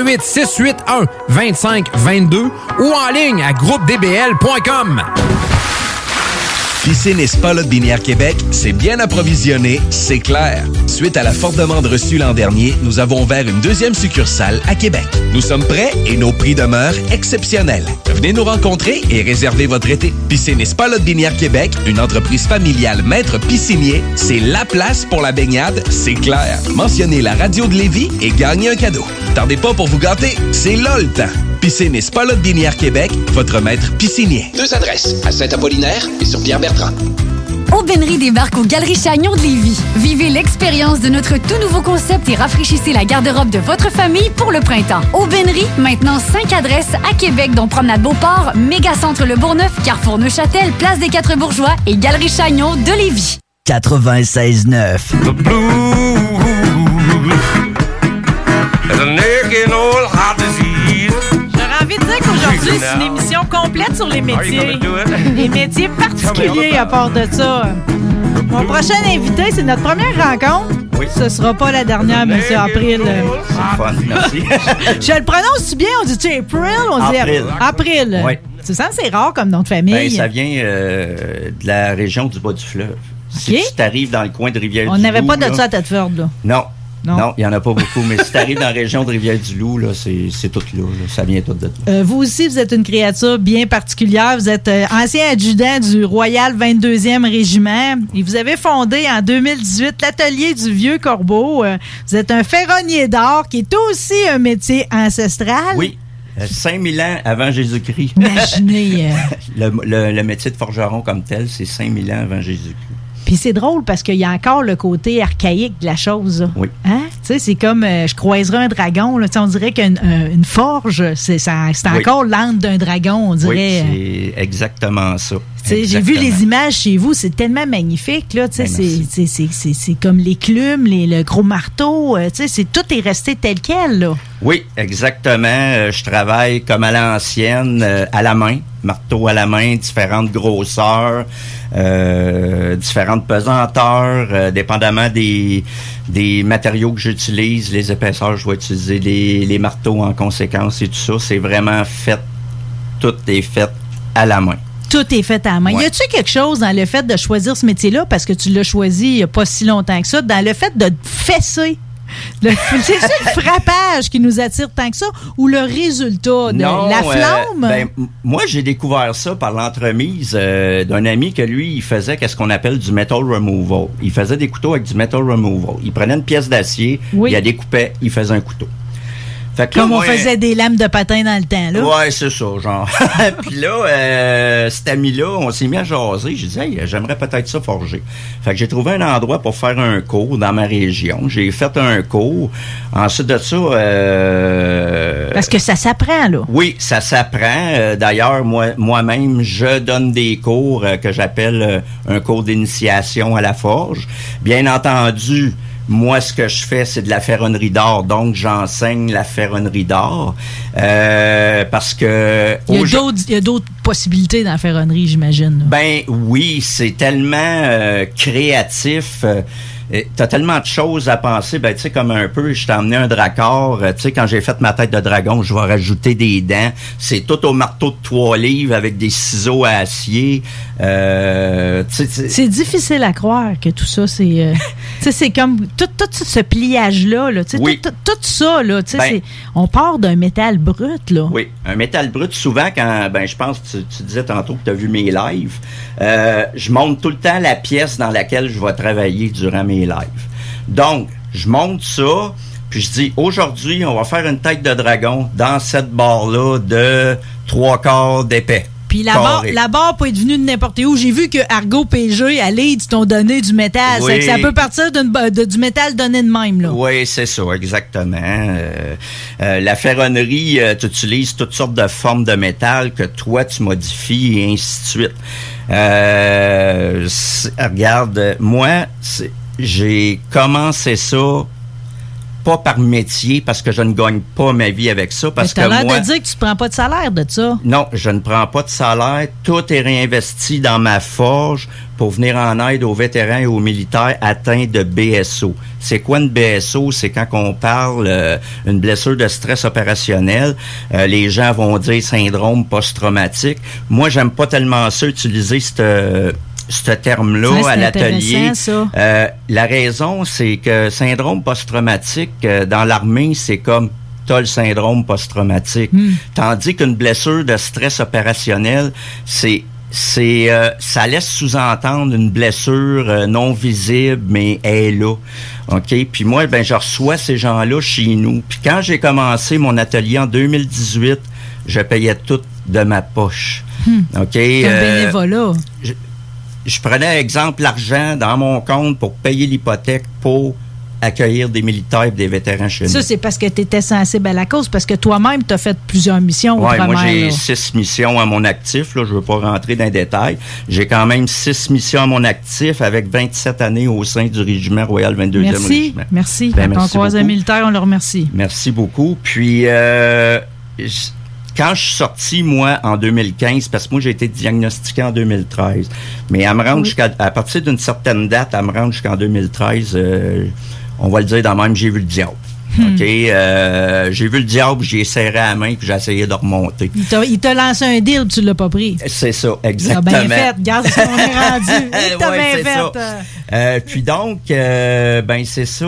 418-681-2522 ou en ligne à groupedbl.com. Piscine et Spa Lot Binière Québec, c'est bien approvisionné, c'est clair. Suite à la forte demande reçue l'an dernier, nous avons ouvert une deuxième succursale à Québec. Nous sommes prêts et nos prix demeurent exceptionnels. Venez nous rencontrer et réservez votre été. Piscine et Spa Lot Binière Québec, une entreprise familiale maître piscinier, c'est la place pour la baignade, c'est clair. Mentionnez la radio de Lévis et gagnez un cadeau. Tardez pas pour vous gâter, c'est là le temps. Piscine et Spa Lot Binière Québec, votre maître piscinier. 2 adresses, à Saint-Apollinaire et sur Pierre-Bertrand. Aubainerie débarque au Galeries Chagnon de Lévis. Vivez l'expérience de notre tout nouveau concept et rafraîchissez la garde-robe de votre famille pour le printemps. Aubainerie, maintenant 5 adresses à Québec, dont Promenade Beauport, Mégacentre Le Bourgneuf, Carrefour Neuchâtel, Place des 4 Bourgeois et Galeries Chagnon de Lévis. 96.9. J'aurais envie de dire qu'aujourd'hui, c'est une émission complète sur les métiers. Les métiers particuliers à part de ça. Mon prochain invité, c'est notre première rencontre. Oui. Ce sera pas la dernière, monsieur April. C'est fun, merci. Je le prononce bien, on dit-tu April? On dit April. Oui. Tu sens que c'est rare comme nom de famille? Ben, ça vient de la région du bas du fleuve. Si tu arrives dans le coin de Rivière-du-Loup... On n'avait pas de ça à Thetford, là. Non, il n'y en a pas beaucoup. Mais si tu arrives dans la région de Rivière-du-Loup, là, c'est tout là, là. Ça vient tout de là. Vous aussi, vous êtes une créature bien particulière. Vous êtes ancien adjudant du Royal 22e Régiment. Et vous avez fondé en 2018 l'Atelier du Vieux Corbeau. Vous êtes un ferronnier d'or qui est aussi un métier ancestral. Oui. 5000 ans avant Jésus-Christ. Imaginez. Le métier de forgeron comme tel, c'est 5000 ans avant Jésus-Christ. Puis c'est drôle parce qu'il y a encore le côté archaïque de la chose. Là. Oui. Hein? Tu sais, c'est comme je croiserais un dragon. Là. On dirait qu'une forge, c'est encore l'âne d'un dragon, on dirait. Oui, c'est exactement ça. J'ai vu les images chez vous, c'est tellement magnifique. Là, c'est comme l'éclume, le gros marteau. Tout est resté tel quel. Là. Oui, exactement. Je travaille comme à l'ancienne, à la main. Marteau à la main, différentes grosseurs, différentes pesanteurs, dépendamment des matériaux que j'utilise, les épaisseurs, je vais utiliser les marteaux en conséquence et tout ça. C'est vraiment fait, tout est fait à la main. Tout est fait à la main. Ouais. Y a-tu quelque chose dans le fait de choisir ce métier-là, parce que tu l'as choisi il n'y a pas si longtemps que ça, dans le fait de fesser? C'est ça le frappage qui nous attire tant que ça, ou le résultat de la flamme? Moi, j'ai découvert ça par l'entremise d'un ami que lui, il faisait qu'est-ce qu'on appelle du metal removal. Il faisait des couteaux avec du metal removal. Il prenait une pièce d'acier, il la découpait, il faisait un couteau. Comme on faisait des lames de patin dans le temps, là. Ouais, c'est ça, genre. Puis là, cet ami-là, on s'est mis à jaser. J'ai dit, hey, j'aimerais peut-être ça forger. Fait que j'ai trouvé un endroit pour faire un cours dans ma région. J'ai fait un cours. Ensuite de ça... Parce que ça s'apprend, là. Oui, ça s'apprend. D'ailleurs, moi-même, je donne des cours que j'appelle un cours d'initiation à la forge. Bien entendu... Moi, ce que je fais, c'est de la ferronnerie d'or, donc j'enseigne la ferronnerie d'or parce que... Il y a d'autres possibilités dans la ferronnerie, j'imagine. Ben oui, c'est tellement créatif. T'as tellement de choses à penser, ben tu sais, comme un peu, je t'ai emmené un dracard, tu sais, quand j'ai fait ma tête de dragon, je vais rajouter des dents, c'est tout au marteau de 3 livres avec des ciseaux à acier, c'est difficile à croire que tout ça, c'est c'est comme, tout ce pliage-là, là, oui. tout ça, là, tu sais, on part d'un métal brut, là. Oui, un métal brut, souvent, quand, je pense que tu disais tantôt que tu as vu mes lives, je monte tout le temps la pièce dans laquelle je vais travailler durant mes lives. Donc, je monte ça, Puis je dis, aujourd'hui, on va faire une tête de dragon dans cette barre-là de 3/4 d'épais. Puis la barre peut être venue de n'importe où. J'ai vu que Argo PG à Leeds t'ont donné du métal. Oui. Ça peut partir du métal donné de même, là. Oui, c'est ça, exactement. La ferronnerie, tu utilises toutes sortes de formes de métal que toi, tu modifies et ainsi de suite. Regarde, moi, j'ai commencé ça pas par métier, parce que je ne gagne pas ma vie avec ça. Parce mais t'as l'air moi, de dire que tu ne prends pas de salaire de ça. Non, je ne prends pas de salaire. Tout est réinvesti dans ma forge pour venir en aide aux vétérans et aux militaires atteints de BSO. C'est quoi une BSO? C'est quand on parle une blessure de stress opérationnel. Les gens vont dire syndrome post-traumatique. Moi, j'aime pas tellement ça utiliser ce terme-là à l'atelier. La raison, c'est que syndrome post-traumatique, dans l'armée, c'est comme t'as le syndrome post-traumatique. Tandis qu'une blessure de stress opérationnel, ça laisse sous-entendre une blessure non visible, mais elle est là. OK? Puis moi, je reçois ces gens-là chez nous. Puis quand j'ai commencé mon atelier en 2018, je payais tout de ma poche. OK? Bénévolat. Je prenais, exemple, l'argent dans mon compte pour payer l'hypothèque pour accueillir des militaires et des vétérans chez nous. Ça, c'est parce que tu étais sensible à la cause, parce que toi-même, tu as fait plusieurs missions. Oui, moi, j'ai 6 missions à mon actif. Là, je ne veux pas rentrer dans les détails. J'ai quand même 6 missions à mon actif avec 27 années au sein du Régiment Royal 22e Régiment. Merci. Quand on croise un militaire, on le remercie. Merci beaucoup. Puis, quand je suis sorti, moi, en 2015, parce que moi, j'ai été diagnostiqué en 2013, mais à me rendre à partir d'une certaine date, à me rendre jusqu'en 2013, on va le dire dans le même, j'ai vu le diable. OK? J'ai vu le diable, j'ai serré la main, puis j'ai essayé de remonter. Il t'a lancé un deal, puis tu l'as pas pris. C'est ça, exactement. Bien fait, regarde ce qu'on est rendu. T'as bien fait. Puis donc, c'est ça,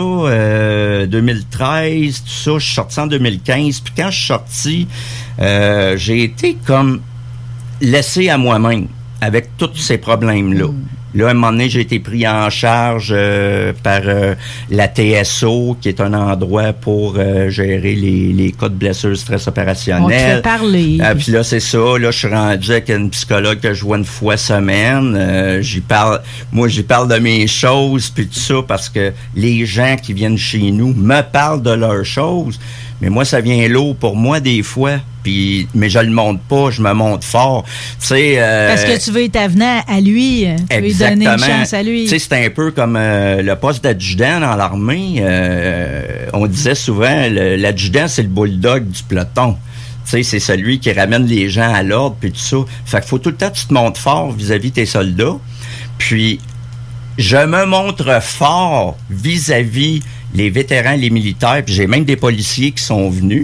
2013, tout ça, je suis sorti en 2015, puis quand je suis sorti, j'ai été comme laissé à moi-même avec tous ces problèmes-là. Là, à un moment donné, j'ai été pris en charge par la TSO, qui est un endroit pour gérer les cas de blessures stress opérationnel. On te fait parler. Puis là, c'est ça. Là, je suis rendu avec une psychologue que je vois une fois semaine. J'y parle de mes choses, puis tout ça, parce que les gens qui viennent chez nous me parlent de leurs choses. Mais moi, ça vient lourd pour moi des fois. Mais je le monte pas, je me monte fort. Parce que tu veux être avenant à lui. Tu veux lui donner une chance à lui. C'est un peu comme le poste d'adjudant dans l'armée. On disait souvent, l'adjudant, c'est le bulldog du peloton. C'est celui qui ramène les gens à l'ordre, puis tout ça. Fait qu'il faut tout le temps que tu te montres fort vis-à-vis de tes soldats. Puis, je me montre fort vis-à-vis les vétérans, les militaires, puis j'ai même des policiers qui sont venus,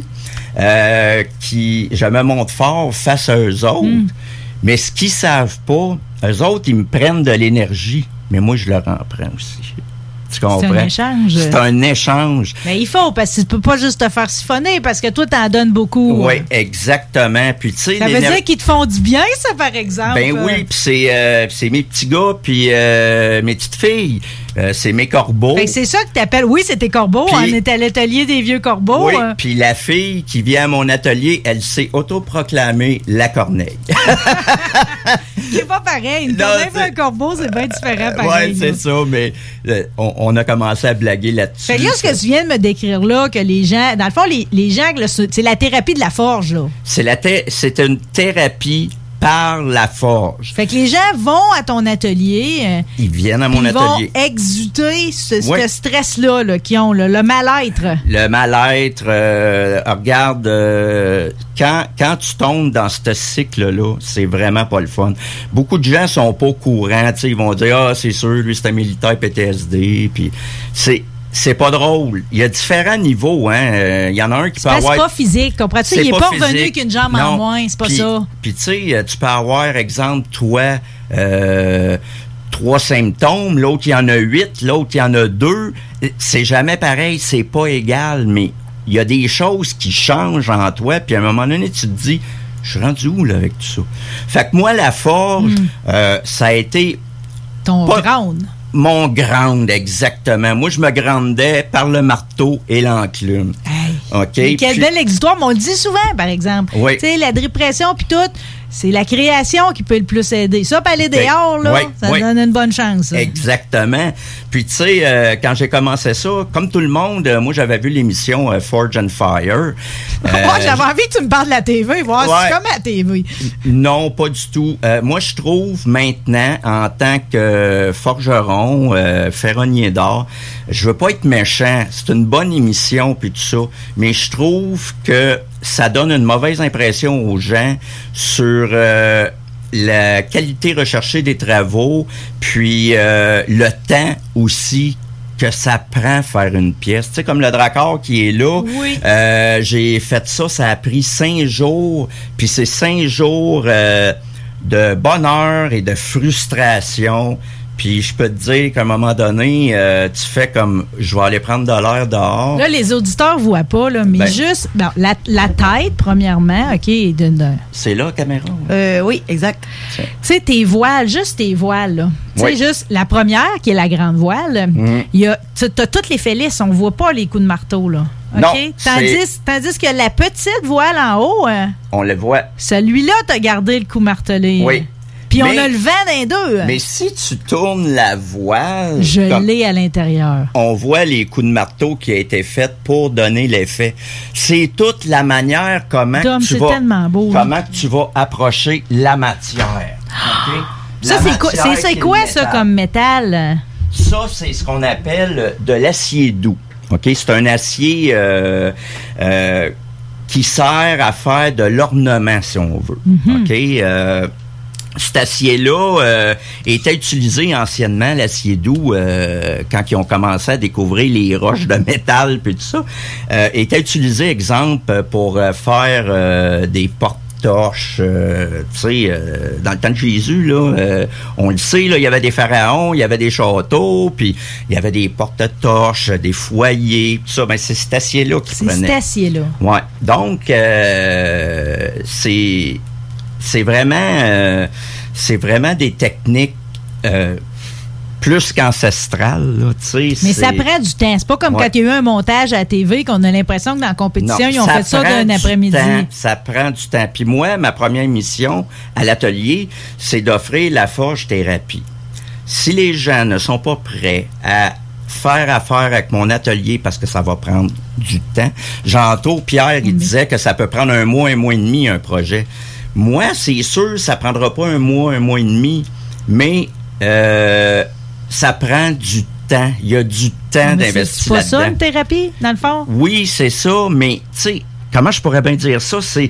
je me montre fort face à eux autres, mais ce qu'ils savent pas, eux autres, ils me prennent de l'énergie, mais moi, je leur en prends aussi. Tu comprends? C'est un échange. C'est un échange. Mais il faut, parce que tu peux pas juste te faire siphonner, parce que toi, t'en donnes beaucoup. Oui, exactement. Puis, tu sais, ça veut dire qu'ils te font du bien, ça, par exemple. Ben oui, puis c'est mes petits gars, puis mes petites filles. C'est mes corbeaux. Fait que c'est ça que t'appelles. Oui, c'est tes corbeaux. On est à l'atelier des vieux corbeaux. Oui, puis la fille qui vient à mon atelier, elle s'est autoproclamée la corneille. C'est pas pareil. Une corneille et un corbeau, c'est bien différent, pareil. Oui, c'est ça, mais on a commencé à blaguer là-dessus. Fait que là, ce que tu viens de me décrire là, que les gens, dans le fond, les gens, c'est la thérapie de la forge, là. C'est une thérapie par la forge. Fait que les gens vont à ton atelier. Ils viennent à mon atelier. Ils vont exuder ce stress-là qu'ils ont, le mal-être. Le mal-être. Regarde, quand tu tombes dans ce cycle-là, c'est vraiment pas le fun. Beaucoup de gens sont pas au courant. Ils vont dire, c'est sûr, lui, c'est un militaire PTSD. Puis c'est pas drôle. Il y a différents niveaux, hein. Il y en a un qui peut avoir... C'est pas physique, comprends-tu? Il est pas revenu qu'une jambe en moins, c'est pas ça. Puis tu sais, tu peux avoir, exemple, toi, 3 symptômes, l'autre, il y en a 8, l'autre, il y en a 2. C'est jamais pareil, c'est pas égal, mais il y a des choses qui changent en toi, puis à un moment donné, tu te dis, je suis rendu où, là, avec tout ça? Fait que moi, la forge, ça a été... Ton ground. Mon grande, exactement. Moi, je me grandais par le marteau et l'enclume. OK? Quelle belle exutoire, mais on le dit souvent, par exemple. Oui. Tu sais, la dépression puis tout, c'est la création qui peut le plus aider. Ça, pour aller dehors, là, ça donne une bonne chance. Ça. Exactement. Puis, tu sais, quand j'ai commencé ça, comme tout le monde, moi, j'avais vu l'émission Forge and Fire. Moi, j'avais envie que tu me parles de la TV, voir si c'est comme à la TV. Non, pas du tout. Moi, je trouve maintenant, en tant que forgeron, ferronnier d'or, je veux pas être méchant. C'est une bonne émission, puis tout ça. Mais je trouve que ça donne une mauvaise impression aux gens sur la qualité recherchée des travaux, puis le temps aussi que ça prend faire une pièce. Tu sais, comme le Dracor qui est là, j'ai fait ça a pris 5 jours, puis c'est 5 jours de bonheur et de frustration. Puis je peux te dire qu'à un moment donné, tu fais comme, je vais aller prendre de l'air dehors. Là, les auditeurs voient pas, là, mais juste, bon, la tête, premièrement, OK, c'est là, la caméra? Oui, exact. Tu sais, tes voiles, juste tes voiles, là. Tu sais, juste la première, qui est la grande voile, t'as toutes les félices, on voit pas les coups de marteau, là. OK? Non, tandis que la petite voile en haut, on le voit. Celui-là, t'as gardé le coup martelé. Oui. Puis on a le vent d'un deux. Mais si tu tournes la voile... Je l'ai à l'intérieur. On voit les coups de marteau qui a été faits pour donner l'effet. C'est toute la manière comment tu vas approcher la matière. Okay? Ça, c'est quoi ça comme métal? Ça, c'est ce qu'on appelle de l'acier doux. Okay? C'est un acier qui sert à faire de l'ornement, si on veut. Mm-hmm. OK? Cet acier-là était utilisé anciennement, l'acier doux, quand ils ont commencé à découvrir les roches de métal puis tout ça, était utilisé, exemple, pour faire des porte-torches. Tu sais, dans le temps de Jésus, là, on le sait, là, il y avait des pharaons, il y avait des châteaux, puis il y avait des porte-torches, des foyers, tout ça. Ben, c'est cet acier-là qui prenait. C'est cet acier-là. Ouais. Donc, c'est vraiment des techniques plus qu'ancestrales. Là, mais ça prend du temps. C'est pas comme quand il y a eu un montage à la TV qu'on a l'impression que dans la compétition, ils ont fait ça d'un après-midi. Ça prend du temps. Puis moi, ma première mission à l'atelier, c'est d'offrir la forge thérapie. Si les gens ne sont pas prêts à faire affaire avec mon atelier parce que ça va prendre du temps. Janto, Pierre, il disait que ça peut prendre 1 mois, 1 mois et demi, un projet. Moi, c'est sûr, ça prendra pas 1 mois, 1 mois et demi, mais ça prend du temps. Il y a du temps d'investir là-dedans. C'est pas ça, une thérapie, dans le fond? Oui, c'est ça, mais, tu sais, comment je pourrais bien dire ça? C'est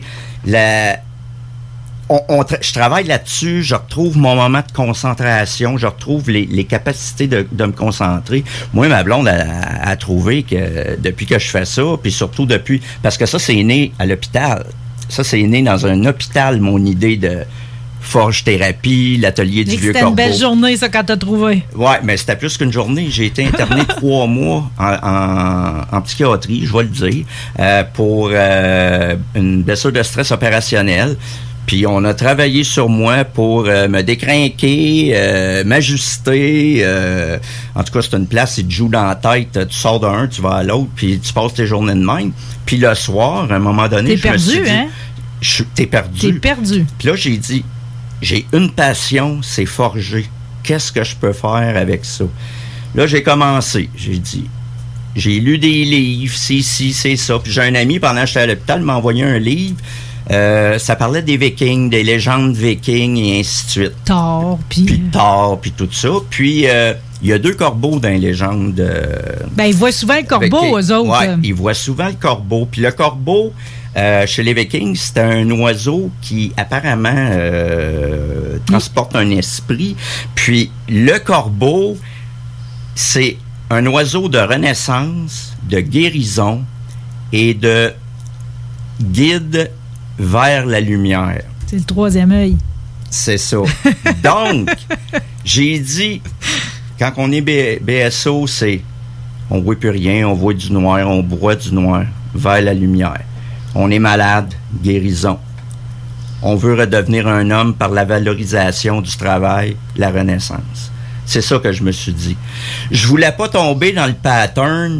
je travaille là-dessus, je retrouve mon moment de concentration, je retrouve les capacités de me concentrer. Moi, ma blonde a trouvé que depuis que je fais ça, puis surtout depuis... Parce que ça, c'est né à l'hôpital. Ça, c'est né dans un hôpital, mon idée de forge-thérapie, l'atelier du Vieux-Corbeau. C'était une belle journée, ça, quand t'as trouvé. Ouais, mais c'était plus qu'une journée. J'ai été interné 3 mois en psychiatrie, je vais le dire, pour une blessure de stress opérationnel. Puis on a travaillé sur moi pour me décrinquer, m'ajuster. En tout cas, c'est une place, si tu joues dans la tête, tu sors d'un, tu vas à l'autre, puis tu passes tes journées de même. Puis le soir, à un moment donné, je me suis dit... T'es perdu. T'es perdu. Puis là, j'ai dit, j'ai une passion, c'est forger. Qu'est-ce que je peux faire avec ça? Là, j'ai commencé. J'ai dit, j'ai lu des livres, c'est ça. Puis j'ai un ami, pendant que j'étais à l'hôpital, m'a envoyé un livre. Ça parlait des Vikings, des légendes vikings et ainsi de suite. Thor, puis tout ça. Puis il y a 2 corbeaux dans les légendes. Ils voient souvent le corbeau, eux autres. Oui, ils voient souvent le corbeau. Puis le corbeau, chez les Vikings, c'est un oiseau qui apparemment transporte un esprit. Puis le corbeau, c'est un oiseau de renaissance, de guérison et de guide vers la lumière. C'est le 3e œil. C'est ça. Donc, j'ai dit, quand on est BSO, c'est on voit plus rien, on voit du noir, on boit du noir vers la lumière. On est malade, guérison. On veut redevenir un homme par la valorisation du travail, la renaissance. C'est ça que je me suis dit. Je voulais pas tomber dans le pattern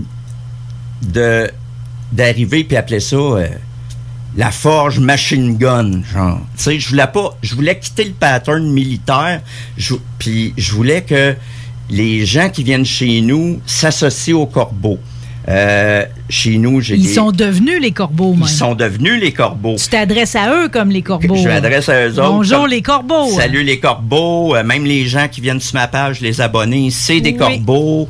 d'arriver puis appeler ça la forge machine gun, genre. Tu sais, je voulais quitter le pattern militaire, puis je voulais que les gens qui viennent chez nous s'associent aux corbeaux. Chez nous, Ils sont devenus les corbeaux, même. Ils sont devenus les corbeaux. Tu t'adresses à eux comme les corbeaux. Je m'adresse à eux autres. Bonjour les corbeaux. Salut les corbeaux. Même les gens qui viennent sur ma page, les abonnés, c'est des corbeaux.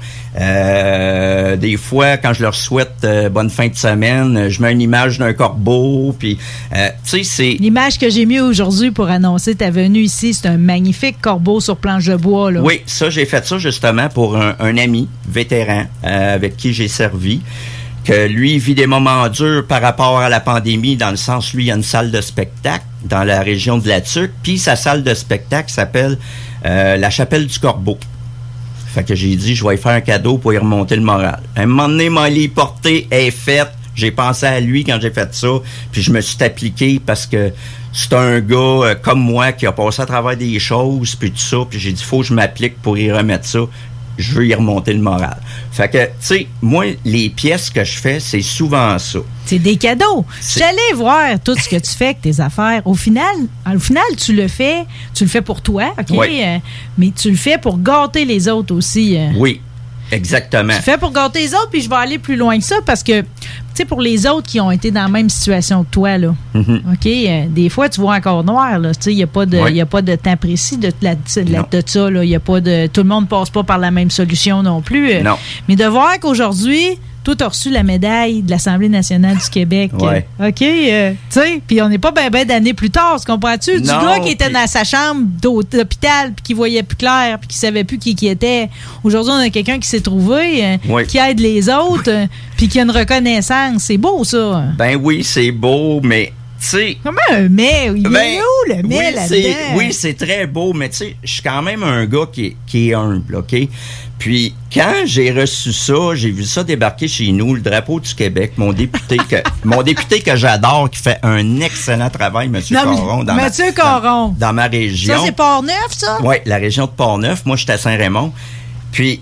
Des fois, quand je leur souhaite bonne fin de semaine, je mets une image d'un corbeau. Puis, tu sais, c'est... L'image que j'ai mis aujourd'hui pour annoncer ta venue ici, c'est un magnifique corbeau sur planche de bois, là. Oui, ça, j'ai fait ça justement pour un ami vétéran avec qui j'ai servi, que lui vit des moments durs par rapport à la pandémie, dans le sens, lui, il y a une salle de spectacle dans la région de la Tuque, puis sa salle de spectacle s'appelle la Chapelle du Corbeau. Fait que j'ai dit, je vais lui faire un cadeau pour y remonter le moral. Un moment donné, m'a porté est faite. J'ai pensé à lui quand j'ai fait ça, puis je me suis appliqué parce que c'est un gars comme moi qui a passé à travers des choses, puis tout ça, puis j'ai dit, faut que je m'applique pour y remettre ça. Je veux y remonter le moral. Fait que, tu sais, moi, les pièces que je fais, c'est souvent ça. C'est des cadeaux. J'allais voir tout ce que tu fais avec tes affaires. Au final, tu le fais pour toi, OK? Oui. Mais tu le fais pour gâter les autres aussi. Oui, exactement. Tu le fais pour gâter les autres, puis je vais aller plus loin que ça, parce que, tu sais, pour les autres qui ont été dans la même situation que toi, là, OK, des fois, tu vois encore noir, là. Tu sais, il n'y a pas de temps précis de ça, là. Il y a pas de... Tout le monde ne passe pas par la même solution non plus. Non. Mais de voir qu'aujourd'hui... Toi, tu as reçu la médaille de l'Assemblée nationale du Québec. Ouais. OK? Tu sais, puis on n'est pas ben d'années plus tard, comprends-tu? Du gars qui était dans sa chambre d'hôpital, puis qui voyait plus clair, puis qui savait plus qui était. Aujourd'hui, on a quelqu'un qui s'est trouvé, qui aide les autres, puis qui a une reconnaissance. C'est beau, ça. Ben oui, c'est beau, mais... T'sais, comment un mais? Il est où le mais là-dedans? Oui, c'est très beau, mais tu sais, je suis quand même un gars qui est humble, OK? Puis, quand j'ai reçu ça, j'ai vu ça débarquer chez nous, le drapeau du Québec, mon député que j'adore, qui fait un excellent travail, M. Caron, dans ma région. Ça, c'est Port-Neuf, ça? Oui, la région de Port-Neuf. Moi, j'étais à Saint-Raymond. Puis,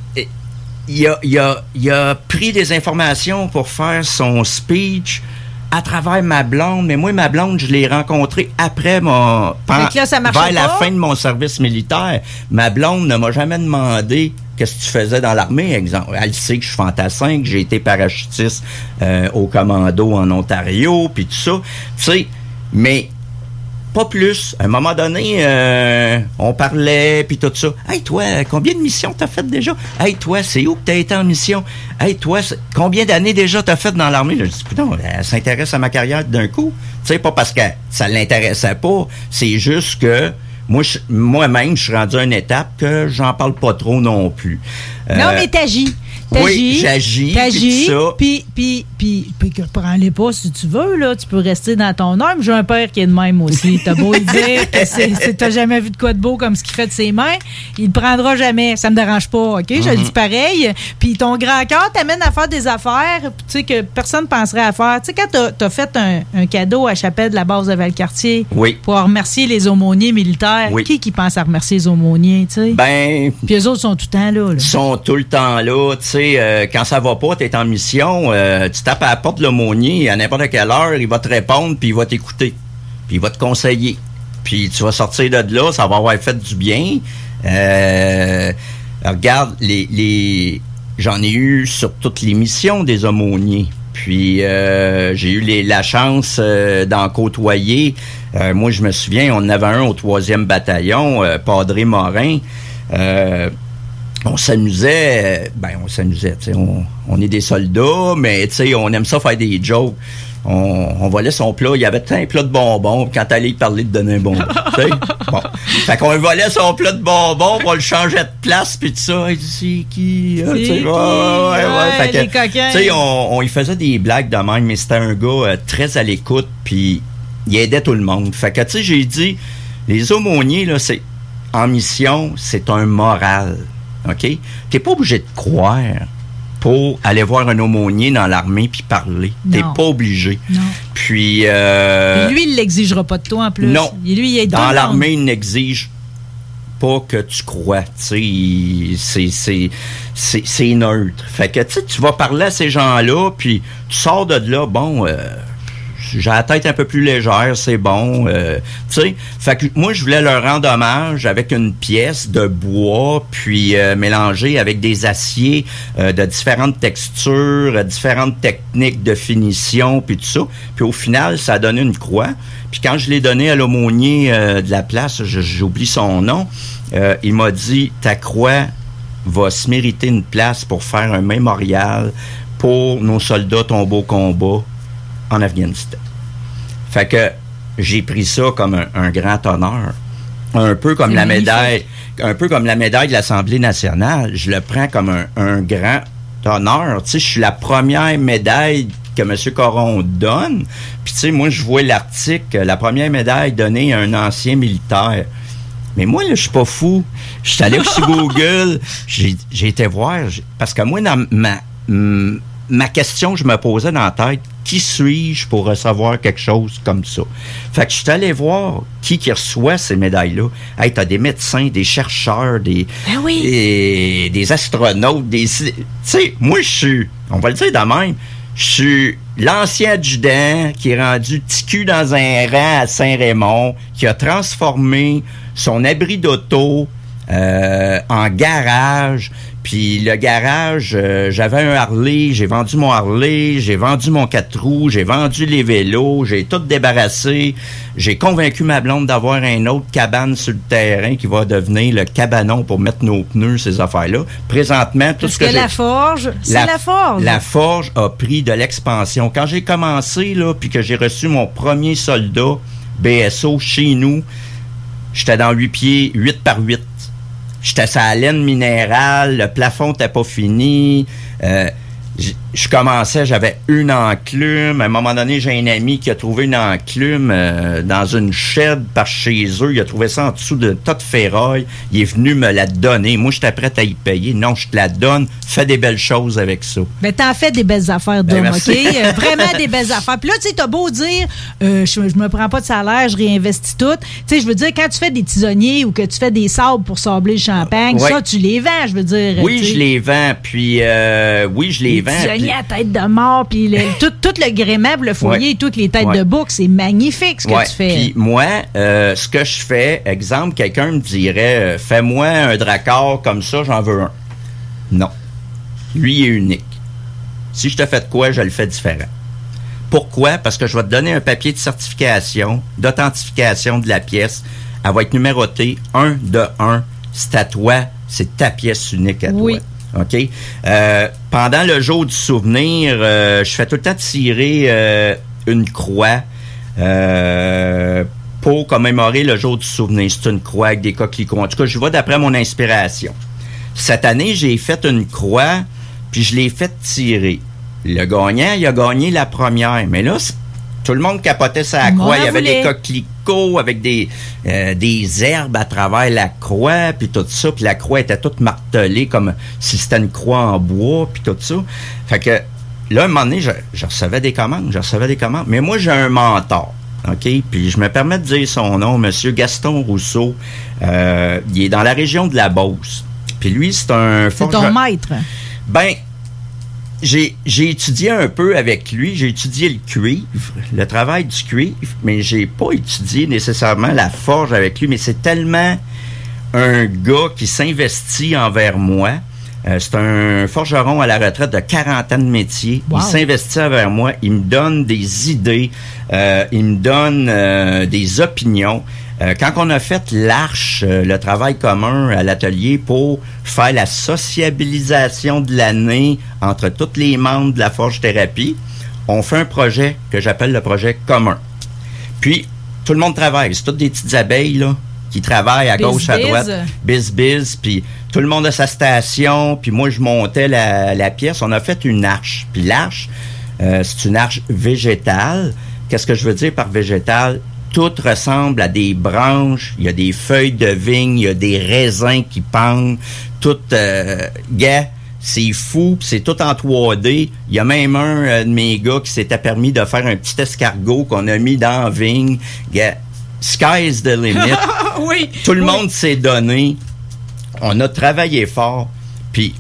il a pris des informations pour faire son speech à travers ma blonde, mais moi, ma blonde, je l'ai rencontrée après vers la fin de mon service militaire. Ma blonde ne m'a jamais demandé qu'est-ce que tu faisais dans l'armée, exemple. Elle sait que je suis fantassin, que j'ai été parachutiste au commando en Ontario, puis tout ça. Tu sais, mais pas plus. À un moment donné, on parlait, puis tout ça. Hey, toi, combien de missions t'as faites déjà? Hey, toi, c'est où que t'as été en mission? Hey, toi, combien d'années déjà t'as fait dans l'armée? Je dis, putain, elle s'intéresse à ma carrière d'un coup. Tu sais, pas parce que ça l'intéressait pas. C'est juste que moi-même, je suis rendu à une étape que j'en parle pas trop non plus. Non, mais t'agis. Oui, j'agis. Puis prends-les pas si tu veux, là. Tu peux rester dans ton arme. J'ai un père qui est de même aussi. T'as beau lui dire que t'as jamais vu de quoi de beau comme ce qu'il fait de ses mains, il le prendra jamais. Ça me dérange pas, OK? Je le dis pareil. Puis ton grand cœur t'amène à faire des affaires, tu sais, que personne ne penserait à faire. Tu sais, quand t'as fait un cadeau à Chapelle de la base de Valcartier pour remercier les aumôniers militaires, qui pense à remercier les aumôniers, tu sais? Ben... Puis eux autres sont tout le temps là. Ils sont tout le temps là, tu sais. Quand ça va pas, t'es en mission, tu tapes à la porte de l'aumônier, à n'importe quelle heure, il va te répondre, puis il va t'écouter, puis il va te conseiller. Puis tu vas sortir de là, ça va avoir fait du bien. Regarde, j'en ai eu sur toutes les missions des aumôniers. Puis j'ai eu la chance d'en côtoyer. Moi, je me souviens, on en avait un au 3e bataillon, Padre Morin. On s'amusait, tu sais, on est des soldats, mais tu sais, on aime ça faire des jokes. On volait son plat, il y avait un plat de bonbons, puis quand t'allais parler de donner un bonbon, tu sais. Bon. Fait qu'on volait son plat de bonbons, puis on le changeait de place, puis tout ça, il dit, c'est qui? C'est qui? Ouais. Fait que, tu sais, on y faisait des blagues de même, mais c'était un gars très à l'écoute, puis il aidait tout le monde. Fait que, tu sais, j'ai dit, les aumôniers, là, c'est, en mission, c'est un moral. OK? T'es pas obligé de croire pour aller voir un aumônier dans l'armée puis parler. T'es pas obligé. Non. Puis... lui, il l'exigera pas de toi en plus. Non. Lui, il est dans l'armée, il n'exige pas que tu crois. Tu sais, c'est neutre. Fait que tu vas parler à ces gens-là, puis tu sors de là, bon... j'ai la tête un peu plus légère, c'est bon. Tu sais, fait que moi, je voulais leur rendre hommage avec une pièce de bois, puis mélangée avec des aciers de différentes textures, différentes techniques de finition, puis tout ça. Puis au final, ça a donné une croix. Puis quand je l'ai donné à l'aumônier de la place, j'oublie son nom, il m'a dit, ta croix va se mériter une place pour faire un mémorial pour nos soldats tombés au combat en Afghanistan. Fait que j'ai pris ça comme un grand honneur. Un peu comme la médaille de l'Assemblée nationale. Je le prends comme un grand honneur. Tu sais, je suis la première médaille que M. Caron donne. Puis tu sais, moi, je vois l'article, la première médaille donnée à un ancien militaire. Mais moi, là, je suis pas fou. Je suis allé sur Google, j'ai été voir, parce que moi, dans ma question que je me posais dans la tête, qui suis-je pour recevoir quelque chose comme ça? Fait que je suis allé voir qui reçoit ces médailles-là. Hey, t'as des médecins, des chercheurs, des astronautes, tu sais, moi, je suis, on va le dire de même, je suis l'ancien adjudant qui est rendu ticu dans un rang à Saint-Raymond, qui a transformé son abri d'auto en garage. Puis le garage, j'avais un Harley, j'ai vendu mon Harley, j'ai vendu mon 4 roues, j'ai vendu les vélos, j'ai tout débarrassé. J'ai convaincu ma blonde d'avoir une autre cabane sur le terrain qui va devenir le cabanon pour mettre nos pneus, ces affaires-là. Présentement, tout ce que la forge, c'est la forge. La forge a pris de l'expansion. Quand j'ai commencé, là, puis que j'ai reçu mon premier soldat BSO chez nous, j'étais dans 8 pieds, 8 par 8. J'étais sur la laine minérale, le plafond n'était pas fini. Je commençais, j'avais une enclume. À un moment donné, j'ai un ami qui a trouvé une enclume dans une shed par chez eux. Il a trouvé ça en dessous de tas de ferraille. Il est venu me la donner. Moi, j'étais prêt à y payer. Non, je te la donne. Fais des belles choses avec ça. Ben, t'en fais des belles affaires, Dom, OK? Vraiment des belles affaires. Puis là, tu sais, t'as beau dire, je me prends pas de salaire, je réinvestis tout. Tu sais, je veux dire, quand tu fais des tisonniers ou que tu fais des sabres pour sabler le champagne, ça, tu les vends, je veux dire. Oui, je les vends. Puis, oui, je les vends. Tisonniers à tête de mort, puis tout le gréement, le foyer, toutes les têtes de bouc, c'est magnifique ce que tu fais. Puis moi, ce que je fais, exemple, quelqu'un me dirait, fais-moi un dracard comme ça, j'en veux un. Non. Lui est unique. Si je te fais de quoi, je le fais différent. Pourquoi? Parce que je vais te donner un papier de certification, d'authentification de la pièce. Elle va être numérotée 1 de 1. C'est à toi, c'est ta pièce unique à toi. OK? Pendant le jour du souvenir, je fais tout le temps tirer une croix pour commémorer le jour du souvenir. C'est une croix avec des coquelicots. En tout cas, je vais d'après mon inspiration. Cette année, j'ai fait une croix, puis je l'ai fait tirer. Le gagnant, il a gagné la première. Mais là, tout le monde capotait sa croix. Il y avait des coquelicots avec des herbes à travers la croix, puis tout ça. Puis la croix était toute martelée comme si c'était une croix en bois, puis tout ça. Fait que là, un moment donné, je recevais des commandes. Mais moi, j'ai un mentor. OK? Puis je me permets de dire son nom, M. Gaston Rousseau. Il est dans la région de la Beauce. Puis lui, c'est un... C'est ton maître. Ben... J'ai étudié un peu avec lui, j'ai étudié le cuivre, le travail du cuivre, mais j'ai pas étudié nécessairement la forge avec lui, mais c'est tellement un gars qui s'investit envers moi. C'est un forgeron à la retraite de 40 ans de métier. Wow. Il s'investit envers moi, il me donne des idées, il me donne des opinions. Quand on a fait l'arche, le travail commun à l'atelier pour faire la sociabilisation de l'année entre tous les membres de la Forge Thérapie, on fait un projet que j'appelle le projet commun. Puis, tout le monde travaille. C'est toutes des petites abeilles là qui travaillent à gauche, à droite. Biz, puis tout le monde a sa station, puis moi, je montais la pièce. On a fait une arche. Puis l'arche, c'est une arche végétale. Qu'est-ce que je veux dire par végétale? Tout ressemble à des branches, il y a des feuilles de vigne, il y a des raisins qui pendent, tout, c'est fou, c'est tout en 3D. Il y a même un de mes gars qui s'était permis de faire un petit escargot qu'on a mis dans la vigne. sky's the limit. Oui. Tout le monde s'est donné. On a travaillé fort. Puis,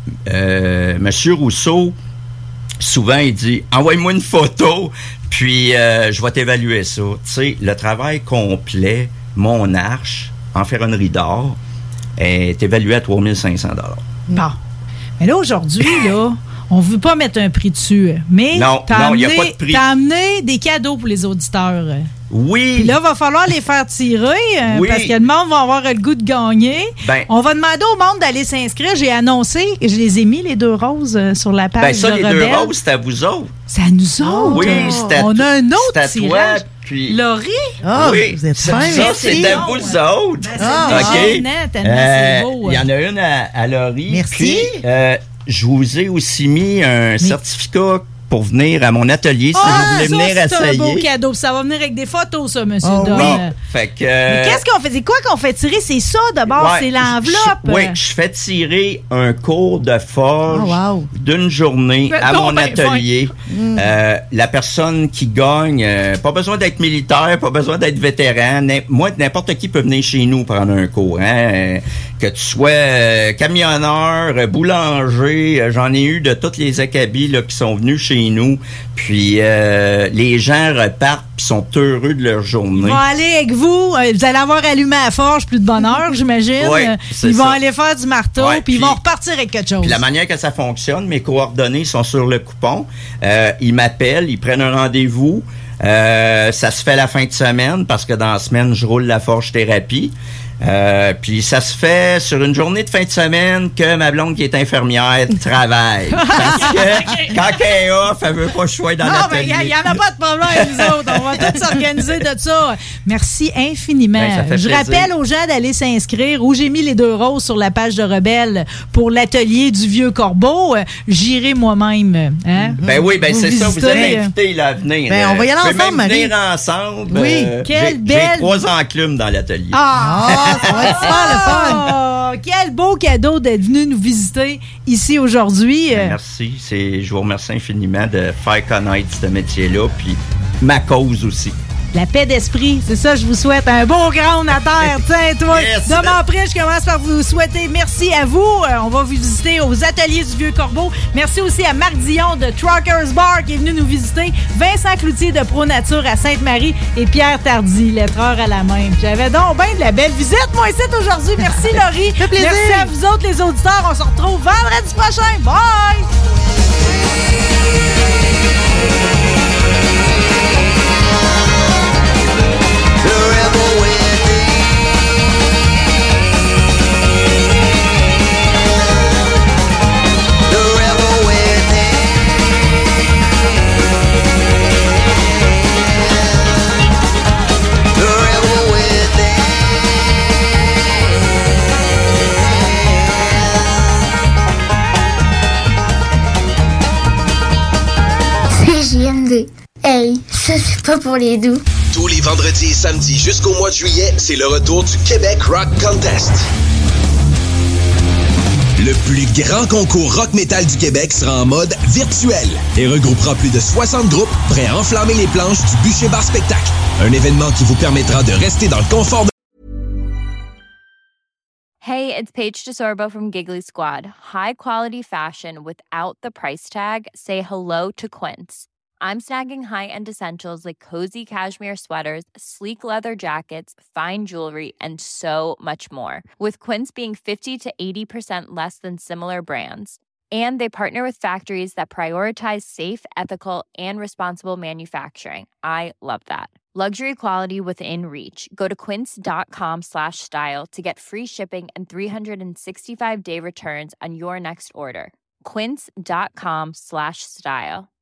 M. Rousseau, souvent, il dit « Envoie-moi une photo, puis je vais t'évaluer ça. » Tu sais, le travail complet, mon arche, en ferronnerie d'or, est évalué à 3 500 $. Bon. Mais là, aujourd'hui, là, on ne veut pas mettre un prix dessus, mais non, il n'y a pas de prix. T'as amené des cadeaux pour les auditeurs. Oui. Puis là, il va falloir les faire tirer parce que le monde va avoir le goût de gagner. On va demander au monde d'aller s'inscrire. J'ai annoncé, je les ai mis, les 2 roses, sur la page de les Rebelle. 2 roses, c'est à vous autres. C'est à nous autres. Oui, c'est à on a un autre c'est à tirage. Toi, puis... Laurie? Oui, vous êtes ça, c'est à vous autres. OK. C'est beau. Il y en a une à Laurie. Merci. Puis, je vous ai aussi mis un certificat pour venir à mon atelier si vous voulez venir essayer. C'est un beau cadeau. Ça va venir avec des photos, ça, monsieur Don. Oui. Fait que, mais qu'est-ce qu'on fait? C'est quoi qu'on fait tirer? C'est ça, d'abord, c'est l'enveloppe. Oui, je fais tirer un cours de forge d'une journée à mon atelier. La personne qui gagne, pas besoin d'être militaire, pas besoin d'être vétéran. Moi, n'importe qui peut venir chez nous prendre un cours. Hein? Que tu sois camionneur, boulanger, j'en ai eu de tous les acabis là, qui sont venus chez nous. Puis les gens repartent puis sont heureux de leur journée. Ils vont aller avec vous. Vous allez avoir allumé à la forge plus de bonheur, j'imagine. Oui, ils vont aller faire du marteau puis ils vont repartir avec quelque chose. Puis la manière que ça fonctionne, mes coordonnées sont sur le coupon. Ils m'appellent, ils prennent un rendez-vous. Ça se fait la fin de semaine parce que dans la semaine, je roule la forge thérapie. Puis ça se fait sur une journée de fin de semaine que ma blonde qui est infirmière travaille. Parce que quand elle est off, elle veut pas que je sois dans l'atelier. Non, mais il n'y en a pas de problème, nous autres. On va tous s'organiser de ça. Merci infiniment. Je rappelle aux gens d'aller s'inscrire où j'ai mis les 2 roses sur la page de Rebelle pour l'atelier du Vieux Corbeau. J'irai moi-même. Hein? Ben oui, c'est ça. Vous avez invité là, à venir. Ben, on va y aller ensemble, Marie. Venir ensemble. Oui, quelle belle... J'ai 3 enclumes dans l'atelier. Ça va être super le fun. Quel beau cadeau d'être venu nous visiter ici aujourd'hui. Merci. Je vous remercie infiniment de faire connaître ce métier-là, puis ma cause aussi. La paix d'esprit, c'est ça, je vous souhaite un beau ground à terre. Tiens, toi, de mon après, je commence par vous souhaiter merci à vous. On va vous visiter aux ateliers du Vieux Corbeau. Merci aussi à Marc Dion de Truckers Bar qui est venu nous visiter, Vincent Cloutier de Pro Nature à Sainte-Marie et Pierre Tardy, lettreur à la main. J'avais donc bien de la belle visite, moi, ici, aujourd'hui. Merci, Laurie. Ça fait plaisir. Merci à vous autres, les auditeurs. On se retrouve vendredi prochain. Bye! CJMD. Hey, ça c'est pas pour les doux. Tous les vendredis et samedis jusqu'au mois de juillet, c'est le retour du Québec Rock Contest. Le plus grand concours rock metal du Québec sera en mode virtuel et regroupera plus de 60 groupes prêts à enflammer les planches du Bûcher Bar Spectacle. Un événement qui vous permettra de rester dans le confort de... Hey, it's Paige DeSorbo from Giggly Squad. High quality fashion without the price tag. Say hello to Quince. I'm snagging high-end essentials like cozy cashmere sweaters, sleek leather jackets, fine jewelry, and so much more. With Quince being 50 to 80% less than similar brands. And they partner with factories that prioritize safe, ethical, and responsible manufacturing. I love that. Luxury quality within reach. Go to quince.com/style to get free shipping and 365-day returns on your next order. Quince.com/style.